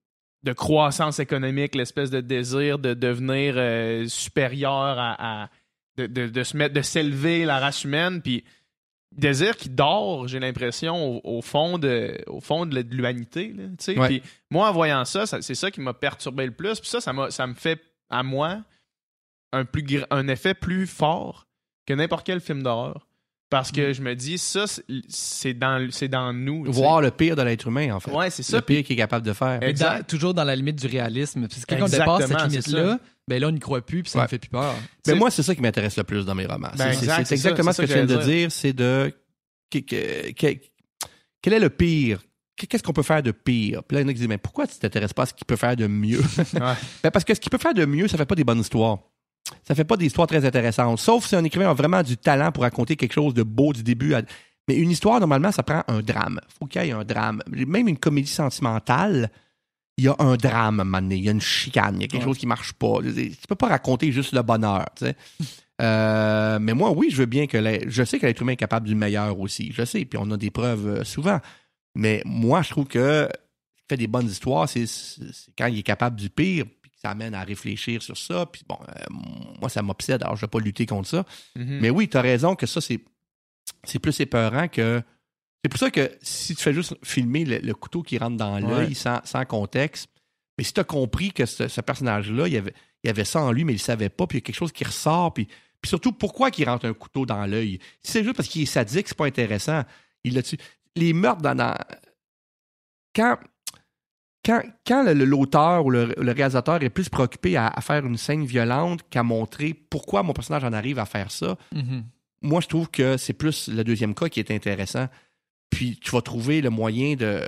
de croissance économique, l'espèce de désir de devenir euh, supérieur à, à de, de, de se mettre, de s'élever la race humaine, puis désir qui dort, j'ai l'impression, au, au fond de, au fond de l'humanité, là, tu sais. Ouais. Puis moi, en voyant ça, ça, c'est ça qui m'a perturbé le plus. Puis ça, ça, m'a, ça me fait à moi un plus un effet plus fort que n'importe quel film d'horreur. Parce que mm. je me dis, ça, c'est dans, c'est dans nous. Voir t'sais. le pire de l'être humain, en fait. Ouais, c'est ça. Le pire qu'il est capable de faire. Exact. Dans, toujours dans la limite du réalisme. Parce que quand on dépasse cette limite-là, ben là, on n'y croit plus, puis ça ouais. me fait plus peur. Mais moi, c'est ça qui m'intéresse le plus dans mes romans. Ben c'est, exact, c'est, c'est exactement ça, ce que tu viens de dire. C'est de... Que, que, que, quel est le pire? Qu'est-ce qu'on peut faire de pire? Puis là, il y en a qui disent, mais pourquoi tu t'intéresses pas à ce qu'il peut faire de mieux? Ouais. Ben parce que ce qu'il peut faire de mieux, ça fait pas des bonnes histoires. Ça fait pas des histoires très intéressantes. Sauf si un écrivain a vraiment du talent pour raconter quelque chose de beau du début à... Mais une histoire, normalement, ça prend un drame. Il faut qu'il y ait un drame. Même une comédie sentimentale, il y a un drame à un moment donné. Il y a une chicane. Il y a quelque ouais. chose qui marche pas. Tu peux pas raconter juste le bonheur, tu sais. euh, mais moi, oui, je veux bien que... La... Je sais que l'être humain est capable du meilleur aussi. Je sais, puis on a des preuves souvent. Mais moi, je trouve que ce qui fait des bonnes histoires, c'est, c'est quand il est capable du pire, ça amène à réfléchir sur ça. Puis bon, euh, moi, ça m'obsède, alors je ne vais pas lutter contre ça. Mm-hmm. Mais oui, tu as raison que ça, c'est, c'est plus épeurant que... C'est pour ça que si tu fais juste filmer le, le couteau qui rentre dans l'œil ouais. sans, sans contexte, mais si tu as compris que ce, ce personnage-là, il y, avait, il y avait ça en lui, mais il ne savait pas, puis il y a quelque chose qui ressort, puis, puis surtout, pourquoi il rentre un couteau dans l'œil? Si c'est juste parce qu'il est sadique, c'est pas intéressant. Il l'a tué. Les meurtres dans... dans... Quand... Quand, quand le, l'auteur ou le, le réalisateur est plus préoccupé à, à faire une scène violente qu'à montrer pourquoi mon personnage en arrive à faire ça, mm-hmm. moi, je trouve que c'est plus le deuxième cas qui est intéressant. Puis, tu vas trouver le moyen de...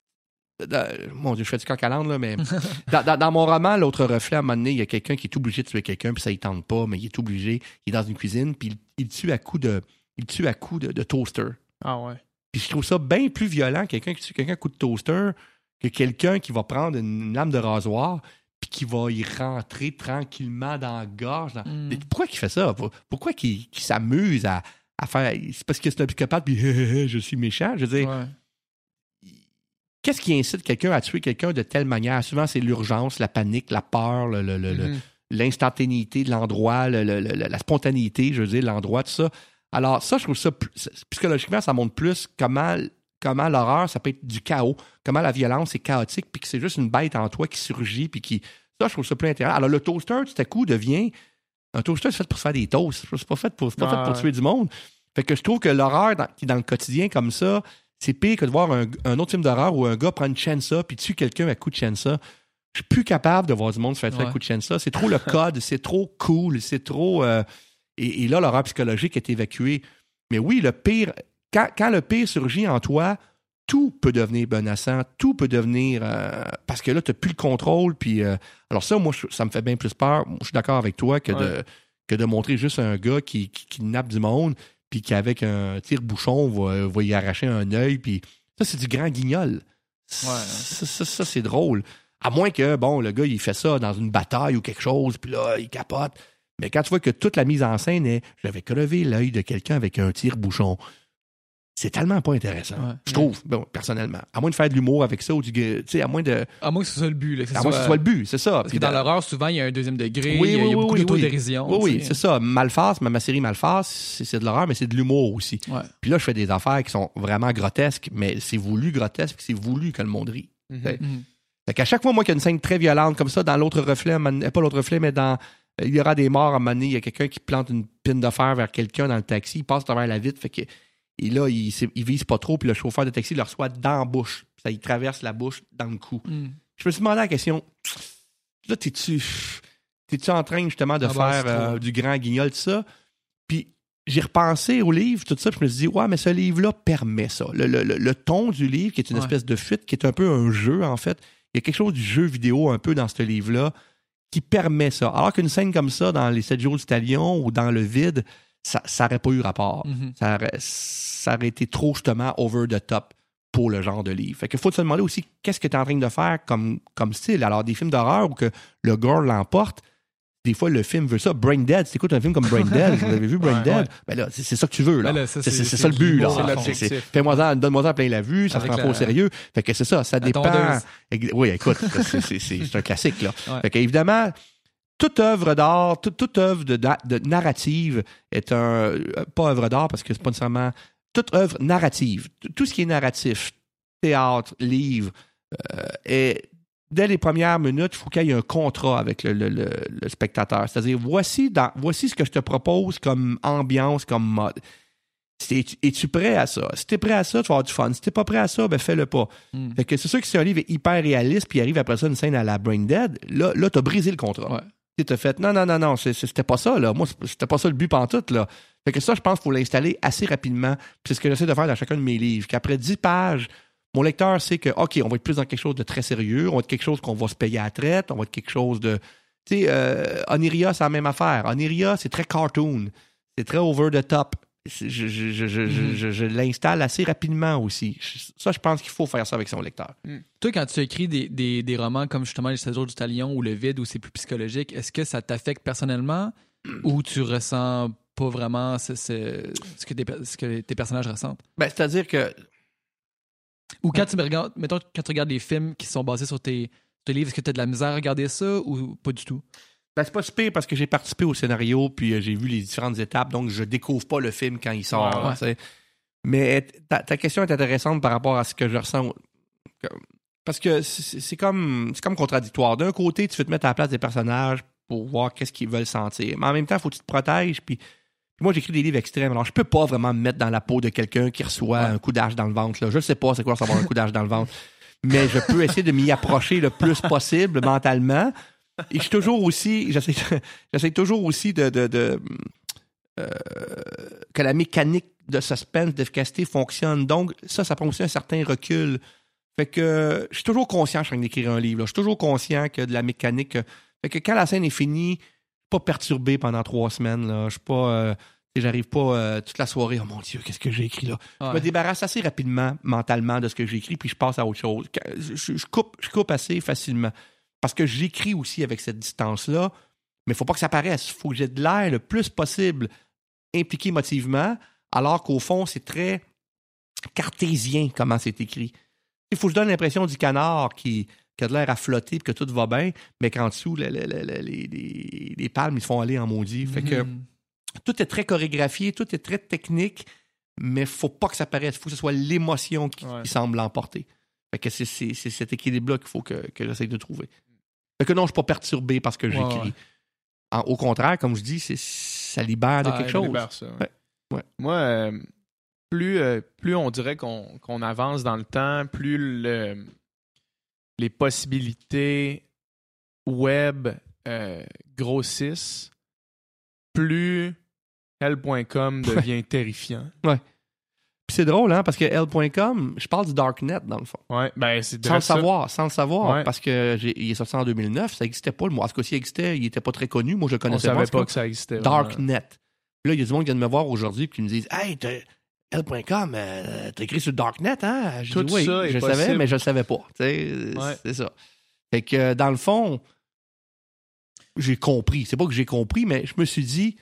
de mon Dieu, je fais du coq à l'âne, là, mais... dans, dans, dans mon roman, L'autre reflet, à un moment donné, il y a quelqu'un qui est obligé de tuer quelqu'un, puis ça ne tente pas, mais il est obligé. Il est dans une cuisine, puis il, il tue à coups de, il tue à coups de, de toaster. Ah ouais. Puis, je trouve ça bien plus violent, quelqu'un qui tue quelqu'un à coups de toaster... que quelqu'un qui va prendre une lame de rasoir puis qui va y rentrer tranquillement dans la gorge. Dans... Mm. Pourquoi il fait ça? Pourquoi il, il s'amuse à, à faire... C'est parce que c'est un psychopathe puis je suis méchant? Je veux dire, ouais. Qu'est-ce qui incite quelqu'un à tuer quelqu'un de telle manière? Souvent, c'est l'urgence, la panique, la peur, le, le, le, mm-hmm. l'instantanéité de l'endroit, le, le, le, la spontanéité, je veux dire, l'endroit, tout ça. Alors ça, je trouve ça... Psychologiquement, ça montre plus comment... comment l'horreur, ça peut être du chaos, comment la violence est chaotique, puis que c'est juste une bête en toi qui surgit, puis qui... Ça, je trouve ça plus intéressant. Alors, le toaster, tout à coup, devient... Un toaster, c'est fait pour se faire des toasts. C'est pas fait pour, c'est pas ah, fait pour tuer du monde. Fait que je trouve que l'horreur, dans, qui est dans le quotidien comme ça, c'est pire que de voir un, un autre film d'horreur où un gars prend une chainsaw puis tue quelqu'un à coup de chainsaw. Je suis plus capable de voir du monde se faire tuer ouais. à coup de chainsaw. C'est trop le code, c'est trop cool, c'est trop... Euh... Et, et là, l'horreur psychologique est évacuée. Mais oui, le pire... Quand, quand le pire surgit en toi, tout peut devenir menaçant, tout peut devenir... Euh, parce que là, tu n'as plus le contrôle. Puis, euh, alors ça, moi, je, ça me fait bien plus peur. Je suis d'accord avec toi que, ouais. de, que de montrer juste un gars qui, qui kidnappe du monde puis qu'avec un tire-bouchon, va, va y arracher un œil. Puis ça, c'est du grand guignol. Ouais. Ça, ça, ça, c'est drôle. À moins que, bon, le gars, il fait ça dans une bataille ou quelque chose, puis là, il capote. Mais quand tu vois que toute la mise en scène est « j'avais crevé l'œil de quelqu'un avec un tire-bouchon », c'est tellement pas intéressant, Ouais. je trouve, bon, personnellement. À moins de faire de l'humour avec ça, ou du, tu sais, à moins de... À moins que ce soit le but. Là, que ce À moins que soit- ce soit le but, c'est ça. Parce que Puis dans de- l'horreur, souvent, il y a un deuxième degré, Oui, il y a, oui, il y a oui, beaucoup oui, d'autodérision. Oui, oui, tu sais. c'est ça. Malphas, ma, ma série Malphas, c'est, c'est de l'horreur, mais c'est de l'humour aussi. Ouais. Puis là, je fais des affaires qui sont vraiment grotesques, mais c'est voulu grotesque, c'est voulu que le monde rit. Mhm. Fait- Mhm. Fait qu'à chaque fois, moi, qu'il y a une scène très violente comme ça, dans l'autre reflet, à un moment donné- pas l'autre reflet, mais dans il y aura des morts à un moment donné, il y a quelqu'un qui plante une pine de fer vers quelqu'un dans le taxi, il passe à travers la vitre, fait que et là, il, c'est- il vise pas trop, puis le chauffeur de taxi le reçoit dans la bouche. Ça, il traverse la bouche dans le cou. Mhm. Je me suis demandé la question, là, t'es-tu, t'es-tu en train justement de Ah bah, faire c'est trop. euh, du grand guignol, tout ça? Puis j'ai repensé au livre, tout ça, puis je me suis dit, ouais, mais ce livre-là permet ça. Le, le- le- le ton du livre, qui est une Ouais. espèce de fuite, qui est un peu un jeu, en fait, il y a quelque chose du jeu vidéo un peu dans ce livre-là qui permet ça. Alors qu'une scène comme ça, dans Les sept jours du Talion ou dans Le Vide, ça n'aurait pas eu rapport. Mhm. Ça aurait, ça aurait été trop, justement, over the top pour le genre de livre. Fait qu'il faut se demander aussi qu'est-ce que tu es en train de faire comme, comme style. Alors, des films d'horreur où que le gore l'emporte, des fois, le film veut ça. Brain Dead, si t'écoutes un film comme Brain Dead, vous avez vu Brain Ouais, Dead? ouais. Ben là, c'est, c'est ça que tu veux, là. Ben là, ça, c'est, c'est- c'est, c'est c'est ça le but, là. Guillemot, c'est à fond. l'objectif. C'est- Fais-moi-en, donne-moi-en plein la vue, ça se Avec prend la- pas au sérieux. Fait que c'est ça, ça La dépend. tondeuse. Ex- Oui, écoute, c'est, c'est, c'est, c'est un classique, là. Ouais. Fait qu'évidemment, toute œuvre d'art, toute, toute œuvre de, de narrative est un... euh, Pas œuvre d'art, parce que c'est pas nécessairement... Toute œuvre narrative, t- tout ce qui est narratif, théâtre, livre, euh, est... Dès les premières minutes, il faut qu'il y ait un contrat avec le, le- le- le spectateur. C'est-à-dire, voici, dans, voici ce que je te propose comme ambiance, comme mode. C'est- Es-tu, es-tu prêt à ça? Si t'es prêt à ça, tu vas avoir du fun. Si t'es pas prêt à ça, ben fais-le pas. Mhm. Fait que c'est sûr que si un livre est hyper réaliste, puis arrive après ça une scène à la Brain Dead, là, là t'as brisé le contrat. Ouais. Tu t'as fait, non, non, non, non, c'est- c'est- c'était pas ça, là. Moi, c'était pas ça le but pantoute, là. Fait que ça, je pense qu'il faut l'installer assez rapidement. Puis c'est ce que j'essaie de faire dans chacun de mes livres. Qu'après dix pages, mon lecteur sait que, OK, on va être plus dans quelque chose de très sérieux, on va être quelque chose qu'on va se payer à la traite, on va être quelque chose de... Tu sais, euh, Oniria, c'est la même affaire. Oniria, c'est très cartoon. C'est très over the top. C'est- Je, je, je, je, je, je- je l'installe assez rapidement aussi. Je- Ça, je pense qu'il faut faire ça avec son lecteur. Toi, quand tu écris des, des, des romans comme justement Les sept jours du Talion ou Le Vide, où c'est plus psychologique, est-ce que ça t'affecte personnellement ou tu ressens pas vraiment ce, ce- ce, que, tes, ce que tes personnages ressentent? Ben, c'est-à-dire que Ou quand tu me regardes, mettons, quand tu regardes des films qui sont basés sur tes, tes livres, est-ce que tu as de la misère à regarder ça ou pas du tout? Ben, c'est pas si pire parce que j'ai participé au scénario puis euh, j'ai vu les différentes étapes, donc je découvre pas le film quand il sort. Ouais, là, ouais. tu sais. Mais ta, ta question est intéressante par rapport à ce que je ressens. Parce que c'est, c'est comme, c'est comme contradictoire. D'un côté, tu veux te mettre à la place des personnages pour voir qu'est-ce qu'ils veulent sentir. Mais en même temps, il faut que tu te protèges. Puis, puis moi, j'écris des livres extrêmes. Alors, je peux pas vraiment me mettre dans la peau de quelqu'un qui reçoit un coup d'âge dans le ventre. Là. Je sais pas c'est quoi recevoir un coup d'âge dans le ventre. Mais je peux essayer de m'y approcher le plus possible mentalement. Et je suis toujours aussi, j'essaie, j'essaie toujours aussi de, de, de euh, que la mécanique de suspense, d'efficacité fonctionne. Donc, ça, ça prend aussi un certain recul. Fait que je suis toujours conscient, je suis en train d'écrire un livre, là. Je suis toujours conscient que de la mécanique. euh, Fait que quand la scène est finie, je suis pas perturbé pendant trois semaines. Là. Je suis pas. euh, tu sais, j'arrive pas euh, toute la soirée. Oh mon Dieu, qu'est-ce que j'ai écrit là? Je me débarrasse assez rapidement mentalement de ce que j'ai écrit, puis je passe à autre chose. Quand- Je, je- je coupe, je coupe assez facilement. Parce que j'écris aussi avec cette distance-là, mais il faut pas que ça paraisse. Il faut que j'ai de l'air le plus possible impliqué émotivement, alors qu'au fond, c'est très cartésien comment c'est écrit. Il faut que je donne l'impression du canard qui, qui a de l'air à flotter et que tout va bien, mais qu'en dessous, le- le- le- le- les, les- les palmes, ils se font aller en maudit. Fait que Mhm. tout est très chorégraphié, tout est très technique, mais faut pas que ça paraisse. Il faut que ce soit l'émotion qui, Ouais. qui semble l'emporter. Fait que c'est, c'est, c'est cet équilibre-là qu'il faut que, que j'essaye de trouver. Fait que non, je suis pas perturbé parce que Ouais, j'écris. ouais. En- au contraire, comme je dis, c'est, ça libère de Ah, quelque ça chose. libère ça, ouais. Ouais. Ouais. Moi, euh, plus, euh, plus on dirait qu'on, qu'on avance dans le temps, plus le, les possibilités web euh, grossissent, plus elle point com devient terrifiant. Puis c'est drôle, hein, parce que elle point com, je parle du Darknet, dans le fond. Ouais, ben c'est Sans le ça. savoir, sans le savoir, Ouais. parce que j'ai, il est sorti en deux mille neuf, ça n'existait pas. Moi, en tout cas, s'il existait, il n'était pas très connu. Moi, je le On connaissais savait pas. pas en tout que ça existait. cas. vraiment. Darknet. Puis là, il y a du monde qui vient de me voir aujourd'hui et qui me disent Hey, t'as- elle point com, euh, t'as écrit sur Darknet, hein? Je Tout dis, oui, ça est je le possible. savais, mais je le savais pas. Tu sais, Ouais. c'est ça. Fait que, euh, dans le fond, j'ai compris. C'est pas que j'ai compris, mais je me suis dit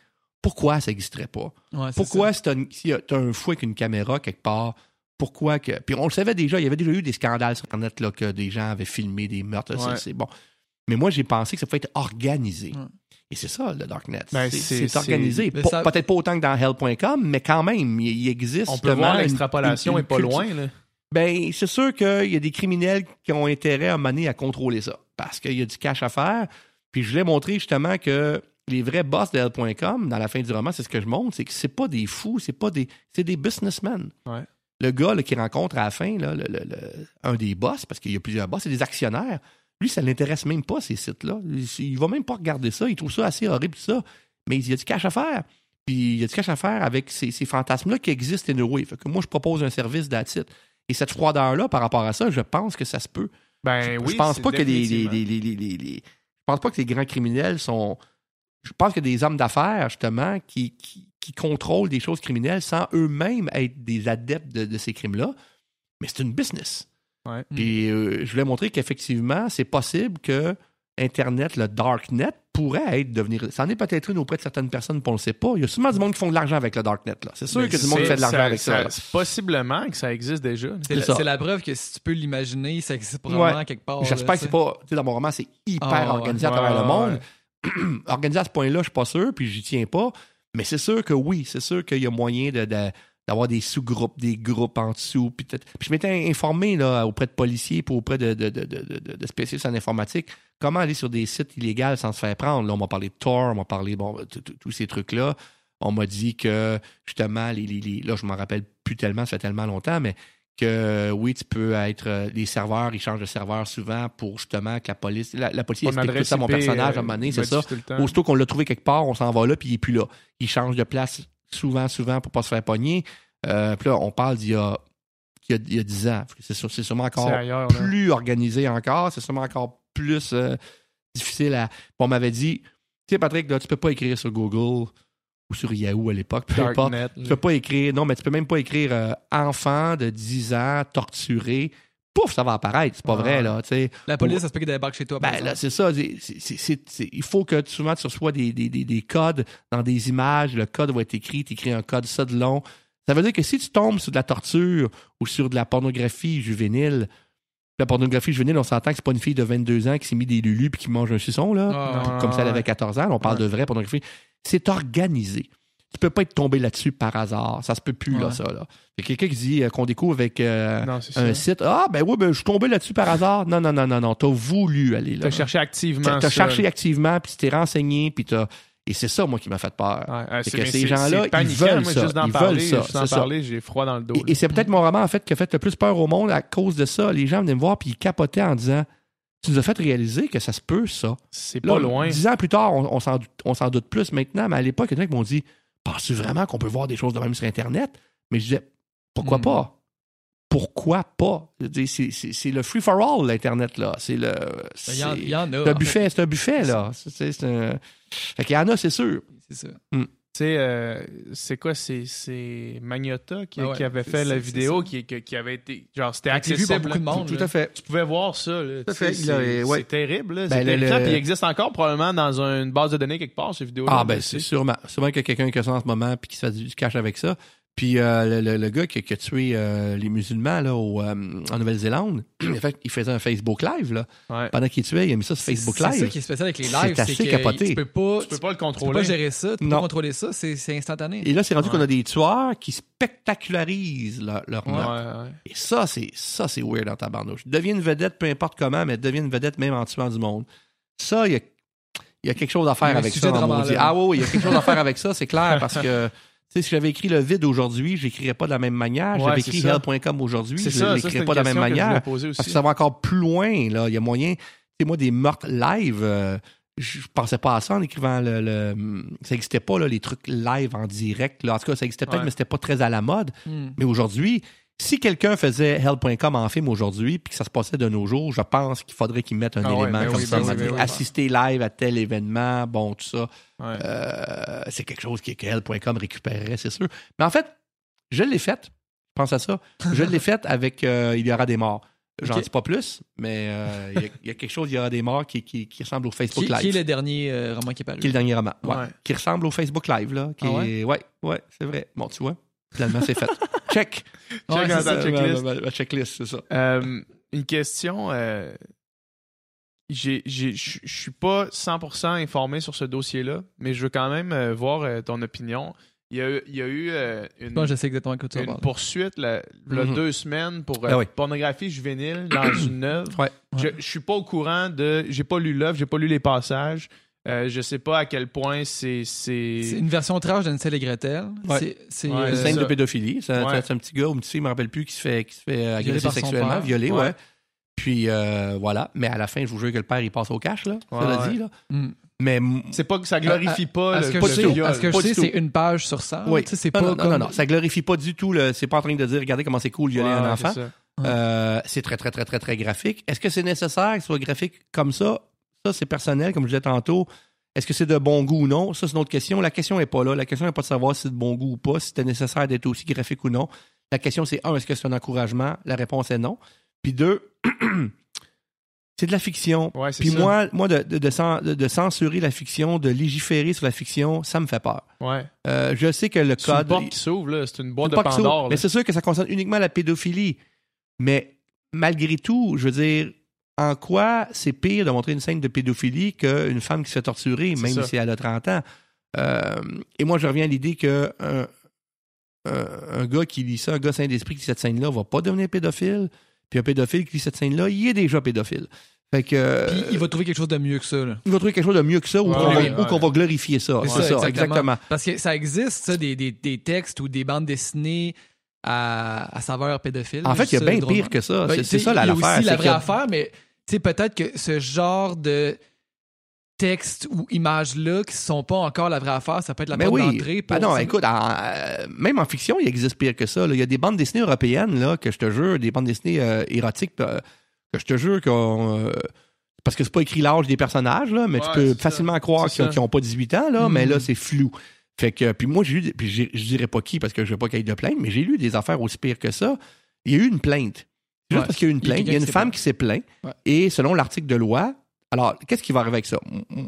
pourquoi ça n'existerait pas? Ouais, c'est Pourquoi, ça. si tu as un fou avec une caméra quelque part, pourquoi que. Puis on le savait déjà, il y avait déjà eu des scandales sur Internet là, que des gens avaient filmé des meurtres. Ouais. C'est, c'est bon. Mais moi, j'ai pensé que ça pouvait être organisé. Ouais. Et c'est ça, le Darknet. Ben, c'est, c'est- c'est organisé. c'est- Pas- ça- Peut-être pas autant que dans hell point com, mais quand même, il, il existe. On peut voir justement l'extrapolation une- est une pas culture- loin. Là. Ben, c'est sûr qu'il y a des criminels qui ont intérêt à un moment donné à contrôler ça. Parce qu'il y a du cash à faire. Puis je voulais montrer justement que les vrais boss de hell point com, dans la fin du roman, c'est ce que je montre, c'est que c'est pas des fous, c'est pas des. C'est des businessmen. Ouais. Le gars là, qui rencontre à la fin, là, le, le- le- un des boss, parce qu'il y a plusieurs boss, c'est des actionnaires. Lui, ça ne l'intéresse même pas, ces sites-là. Il, il va même pas regarder ça. Il trouve ça assez horrible, tout ça. Mais il y a du cash à faire. Puis il y a du cash à faire avec ces, ces fantasmes-là qui existent anyway. Fait que moi, je propose un service that's it. Et cette froideur-là, par rapport à ça, je pense que ça se peut. Ben je, oui. je pense c'est pas que les, les, définitivement. les, les, les- les- les- je pense pas que les grands criminels sont. Je pense qu'il y a des hommes d'affaires, justement, qui, qui, qui contrôlent des choses criminelles sans eux-mêmes être des adeptes de, de ces crimes-là. Mais c'est une business. Ouais. Puis euh, je voulais montrer qu'effectivement, c'est possible que Internet, le Darknet, pourrait être devenir. Ça en est peut-être une auprès de certaines personnes, puis on le sait pas. Il y a sûrement du monde qui font de l'argent avec le Darknet. Là. C'est sûr Mais que du monde qui c'est- fait de l'argent avec ça. là. c'est Possiblement que ça existe déjà. là. C'est la, c'est ça. c'est la preuve que si tu peux l'imaginer, ça existe probablement Ouais. quelque part. J'espère là, que c'est tu pas. Tu sais, dans mon roman, c'est hyper Ah, ouais. organisé à Ouais, travers le ouais, monde. Organisé à ce point-là, je suis pas sûr, puis j'y tiens pas. Mais c'est sûr que oui, c'est sûr qu'il y a moyen de, de- d'avoir des sous-groupes, des groupes en dessous. Puis, peut-être- puis je m'étais informé là, auprès de policiers puis auprès de, de, de, de, de, de spécialistes en informatique comment aller sur des sites illégaux sans se faire prendre. Là, on m'a parlé de Tor, on m'a parlé bon, de tous ces trucs-là. On m'a dit que justement, les, les, les- là, je m'en rappelle plus tellement, ça fait tellement longtemps, mais que oui, tu peux être. euh, les serveurs, ils changent de serveur souvent pour justement que la police. La, la police Ton explique tout adresse ça à mon I P, personnage à euh, un moment donné, c'est ça. modifie tout le temps. Aussitôt qu'on l'a trouvé quelque part, on s'en va là, puis il n'est plus là. Il change de place souvent, souvent pour pas se faire pogner. Euh, puis là, on parle d'il y a, il y a, il y a dix ans. C'est, sûr- c'est sûrement encore C'est ailleurs, là. plus organisé encore. C'est sûrement encore plus euh, difficile à. Puis on m'avait dit, tu sais, Patrick, là, tu peux pas écrire sur Google ou sur Yahoo à l'époque, peu importe. Darknet, Tu là. peux pas écrire, non, mais tu peux même pas écrire euh, enfant de dix ans, torturé. Pouf, ça va apparaître. C'est pas Ah. vrai, là, tu sais. La police, ça se peut qu'il débarque chez toi. par Ben là, exemple. c'est ça. C'est, c'est- c'est- c'est- il faut que souvent tu reçois des, des, des, des codes dans des images. Le code va être écrit. Tu écris un code ça de long. Ça veut dire que si tu tombes sur de la torture ou sur de la pornographie juvénile, la pornographie juvénile, on s'entend que c'est pas une fille de vingt-deux ans qui s'est mis des lulus puis qui mange un suçon, là, Ah, Non. comme si elle avait ouais. quatorze ans. On parle Ouais. de vraie pornographie. C'est organisé. Tu peux pas être tombé là-dessus par hasard. Ça se peut plus, là, Ouais. ça. Là. Il y a quelqu'un qui dit euh, qu'on découvre avec euh, Non, c'est un ça. site. Ah, ben oui, ben, je suis tombé là-dessus par hasard. Non, non, non, non, non. T'as voulu aller là. T'as cherché activement. T'as, t'as ça, cherché là. activement, puis tu t'es renseigné, puis t'as. Et c'est ça, moi, qui m'a fait peur. Ouais, ouais, C'est c'est- que mais ces c'est- gens-là, c'est ils paniquant, veulent moi, ça. Juste d'en Ils parler, veulent ça, juste d'en c'est ça. parler, j'ai froid dans le dos. Et, là. et c'est peut-être mon roman, en fait, qui a fait le plus peur au monde à cause de ça. Les gens venaient me voir, puis ils capotaient en disant tu nous as fait réaliser que ça se peut, ça. C'est Là, pas loin. Dix ans plus tard, on, on, s'en, doute- on s'en doute plus maintenant, mais à l'époque, il y en a qui m'ont dit penses-tu vraiment qu'on peut voir des choses de même sur Internet? Mais je disais pourquoi Hmm. pas? Pourquoi pas? Je veux dire, c'est, c'est, c'est le free-for-all, l'Internet, là. C'est le. Il y, en, c'est- il y en a. c'est un en buffet, c'est un buffet, là. C'est, c'est, c'est un... Fait qu'il y en a, c'est sûr. fait. C'est ça. Tu sais, euh, c'est quoi? C'est, c'est Magnota qui, Ah ouais, qui avait c'est- fait la c'est- vidéo c'est qui, qui, qui avait été. Genre, c'était Ça a été vu accessible. par beaucoup de là. monde. Tout là. à fait. Tu pouvais voir ça. Là, Tout à tu sais, fait, il a- c'est, ouais. c'est terrible. Là, Ben, c'est le- terrifiant, le- puis il existe encore probablement dans une base de données quelque part, ces vidéos-là. Ah, ben, tu c'est sais. sûrement. Sûrement qu'il y a quelqu'un qui a ça en ce moment puis qui se fait du cash avec ça. Puis euh, le, le, le gars qui, qui a tué euh, les musulmans là, au, euh, en Nouvelle-Zélande, en fait, il faisait un Facebook Live. Là. Ouais. Pendant qu'il tuait, il a mis ça sur Facebook c'est, Live. C'est ça qui est spécial avec les C'est lives. assez que capoté. Tu peux pas, Tu peux pas le tu peux contrôler. pas gérer ça, tu peux Non. pas contrôler ça, c'est, c'est instantané. Et là, c'est rendu Ouais. qu'on a des tueurs qui spectacularisent leur, leur Ouais, meurtre. ouais. Et ça, c'est ça, c'est weird dans ta barnouche. Deviens une vedette, peu importe comment, mais deviens une vedette même en tuant du monde. Ça, il y a, il y a quelque chose à Il y faire a un avec sujet ça. de en roman maudit. là. Ah oui, oui, il y a quelque chose à faire avec ça, c'est clair, parce que tu sais, si j'avais écrit le vide aujourd'hui, je l'écrirais pas de la même manière. Ouais, j'avais c'est écrit ça. hell point com aujourd'hui, C'est je ça, ça, l'écrirais c'est pas de la même manière. Poser aussi. Parce que ça va encore plus loin, là. Il y a moyen. Tu sais, moi, des meurtres live, euh, je je pensais pas à ça en écrivant le. le- ça n'existait pas, là, les trucs live en direct. Là. En tout cas, ça existait peut-être, Ouais. mais c'était pas très à la mode. Hmm. Mais aujourd'hui, si quelqu'un faisait hell point com en film aujourd'hui, puis que ça se passait de nos jours, je pense qu'il faudrait qu'ils mettent un Ah ouais, élément ben comme oui, ça. ben oui, dire, ben oui. assister live à tel événement, bon, tout ça. Ouais. Euh, c'est quelque chose que, que hell point com récupérerait, c'est sûr. Mais en fait, je l'ai fait. Je pense à ça. Je l'ai fait avec euh, Il y aura des morts. J'en Okay. dis pas plus, mais euh, il y, a- il y a quelque chose, il y aura des morts qui, qui, qui ressemble au Facebook Qui, Live. qui est le dernier euh, roman qui est paru? Qui est le dernier roman. Ouais. Ouais. Qui ressemble au Facebook Live, là. Qui Ah ouais? est... ouais, ouais, c'est vrai. Bon, tu vois, finalement, c'est fait. Check. Ouais, Check c'est dans ça. ta checklist. Ma, ma- ma checklist, c'est ça. Euh, une question. euh, j'ai- j'ai- Je je suis pas cent pour cent informé sur ce dossier-là, mais je veux quand même euh, voir euh, ton opinion. Il y a, eu- il y a eu euh, une, Moi, je sais exactement de quoi tu vas une parler. poursuite là, là, Mhm. deux semaines pour euh, Ah oui. pornographie juvénile dans une œuvre. Ouais. Je, je suis pas au courant de. J'ai pas lu l'œuvre, j'ai pas lu les passages. Euh, je sais pas à quel point c'est. C'est C'est une version trash d'Ansel et Gretel. Ouais. C'est, c'est, Ouais, euh, Une c'est scène ça. de pédophilie. C'est un, Ouais. c'est un petit gars ou une petite fille, je me rappelle plus, qui se fait, qui se fait Violé agresser par son sexuellement, père. violé, ouais. Ouais. Puis euh, voilà. Mais à la fin, je vous jure que le père, il passe au cash, là. Ouais, Ça l'a ouais. dit, là. hmm. Mais m- c'est pas que ça glorifie pas À le, ce que pas je du sais, tout. viol. à ce que je Pas sais, du c'est tout. une page sur cent. oui. Tu sais, c'est non, pas non, comme... non, non, ça glorifie pas du tout. Le... C'est pas en train de dire, regardez comment c'est cool violer Ouais, un ouais, enfant. c'est ça. Euh, c'est très, très, très, très, très graphique. Est-ce que c'est nécessaire que ce soit graphique comme ça? Ça, c'est personnel, comme je disais tantôt. Est-ce que c'est de bon goût ou non? Ça, c'est une autre question. La question n'est pas là. La question n'est pas de savoir si c'est de bon goût ou pas, si c'était nécessaire d'être aussi graphique ou non. La question, c'est un, est-ce que c'est un encouragement? La réponse est non. Puis deux, c'est de la fiction. Ouais, c'est Puis ça. moi, moi de, de, de, cen- de- de censurer la fiction, de légiférer sur la fiction, ça me fait peur. Ouais. Euh, je sais que le C'est une code... porte qui s'ouvre, là. C'est une boîte C'est de pas que ça, Pandore. mais là. c'est sûr que ça concerne uniquement la pédophilie. Mais malgré tout, je veux dire, en quoi c'est pire de montrer une scène de pédophilie qu'une femme qui se fait torturer, C'est même ça. si elle a trente ans? Euh, et moi, je reviens à l'idée que un, un, un gars qui lit ça, un gars sain d'esprit qui lit cette scène-là, va pas devenir pédophile. Puis un pédophile qui lit cette scène-là, il est déjà pédophile. Fait que... Puis il va trouver quelque chose de mieux que ça. Là. il va trouver quelque chose de mieux que ça ou Ouais, qu'on va, ouais, ou ouais. qu'on va glorifier ça. C'est C'est ça, ça, exactement. exactement. Parce que ça existe, ça, des, des, des textes ou des bandes dessinées à, à saveur pédophile. En fait, il y a bien drôlement. pire que ça. Ben, C'est, tu c'est sais, ça là, il y a l'affaire. aussi la c'est vraie que- affaire, mais tu sais, peut-être que ce genre de textes ou images-là qui ne sont pas encore la vraie affaire, ça peut être la Mais porte oui. d'entrée. Pour... Ben non, écoute, en, euh, même en fiction, il existe pire que ça. là. Il y a des bandes dessinées européennes, là, que je te jure, des bandes dessinées euh, érotiques, euh, que je te jure qu'on. euh, parce que c'est pas écrit l'âge des personnages, là, mais Ouais, tu peux c'est facilement ça. croire C'est qu'ils ça. n'ont pas dix-huit ans, là, Mhm. mais là, c'est flou. Fait que, puis moi, j'ai eu, des- puis j'ai- je dirais pas qui, parce que je veux pas qu'il y ait de plainte, mais j'ai lu des affaires aussi pires que ça. Il y a eu une plainte. Juste Ouais. parce qu'il y a eu une Il y a plainte, il y a quelqu'un une qui s'est femme plaint. qui s'est plainte, Ouais. et selon l'article de loi, alors, qu'est-ce qui va arriver avec ça?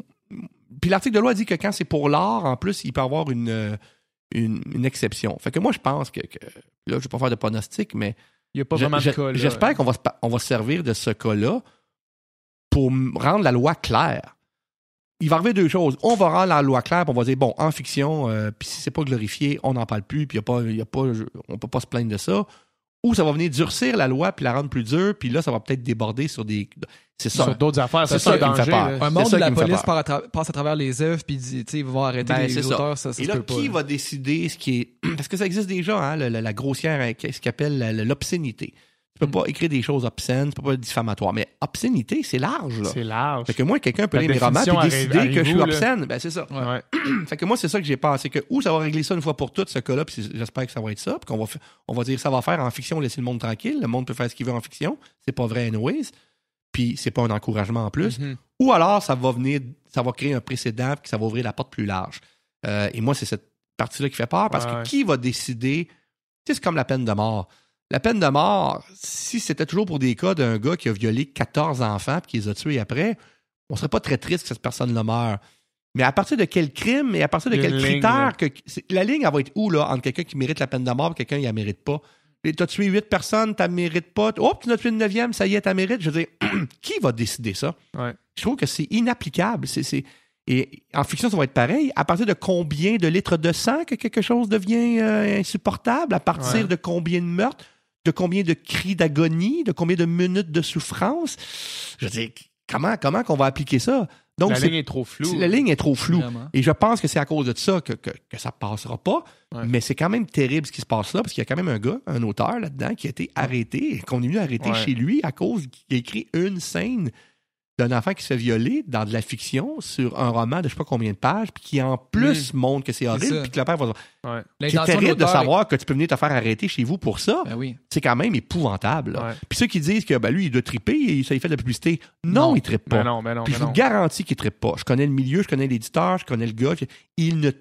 Puis l'article de loi dit que quand c'est pour l'art, en plus, il peut y avoir une, euh, une, une exception. Fait que moi, je pense que, que- là, je vais pas faire de pronostic, mais Il n'y a pas je- vraiment je- de cas. là. j'espère qu'on va, se pa- on va se servir de ce cas-là pour m- rendre la loi claire. Il va arriver deux choses. On va rendre la loi claire, puis on va dire, bon, en fiction, euh, puis si c'est pas glorifié, on n'en parle plus, puis y a pas, y a pas, je- on peut pas se plaindre de ça. Ou ça va venir durcir la loi, puis la rendre plus dure, puis là, ça va peut-être déborder sur des... C'est ça. Sur d'autres affaires, C'est c'est ça ça le qui me fait danger. peur. là. Un monde ça où la qui me fait police peur. part à tra- passe à travers les œuvres puis dit, tu sais, ils vont arrêter Ben, les c'est ça. auteurs, ça, ça Et se là, peut pas. qui là. va décider ce qui est... Parce que ça existe déjà, hein, la, la- la grossière, hein, ce qu'on appelle la- la- l'obscénité. Tu peux Mm. pas écrire des choses obscènes, tu peux pas être diffamatoire. Mais obscénité, c'est large, là. C'est large. Fait que moi, quelqu'un peut La lire mes romans et définition décider arrive- que je suis arrive-vous, là. obscène. Ben, c'est ça. Ouais. Fait que moi, c'est ça que j'ai pensé. Que, ou ça va régler ça une fois pour toutes, ce cas-là, puis c'est- j'espère que ça va être ça. Puis qu'on va, fa- on va dire, ça va faire en fiction, laisser le monde tranquille. Le monde peut faire ce qu'il veut en fiction. C'est pas vrai, anyways. Puis c'est pas un encouragement en plus. Mhm. Ou alors, ça va venir, ça va créer un précédent, puis ça va ouvrir la porte plus large. Euh, et moi, c'est cette partie-là qui fait peur, parce Ouais, que ouais. qui va décider? Tu sais, c'est comme la peine de mort. La peine de mort, si c'était toujours pour des cas d'un gars qui a violé quatorze enfants puis qui les a tués après, on serait pas très triste que cette personne-là meure. Mais à partir de quel crime et à partir de Il y a quel une ligne, critère là. que c'est- la ligne, elle va être où là entre quelqu'un qui mérite la peine de mort et quelqu'un qui la mérite pas? Et t'as tué huit personnes, t'as mérites pas. Oh, tu en as tué une neuvième, ça y est, t'as mérite. Je veux dire, qui va décider ça? Ouais. Je trouve que c'est inapplicable. C'est, c'est... Et en fiction, ça va être pareil. À partir de combien de litres de sang que quelque chose devient euh, insupportable? À partir Ouais. de combien de meurtres? De combien de cris d'agonie? De combien de minutes de souffrance? Je veux dire, comment, comment qu'on va appliquer ça? Donc, La c'est- ligne est trop floue. c'est- la ligne est trop floue. Vraiment. Et je pense que c'est à cause de ça que, que, que ça passera pas. Ouais. Mais c'est quand même terrible ce qui se passe là, parce qu'il y a quand même un gars, un auteur là-dedans, qui a été arrêté, et qu'on est venu arrêter Ouais. chez lui à cause qu'il a écrit une scène d'un enfant qui se fait violer dans de la fiction sur un roman de je sais pas combien de pages, puis qui en plus montre que c'est C'est horrible, ça. puis que le père va dire, Ouais. c'est L'intention terrible de l'auteur est- savoir que tu peux venir te faire arrêter chez vous pour ça. Ben oui. C'est quand même épouvantable. là. Ouais. Puis ceux qui disent que ben, lui, il doit triper et ça lui fait de la publicité. Non, Non. il trippe pas. Ben non, ben non, Puis ben je vous non. garantis qu'il trippe pas. Je connais le milieu, je connais l'éditeur, je connais le gars. je- Il ne trippe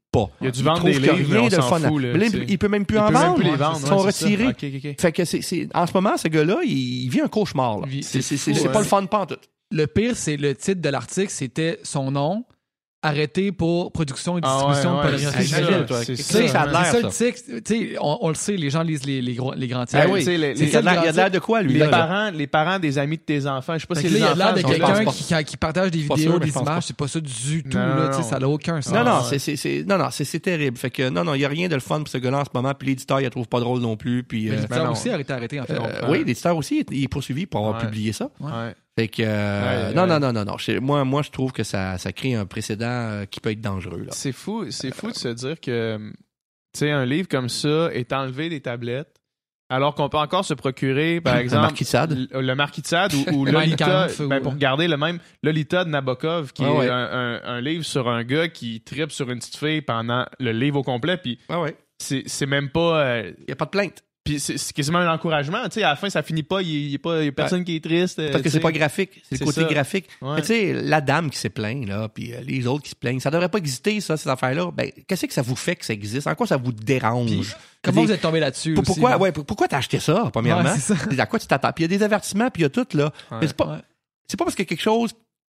pas. Il y a dû Il vendre trouve des qu'il y a livres, mais rien on de s'en fun. fout, là, Mais là, c'est- il peut même plus Il en peut même vendre. plus les Ils vendre, sont ouais, c'est ça. retirés. Ok, ok, ok. Fait que c'est, c'est, en ce moment, ce gars-là, il, il vit un cauchemar. Là. Il vit- C'est, c'est, c'est c'est, fou, c'est hein. pas le fun pantoute. Le pire, c'est le titre de l'article, c'était son nom, arrêté pour production et Ah distribution ouais, de ouais, pornographie c'est juvénile. ça, toi. c'est Tu ça, sais, ça a hein. l'air, C'est ça le ça. titre. Tu sais, on, on le sait, les gens lisent les, les, gros, les grands titres. Ben Ah oui, tu sais, les- c'est, les- il, a de l'air, il a de grand l'air de quoi, lui? Les là, là? parents, les parents des amis de tes enfants, je sais pas Fait si que là, les il a enfants l'air de sont quelqu'un pas- qui, qui, qui partage des Pas vidéos, sûr, mais des je pense images. pas. C'est pas ça du tout. Non, là, non, tu sais, non. ça n'a aucun sens. Non, non, ouais. c'est, c'est, c'est, non, non, c'est, c'est terrible. Fait que, non, non, il n'y a rien de le fun pour ce gars-là en ce moment. Puis l'éditeur, il le trouve pas drôle non plus. Puis, Mais euh, l'éditeur non. aussi a été arrêté, en fait. euh, comprends. oui, l'éditeur aussi, il est poursuivi pour avoir Ouais. publié ça. Ouais. Fait que, euh, Ouais, non, ouais. non, non, non, non. Chez- Moi, moi, je trouve que ça, ça crée un précédent euh, qui peut être dangereux, là. C'est fou, c'est fou de se dire que tu sais, un livre comme ça est enlevé des tablettes, alors qu'on peut encore se procurer, par exemple, Marquis de Sade. le, le Marquis de Sade ou, ou Le Lolita, Mein Kampf, ben, ou- pour regarder le même Lolita de Nabokov, qui Ah est ouais. un, un- un livre sur un gars qui tripe sur une petite fille pendant le livre au complet, puis Ouais, ouais. c'est, c'est même pas... euh, Il n'y a pas de plainte. puis c'est, c'est quasiment un encouragement, tu sais, à la fin, ça finit pas, il y, a pas y a personne qui est triste. euh, Parce que tu c'est sais. pas graphique. C'est le C'est côté ça. graphique. Ouais. Mais tu sais, la dame qui s'est plainte, là, puis euh, les autres qui se plaignent, ça devrait pas exister, ça, ces affaires-là. Ben, qu'est-ce que ça vous fait que ça existe? En quoi ça vous dérange? Puis, Je comment veux vous dire, êtes tombé là-dessus? pour- aussi, pourquoi, là? ouais, pour- pourquoi t'as acheté ça, premièrement? Ouais, c'est ça. À quoi tu t'attends? Puis il y a des avertissements, puis il y a tout, là. Ouais. Mais c'est pas, Ouais. c'est pas parce que quelque chose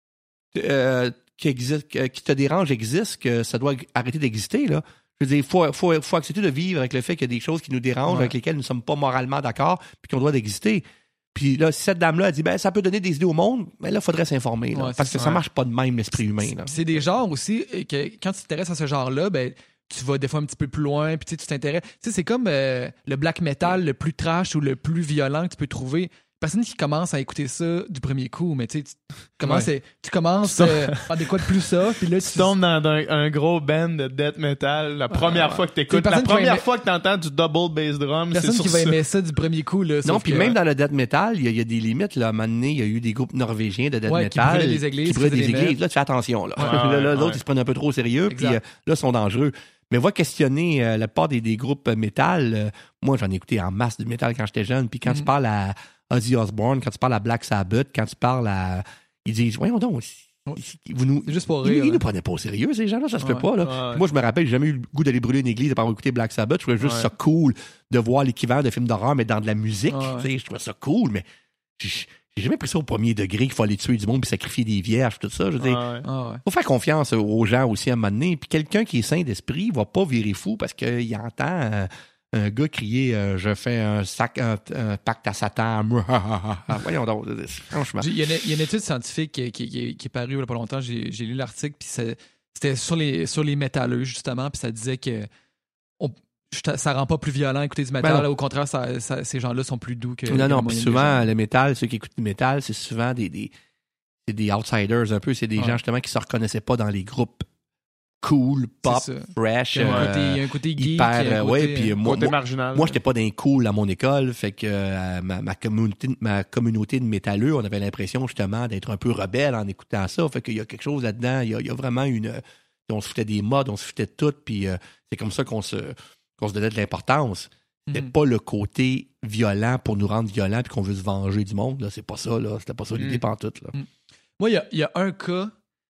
euh, qui existe, que- qui te dérange existe que ça doit arrêter d'exister, là. Je veux dire, il faut, faut, faut accepter de vivre avec le fait qu'il y a des choses qui nous dérangent, Ouais. avec lesquelles nous ne sommes pas moralement d'accord, puis qu'on doit d'exister. Puis là, si cette dame-là a dit, ben, ça peut donner des idées au monde, ben là, il faudrait s'informer, là, Ouais, parce c'est que ça. ça marche pas de même, l'esprit humain, là. C'est des genres aussi euh, que quand tu t'intéresses à ce genre-là, ben tu vas des fois un petit peu plus loin, puis tu sais, tu t'intéresses. Tu sais, c'est comme euh, le black metal le plus trash ou le plus violent que tu peux trouver. Personne qui commence à écouter ça du premier coup, mais tu sais, tu commences, Ouais. à- tu commences Tu euh, par des quoi de plus ça, puis là Tu tombes dans un, un gros band de death metal la première ouais. fois que C'est t'écoutes, la personne qui va première aimer- fois que t'entends du double bass drum, c'est personne sur qui va ça. aimer ça du premier coup là. Non, sauf puis que- même dans le death metal, il y, a- il y a des limites. Là. À un moment donné, il y a eu des groupes norvégiens de death Ouais, qui metal brûlaient des églises, qui brûlaient faisaient des des églises. mettes. Là, tu fais attention. Là, Ouais, là, là, ouais, l'autre, ouais. ils se prennent un peu trop au sérieux, puis Exact. euh, là, ils sont dangereux. Mais va questionner euh, la part des, des groupes euh, métal. euh, moi, j'en ai écouté en masse de métal quand j'étais jeune. Puis quand Mhm. tu parles à Ozzy Osbourne, quand tu parles à Black Sabbath, quand tu parles à... Ils disent, voyons donc, Ouais. vous nous... C'est juste pour Ils, rire. ils là. nous prenaient pas au sérieux, ces gens-là, ça se fait Ouais. pas. Là. Ouais. Moi, je me rappelle, j'ai jamais eu le goût d'aller brûler une église à part écouter Black Sabbath. Je trouvais juste Ouais. ça cool de voir l'équivalent de films d'horreur, mais dans de la musique. Ouais. Tu sais, je trouvais ça cool, mais j'ai j'ai jamais pris ça au premier degré qu'il fallait tuer du monde puis sacrifier des vierges, tout ça. Je veux dire, Ouais. Ah ouais. faut faire confiance aux gens aussi à un moment donné. Puis quelqu'un qui est sain d'esprit va pas virer fou parce qu'il entend euh, un gars crier euh, je fais un, sac, un, un pacte à Satan. Voyons donc, franchement. J'ai- Il y, a une, il y a une étude scientifique qui, qui- qui- qui est parue il y a pas longtemps. J'ai j'ai lu l'article, puis c'est- c'était sur les, sur les métalleux, justement, puis ça disait que on- ça rend pas plus violent écouter du métal. Ben non. Au contraire, ça- ça- ces gens-là sont plus doux que. que Non, la non, puis moyenne des souvent, gens. le métal, ceux qui écoutent du métal, c'est souvent des, des, c'est des outsiders un peu. C'est des Ouais. gens, justement, qui se reconnaissaient pas dans les groupes cool, pop, C'est ça. fresh, Il y a un euh, côté, il y a un côté geek. il y hyper... a un euh, côté- ouais, puis euh, moi, Côté moi, marginal. moi, j'étais pas d'un cool à mon école, fait que euh, ma, ma, communauté, ma communauté de métalleux, on avait l'impression, justement, d'être un peu rebelle en écoutant ça. Fait qu'il y a quelque chose là-dedans, il y a, il y a vraiment une... On se foutait des modes, on se foutait de tout, puis euh, c'est comme ça qu'on se, qu'on se donnait de l'importance. C'était Mhm. pas le côté violent pour nous rendre violents puis qu'on veut se venger du monde. Là. C'est pas ça, là. C'était pas ça l'idée Mm. pantoute, là. Moi, il y a, il y a un cas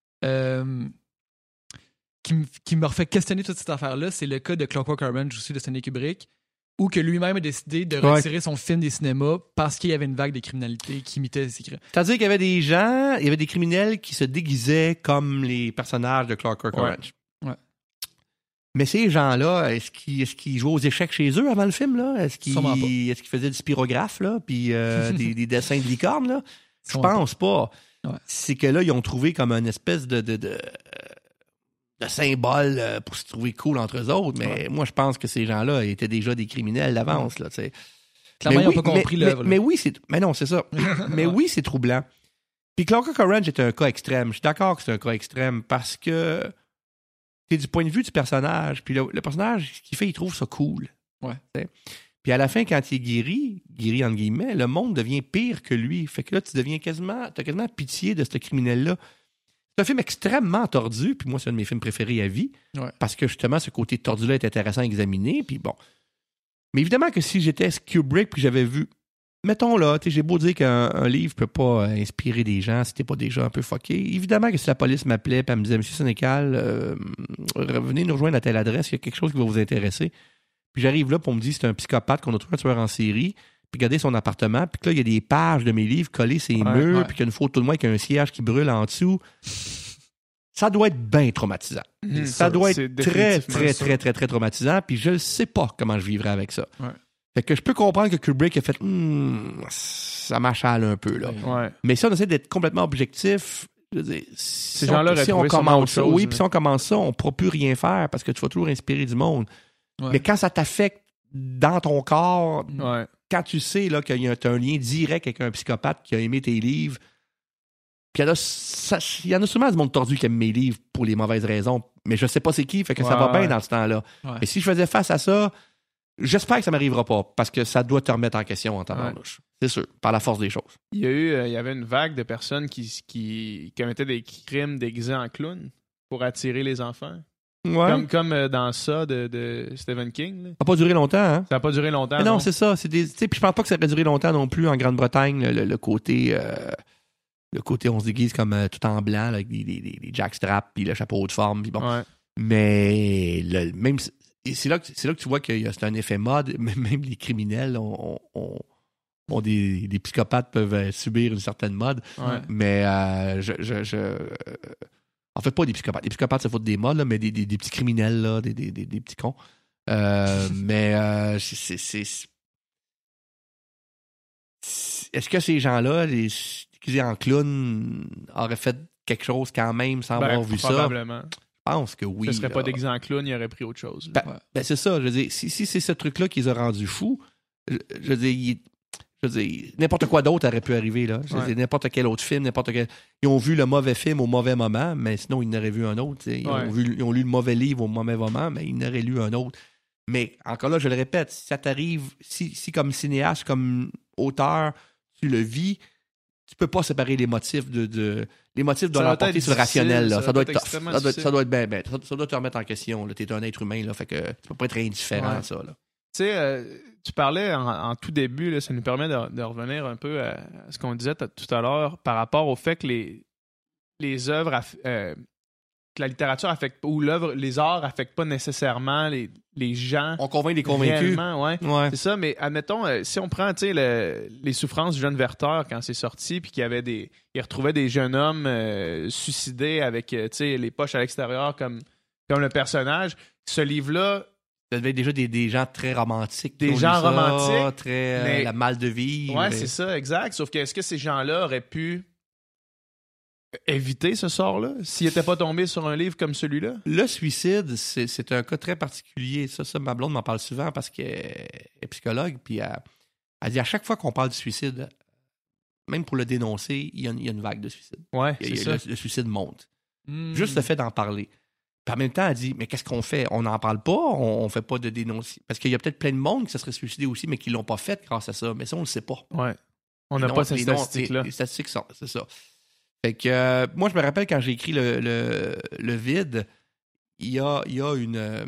euh, qui, me- qui m'a refait questionner toute cette affaire-là. C'est le cas de Clockwork Orange aussi de Stanley Kubrick, où que lui-même a décidé de Ouais. retirer son film des cinémas parce qu'il y avait une vague de criminalité qui imitait ses crimes. C'est-à-dire qu'il y avait des gens, il y avait des criminels qui se déguisaient comme les personnages de Clockwork Ouais. Orange. Ouais. Mais ces gens-là, est-ce qu'ils, est-ce qu'ils jouaient aux échecs chez eux avant le film, là? Est-ce qu'ils, Sûrement pas. est-ce qu'ils faisaient du spirographe, là? Puis euh, des, des dessins de licorne, là? Je Sûrement pense pas. Ouais. C'est que là, ils ont trouvé comme une espèce de, de, de, de symbole euh, pour se trouver cool entre eux autres. Mais Ouais. moi, je pense que ces gens-là étaient déjà des criminels d'avance, là, tu sais. Clairement, Mais ils n'ont oui, pas compris mais, l'œuvre. mais, mais oui, c'est. Mais non, c'est ça. mais oui, c'est troublant. Puis Clockwork Orange est un cas extrême. Je suis d'accord que c'est un cas extrême parce que c'est du point de vue du personnage. Puis le, le personnage, ce qu'il fait, il trouve ça cool. Ouais. T'sais. Puis à la fin, quand il est guéri, guéri entre guillemets, le monde devient pire que lui. Fait que là, tu deviens quasiment. T'as quasiment pitié de ce criminel-là. C'est un film extrêmement tordu, puis moi, c'est un de mes films préférés à vie. Ouais. Parce que justement, ce côté tordu-là est intéressant à examiner. Puis bon. Mais évidemment que si j'étais Kubrick puis que j'avais vu mettons là, tu sais, j'ai beau dire qu'un un livre peut pas euh, inspirer des gens si t'es pas déjà un peu fucké. Évidemment que si la police m'appelait et elle me disait, Monsieur Sénécal, euh, revenez nous rejoindre à telle adresse, il y a quelque chose qui va vous intéresser. Puis j'arrive là, puis on me dit c'est un psychopathe qu'on a trouvé un tueur en série, puis regardez son appartement, puis que là, il y a des pages de mes livres collées sur les Ouais, murs, ouais. puis qu'il y a une photo de moi avec un cierge qui brûle en dessous. Ça doit être bien traumatisant. Mmh, ça ça, doit c'est être très, définitivement très, ça. très, très, très traumatisant, puis je ne sais pas comment je vivrais avec ça. Ouais. Fait que je peux comprendre que Kubrick a fait hmm, ça m'achale un peu, là. Ouais. Mais si on essaie d'être complètement objectif, je veux dire, si Ces gens-là on, auraient si on trouvé sûrement commence autre ça, chose, oui, mais- puis si on commence ça, on ne pourra plus rien faire parce que tu vas toujours inspirer du monde. Ouais. Mais quand ça t'affecte dans ton corps, Ouais. quand tu sais là, qu'il y a un lien direct avec un psychopathe qui a aimé tes livres, puis il y en a, ça- il y en a sûrement du monde tordu qui aime mes livres pour les mauvaises raisons, mais je sais pas c'est qui, fait que ça Ouais, va bien ouais. dans ce temps-là. Ouais. Mais si je faisais face à ça, j'espère que ça m'arrivera pas, parce que ça doit te remettre en question en tabarnouche. C'est sûr, par la force des choses. Il y a eu, euh, il y avait une vague de personnes qui, qui commettaient des crimes déguisés en clown pour attirer les enfants. Ouais. Comme, comme euh, dans ça de, de Stephen King. là. Ça n'a pas duré longtemps, hein? Ça n'a pas duré longtemps. Mais non, non? c'est ça. C'est des, tu sais, puis je pense pas que ça aurait duré longtemps non plus en Grande-Bretagne, le, le- le côté. euh, le côté, on se déguise comme euh, tout en blanc, là, avec des, des, des, des jackstraps, puis le chapeau de forme, puis bon. Ouais. Mais le, même, et c'est là, que, c'est là que tu vois que y a- c'est un effet mode. Même les criminels ont, ont- ont- ont des, des psychopathes peuvent euh, subir une certaine mode. Ouais. Mais euh, je, je, je euh, en fait, pas des psychopathes. Les psychopathes, ça faute des modes, là, mais des, des, des petits criminels, là, des, des, des, des petits cons. Euh, mais euh, c'est, c'est, c'est- est-ce que ces gens-là, les déguisés en clown, auraient fait quelque chose quand même sans Ben, avoir vu ça? probablement. Je pense que oui. Ce serait là. pas déguisé en clown, il aurait pris autre chose. là. Ben, ben, c'est ça, je veux dire, si, si c'est ce truc-là qui les a rendus fous, je, je veux dire, il- je veux dire, n'importe quoi d'autre aurait pu arriver, là. Je veux Ouais. dire, n'importe quel autre film, n'importe quel. Ils ont vu le mauvais film au mauvais moment, mais sinon, ils n'auraient vu un autre. tu sais. Ils, Ouais. ont vu, ils ont lu le mauvais livre au mauvais moment, mais ils n'auraient lu un autre. Mais encore là, je le répète, si ça t'arrive, si, si comme cinéaste, comme auteur, tu le vis, tu peux pas séparer les motifs de. de les motifs doivent Ça doit l'emporter être sur le rationnel. difficile, Là. ça Ça, doit doit être être tough. extrêmement Ça doit, être- difficile. ça doit être ben, ben, ça, ça doit te remettre en question. Tu es un être humain, là, fait que tu peux pas être indifférent Ouais. à ça. Là. Tu sais, euh, tu parlais en, en tout début, là, ça nous permet de, de revenir un peu à, à ce qu'on disait t- tout à l'heure par rapport au fait que les, les œuvres, aff- euh, que la littérature affecte ou l'œuvre, les arts affectent pas nécessairement les, les gens. On convainc les convaincus. Réellement, ouais. Ouais. C'est ça, mais admettons, euh, si on prend tu sais, le- les souffrances du jeune Werther quand c'est sorti, puis qu'il y avait des. Il retrouvait des jeunes hommes euh, suicidés avec euh, tu sais, les poches à l'extérieur comme, comme le personnage. Ce livre-là, Ça devait être déjà des, des gens très romantiques. Des qui ont gens lu ça, romantiques, Très euh, mais- la mal de vivre. ouais, mais- c'est ça, exact. Sauf que est-ce que ces gens-là auraient pu éviter ce sort-là s'ils n'étaient pas tombés sur un livre comme celui-là? Le suicide, c'est, c'est un cas très particulier. Ça, ça, ma blonde m'en parle souvent parce qu'elle est psychologue. Puis elle, elle dit à chaque fois qu'on parle du suicide, même pour le dénoncer, il y a, une- il y a une vague de suicide. Ouais, Il y a- c'est il y a- ça. le, le suicide monte. Mm. Juste le fait d'en parler. Puis en même temps, elle dit, mais qu'est-ce qu'on fait? On n'en parle pas, on, on fait pas de dénoncer. Parce qu'il y a peut-être plein de monde qui se serait suicidé aussi, mais qui l'ont pas fait grâce à ça. Mais ça, on le sait pas. Ouais. On Les n'a noms- pas cette les noms- statistique-là. Les, les statistiques sont, c'est ça. Fait que, euh, moi, je me rappelle quand j'ai écrit le, le, le vide, il y a, il y a une. euh,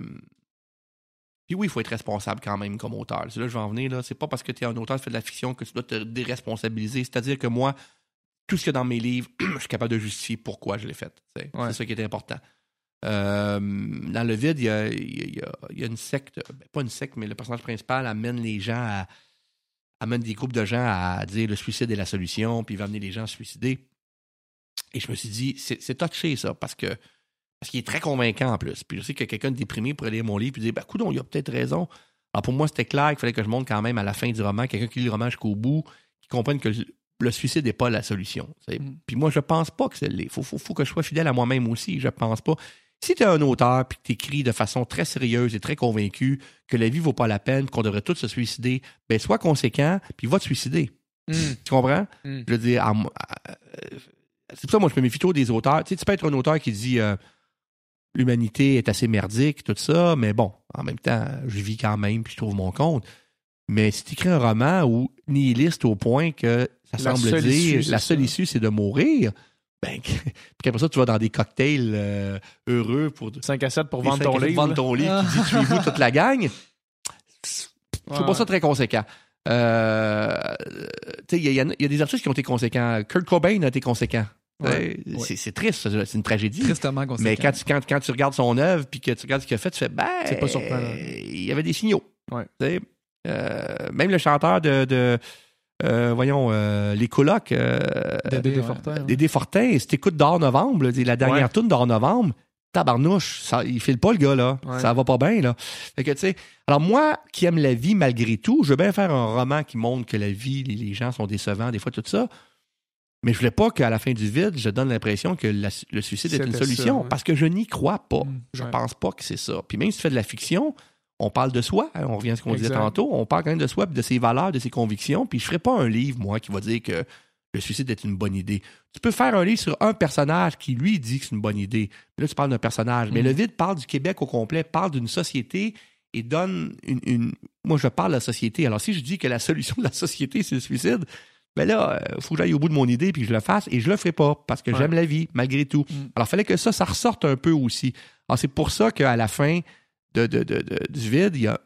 Puis oui, il faut être responsable quand même comme auteur. C'est là que je vais en venir. Là. C'est pas parce que tu es un auteur qui fait de la fiction que tu dois te déresponsabiliser. C'est-à-dire que moi, tout ce qu'il y a dans mes livres, je suis capable de justifier pourquoi je l'ai fait. C'est Ouais. c'est ça qui est important. Euh, dans le vide, il y a, il y a- il y a une secte, ben, pas une secte, mais le personnage principal amène les gens à. amène des groupes de gens à dire le suicide est la solution, puis il va amener les gens à se suicider. Et je me suis dit, c'est, c'est touché ça, parce que parce qu'il est très convaincant en plus. Puis je sais que quelqu'un de déprimé pourrait lire mon livre puis dire, ben, coudonc, il a peut-être raison. Alors pour moi, c'était clair qu'il fallait que je montre quand même à la fin du roman, quelqu'un qui lit le roman jusqu'au bout, qui comprenne que le, le suicide n'est pas la solution. Mm. Puis moi, je pense pas que c'est l'est. Il faut, faut, faut que je sois fidèle à moi-même aussi. Je pense pas. Si tu es un auteur puis que tu écris de façon très sérieuse et très convaincu que la vie vaut pas la peine, qu'on devrait tous se suicider, ben sois conséquent puis va te suicider. Mm. Tu comprends? Mm. Je veux dire, à mo- à- euh, c'est pour ça que moi, je me méfie toujours des auteurs. Tu sais, tu peux être un auteur qui dit euh, l'humanité est assez merdique, tout ça, mais bon, en même temps, je vis quand même puis je trouve mon compte. Mais si tu écris un roman où nihiliste au point que ça La semble seule dire issue, la c'est seule ça. issue, c'est de mourir, ben, puis qu'après ça, tu vas dans des cocktails euh, heureux pour cinq à sept pour des vendre cinq ton à sept livre. vendre là. ton livre, Ah. qui dit tuez-vous toute la gang. Je Ouais, trouve pas ça ouais. très conséquent. Euh, tu sais, il y, y, y a des artistes qui ont été conséquents. Kurt Cobain a été conséquent. Ouais, c'est, ouais. c'est triste, c'est une tragédie. Tristement conséquent. Mais quand tu, quand, quand tu regardes son œuvre puis que tu regardes ce qu'il a fait, tu fais ben. C'est pas surprenant. Il y avait des signaux. Ouais. Euh, même le chanteur de. de euh, voyons, euh, les colocs. Euh, Dédé Dédé ouais. Fortin. Dédé Fortin, si t'écoutes dehors novembre, là, la dernière Ouais. tourne dehors novembre, tabarnouche, ça, il file pas le gars, là. Ouais. Ça va pas bien, là. Fait que, tu sais, alors moi, qui aime la vie malgré tout, je veux bien faire un roman qui montre que la vie, les, les gens sont décevants, des fois, tout ça. Mais je voulais pas qu'à la fin du vide, je donne l'impression que la- le suicide est une C'était solution. ça, ouais. Parce que je n'y crois pas. Mm, je ouais. pense pas que c'est ça. Puis même si tu fais de la fiction, on parle de soi. Hein, on revient à ce qu'on disait Exact. tantôt. On parle quand même de soi, puis de ses valeurs, de ses convictions. Puis je ferai pas un livre, moi, qui va dire que le suicide est une bonne idée. Tu peux faire un livre sur un personnage qui, lui, dit que c'est une bonne idée. Mais là, tu parles d'un personnage. Mais Mm. le vide parle du Québec au complet, parle d'une société et donne une, une... Moi, je parle de la société. Alors, si je dis que la solution de la société, c'est le suicide, ben là, il faut que j'aille au bout de mon idée puis que je le fasse et je le ferai pas parce que Ouais. j'aime la vie, malgré tout. Mm. Alors, il fallait que ça, ça ressorte un peu aussi. Alors, c'est pour ça qu'à la fin de, de, de, de- du vide, il y a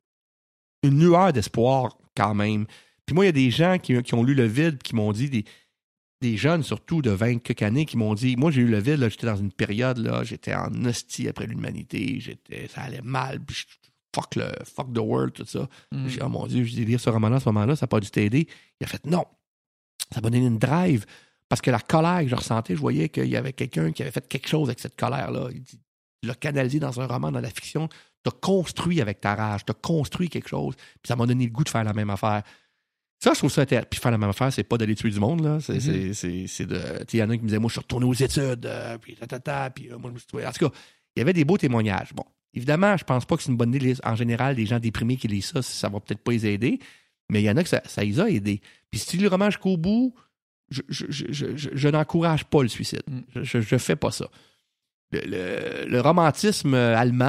une lueur d'espoir quand même. Puis moi, il y a des gens qui, qui ont lu le vide qui m'ont dit, des, des jeunes surtout de vingt quelques années qui m'ont dit, moi j'ai eu le vide, là, j'étais dans une période, là, j'étais en hostie après l'humanité, j'étais, ça allait mal, puis je- fuck, le, fuck the world, tout ça. Mm. J'ai dit, oh mon Dieu, j'ai dit, lire ce roman-là à ce moment-là, ça n'a pas dû t'aider. Il a fait non. Ça m'a donné une drive. Parce que la colère que je ressentais, je voyais qu'il y avait quelqu'un qui avait fait quelque chose avec cette colère-là. Il dit, tu l'as canalisé dans un roman, dans la fiction. Tu as construit avec ta rage. Tu as construit quelque chose. Puis ça m'a donné le goût de faire la même affaire. Ça, je trouve ça intéressant. Puis faire la même affaire, c'est pas d'aller tuer du monde, là. C'est, Mm-hmm. c'est, c'est, c'est de. Tu sais, il y en a qui me disaient, moi, je suis retourné aux études, euh, puis ta, ta, ta, puis euh, moi, je me suis trouvé. En tout cas, il y avait des beaux témoignages. Bon, évidemment, je pense pas que c'est une bonne idée. En général, des gens déprimés qui lisent ça, ça va peut-être pas les aider. Mais il y en a que ça, ça les a aidés. Puis si tu lis le roman jusqu'au bout, je, je, je, je, je, je n'encourage pas le suicide. Mm. Je, je, je fais pas ça. Le, le, le romantisme allemand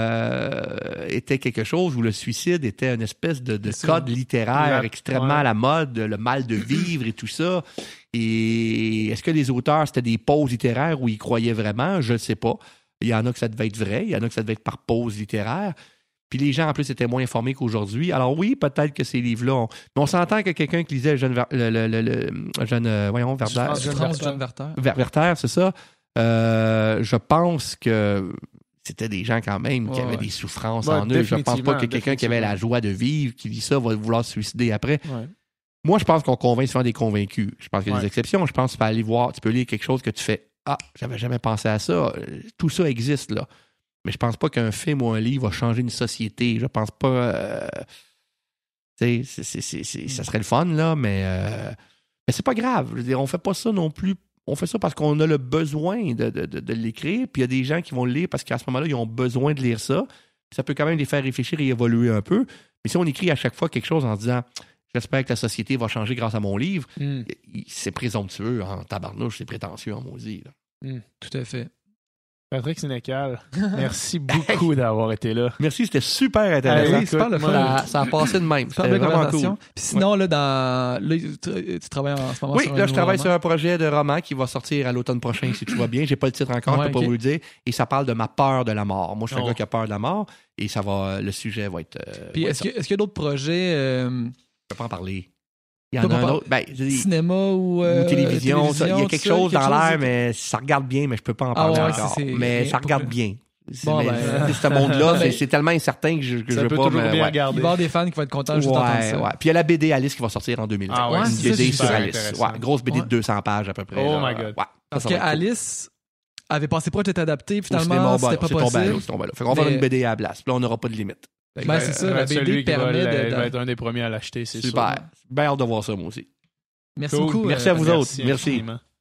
euh, était quelque chose où le suicide était une espèce de, de C'est code ça. littéraire La- extrêmement ouais. à la mode, le mal de vivre et tout ça. Et est-ce que les auteurs, c'était des pauses littéraires où ils croyaient vraiment? Je ne sais pas. Il y en a que ça devait être vrai, il y en a que ça devait être par pause littéraire. Puis les gens, en plus, étaient moins informés qu'aujourd'hui. Alors oui, peut-être que ces livres-là... ont- Mais on s'entend que quelqu'un qui lisait le jeune... Ver- Le, le, le, le- jeune euh, voyons, Werther... France Jeune France Werther. John Werther. Ver- Werther, c'est ça. Euh, je pense que c'était des gens quand même qui Ouais, avaient ouais. des souffrances Ouais, en eux. Je pense pas définitivement, que quelqu'un qui avait la joie de vivre, qui lit ça, va vouloir se suicider après. Ouais. Moi, je pense qu'on convainc souvent des convaincus. Je pense qu'il y a des Ouais. exceptions. Je pense que tu peux aller voir, tu peux lire quelque chose que tu fais « Ah, j'avais jamais pensé à ça. Euh, Tout ça existe, là. » Mais je pense pas qu'un film ou un livre va changer une société. Je pense pas... euh, tu sais, c'est, c'est, c'est, c'est- ça serait le fun, là, mais... euh, mais c'est pas grave. Je veux dire, on fait pas ça non plus. On fait ça parce qu'on a le besoin de, de, de, de l'écrire. Puis il y a des gens qui vont le lire parce qu'à ce moment-là, ils ont besoin de lire ça. Puis ça peut quand même les faire réfléchir et évoluer un peu. Mais si on écrit à chaque fois quelque chose en se disant « J'espère que la société va changer grâce à mon livre Mm. », c'est présomptueux en tabarnouche, c'est prétentieux en maudit. là. Tout à fait. Patrick Sénécal, merci beaucoup d'avoir été là. Merci, c'était super intéressant. Allez, Oui, super le écoute, fun. moi, Ça, ça a passé de même. Super C'était belle vraiment conversation. cool. Puis sinon, là, dans, là, tu, tu travailles en ce moment Oui, sur un là, je nouveau travaille roman. sur un projet de roman qui va sortir à l'automne prochain, si tout va bien. J'ai pas le titre encore, Ouais, je peux ok. pas vous le dire. Et ça parle de ma peur de la mort. Moi, je suis un Oh. gars qui a peur de la mort. Et ça va, le sujet va être. euh, Puis va est-ce, être que, est-ce qu'il y a d'autres projets, euh, Je peux pas en parler. Il y Pas en a pour un par- autre. Ben, je dis, cinéma ou, euh, ou télévision. ça, il y a télévision, quelque tout ça, chose dans quelque l'air, chose- mais ça regarde bien, mais je peux pas en Ah parler ouais, encore. c'est- c'est- mais mais ça regarde pour- bien. C'est, Bon, mais, ben, c'est- ce monde-là, ben, c'est, c'est tellement incertain que je, que Ça je veux peut pas. toujours me- bien ouais. Il va y regarder. avoir des fans qui vont être contents juste d'entendre Ouais, ça. ouais. Puis il y a la B D Alice qui va sortir en deux mille vingt. Ah ouais, Ouais, une c'est B D super sur Alice. intéressant. Ouais, grosse B D Ouais. de deux cents pages à peu près. Oh là. my God. Ouais, ça, Parce ça que va être cool. Alice avait pensé pas être adapté, Au cinéma, finalement, bah, c'était là, pas c'est tombé à possible. l'eau, c'est tombé à l'eau. Fait qu'on va faire Mais- une B D à la place. Puis là, on n'aura pas de limite. Fait que, Ben, euh, c'est ça, Ça va la être B D celui qui va, permet le- de- il de- va être un des premiers à l'acheter, c'est sûr. Super. Bien hâte de voir ça, moi aussi. Merci Cool. beaucoup. Merci euh, à vous autres. Merci. infiniment.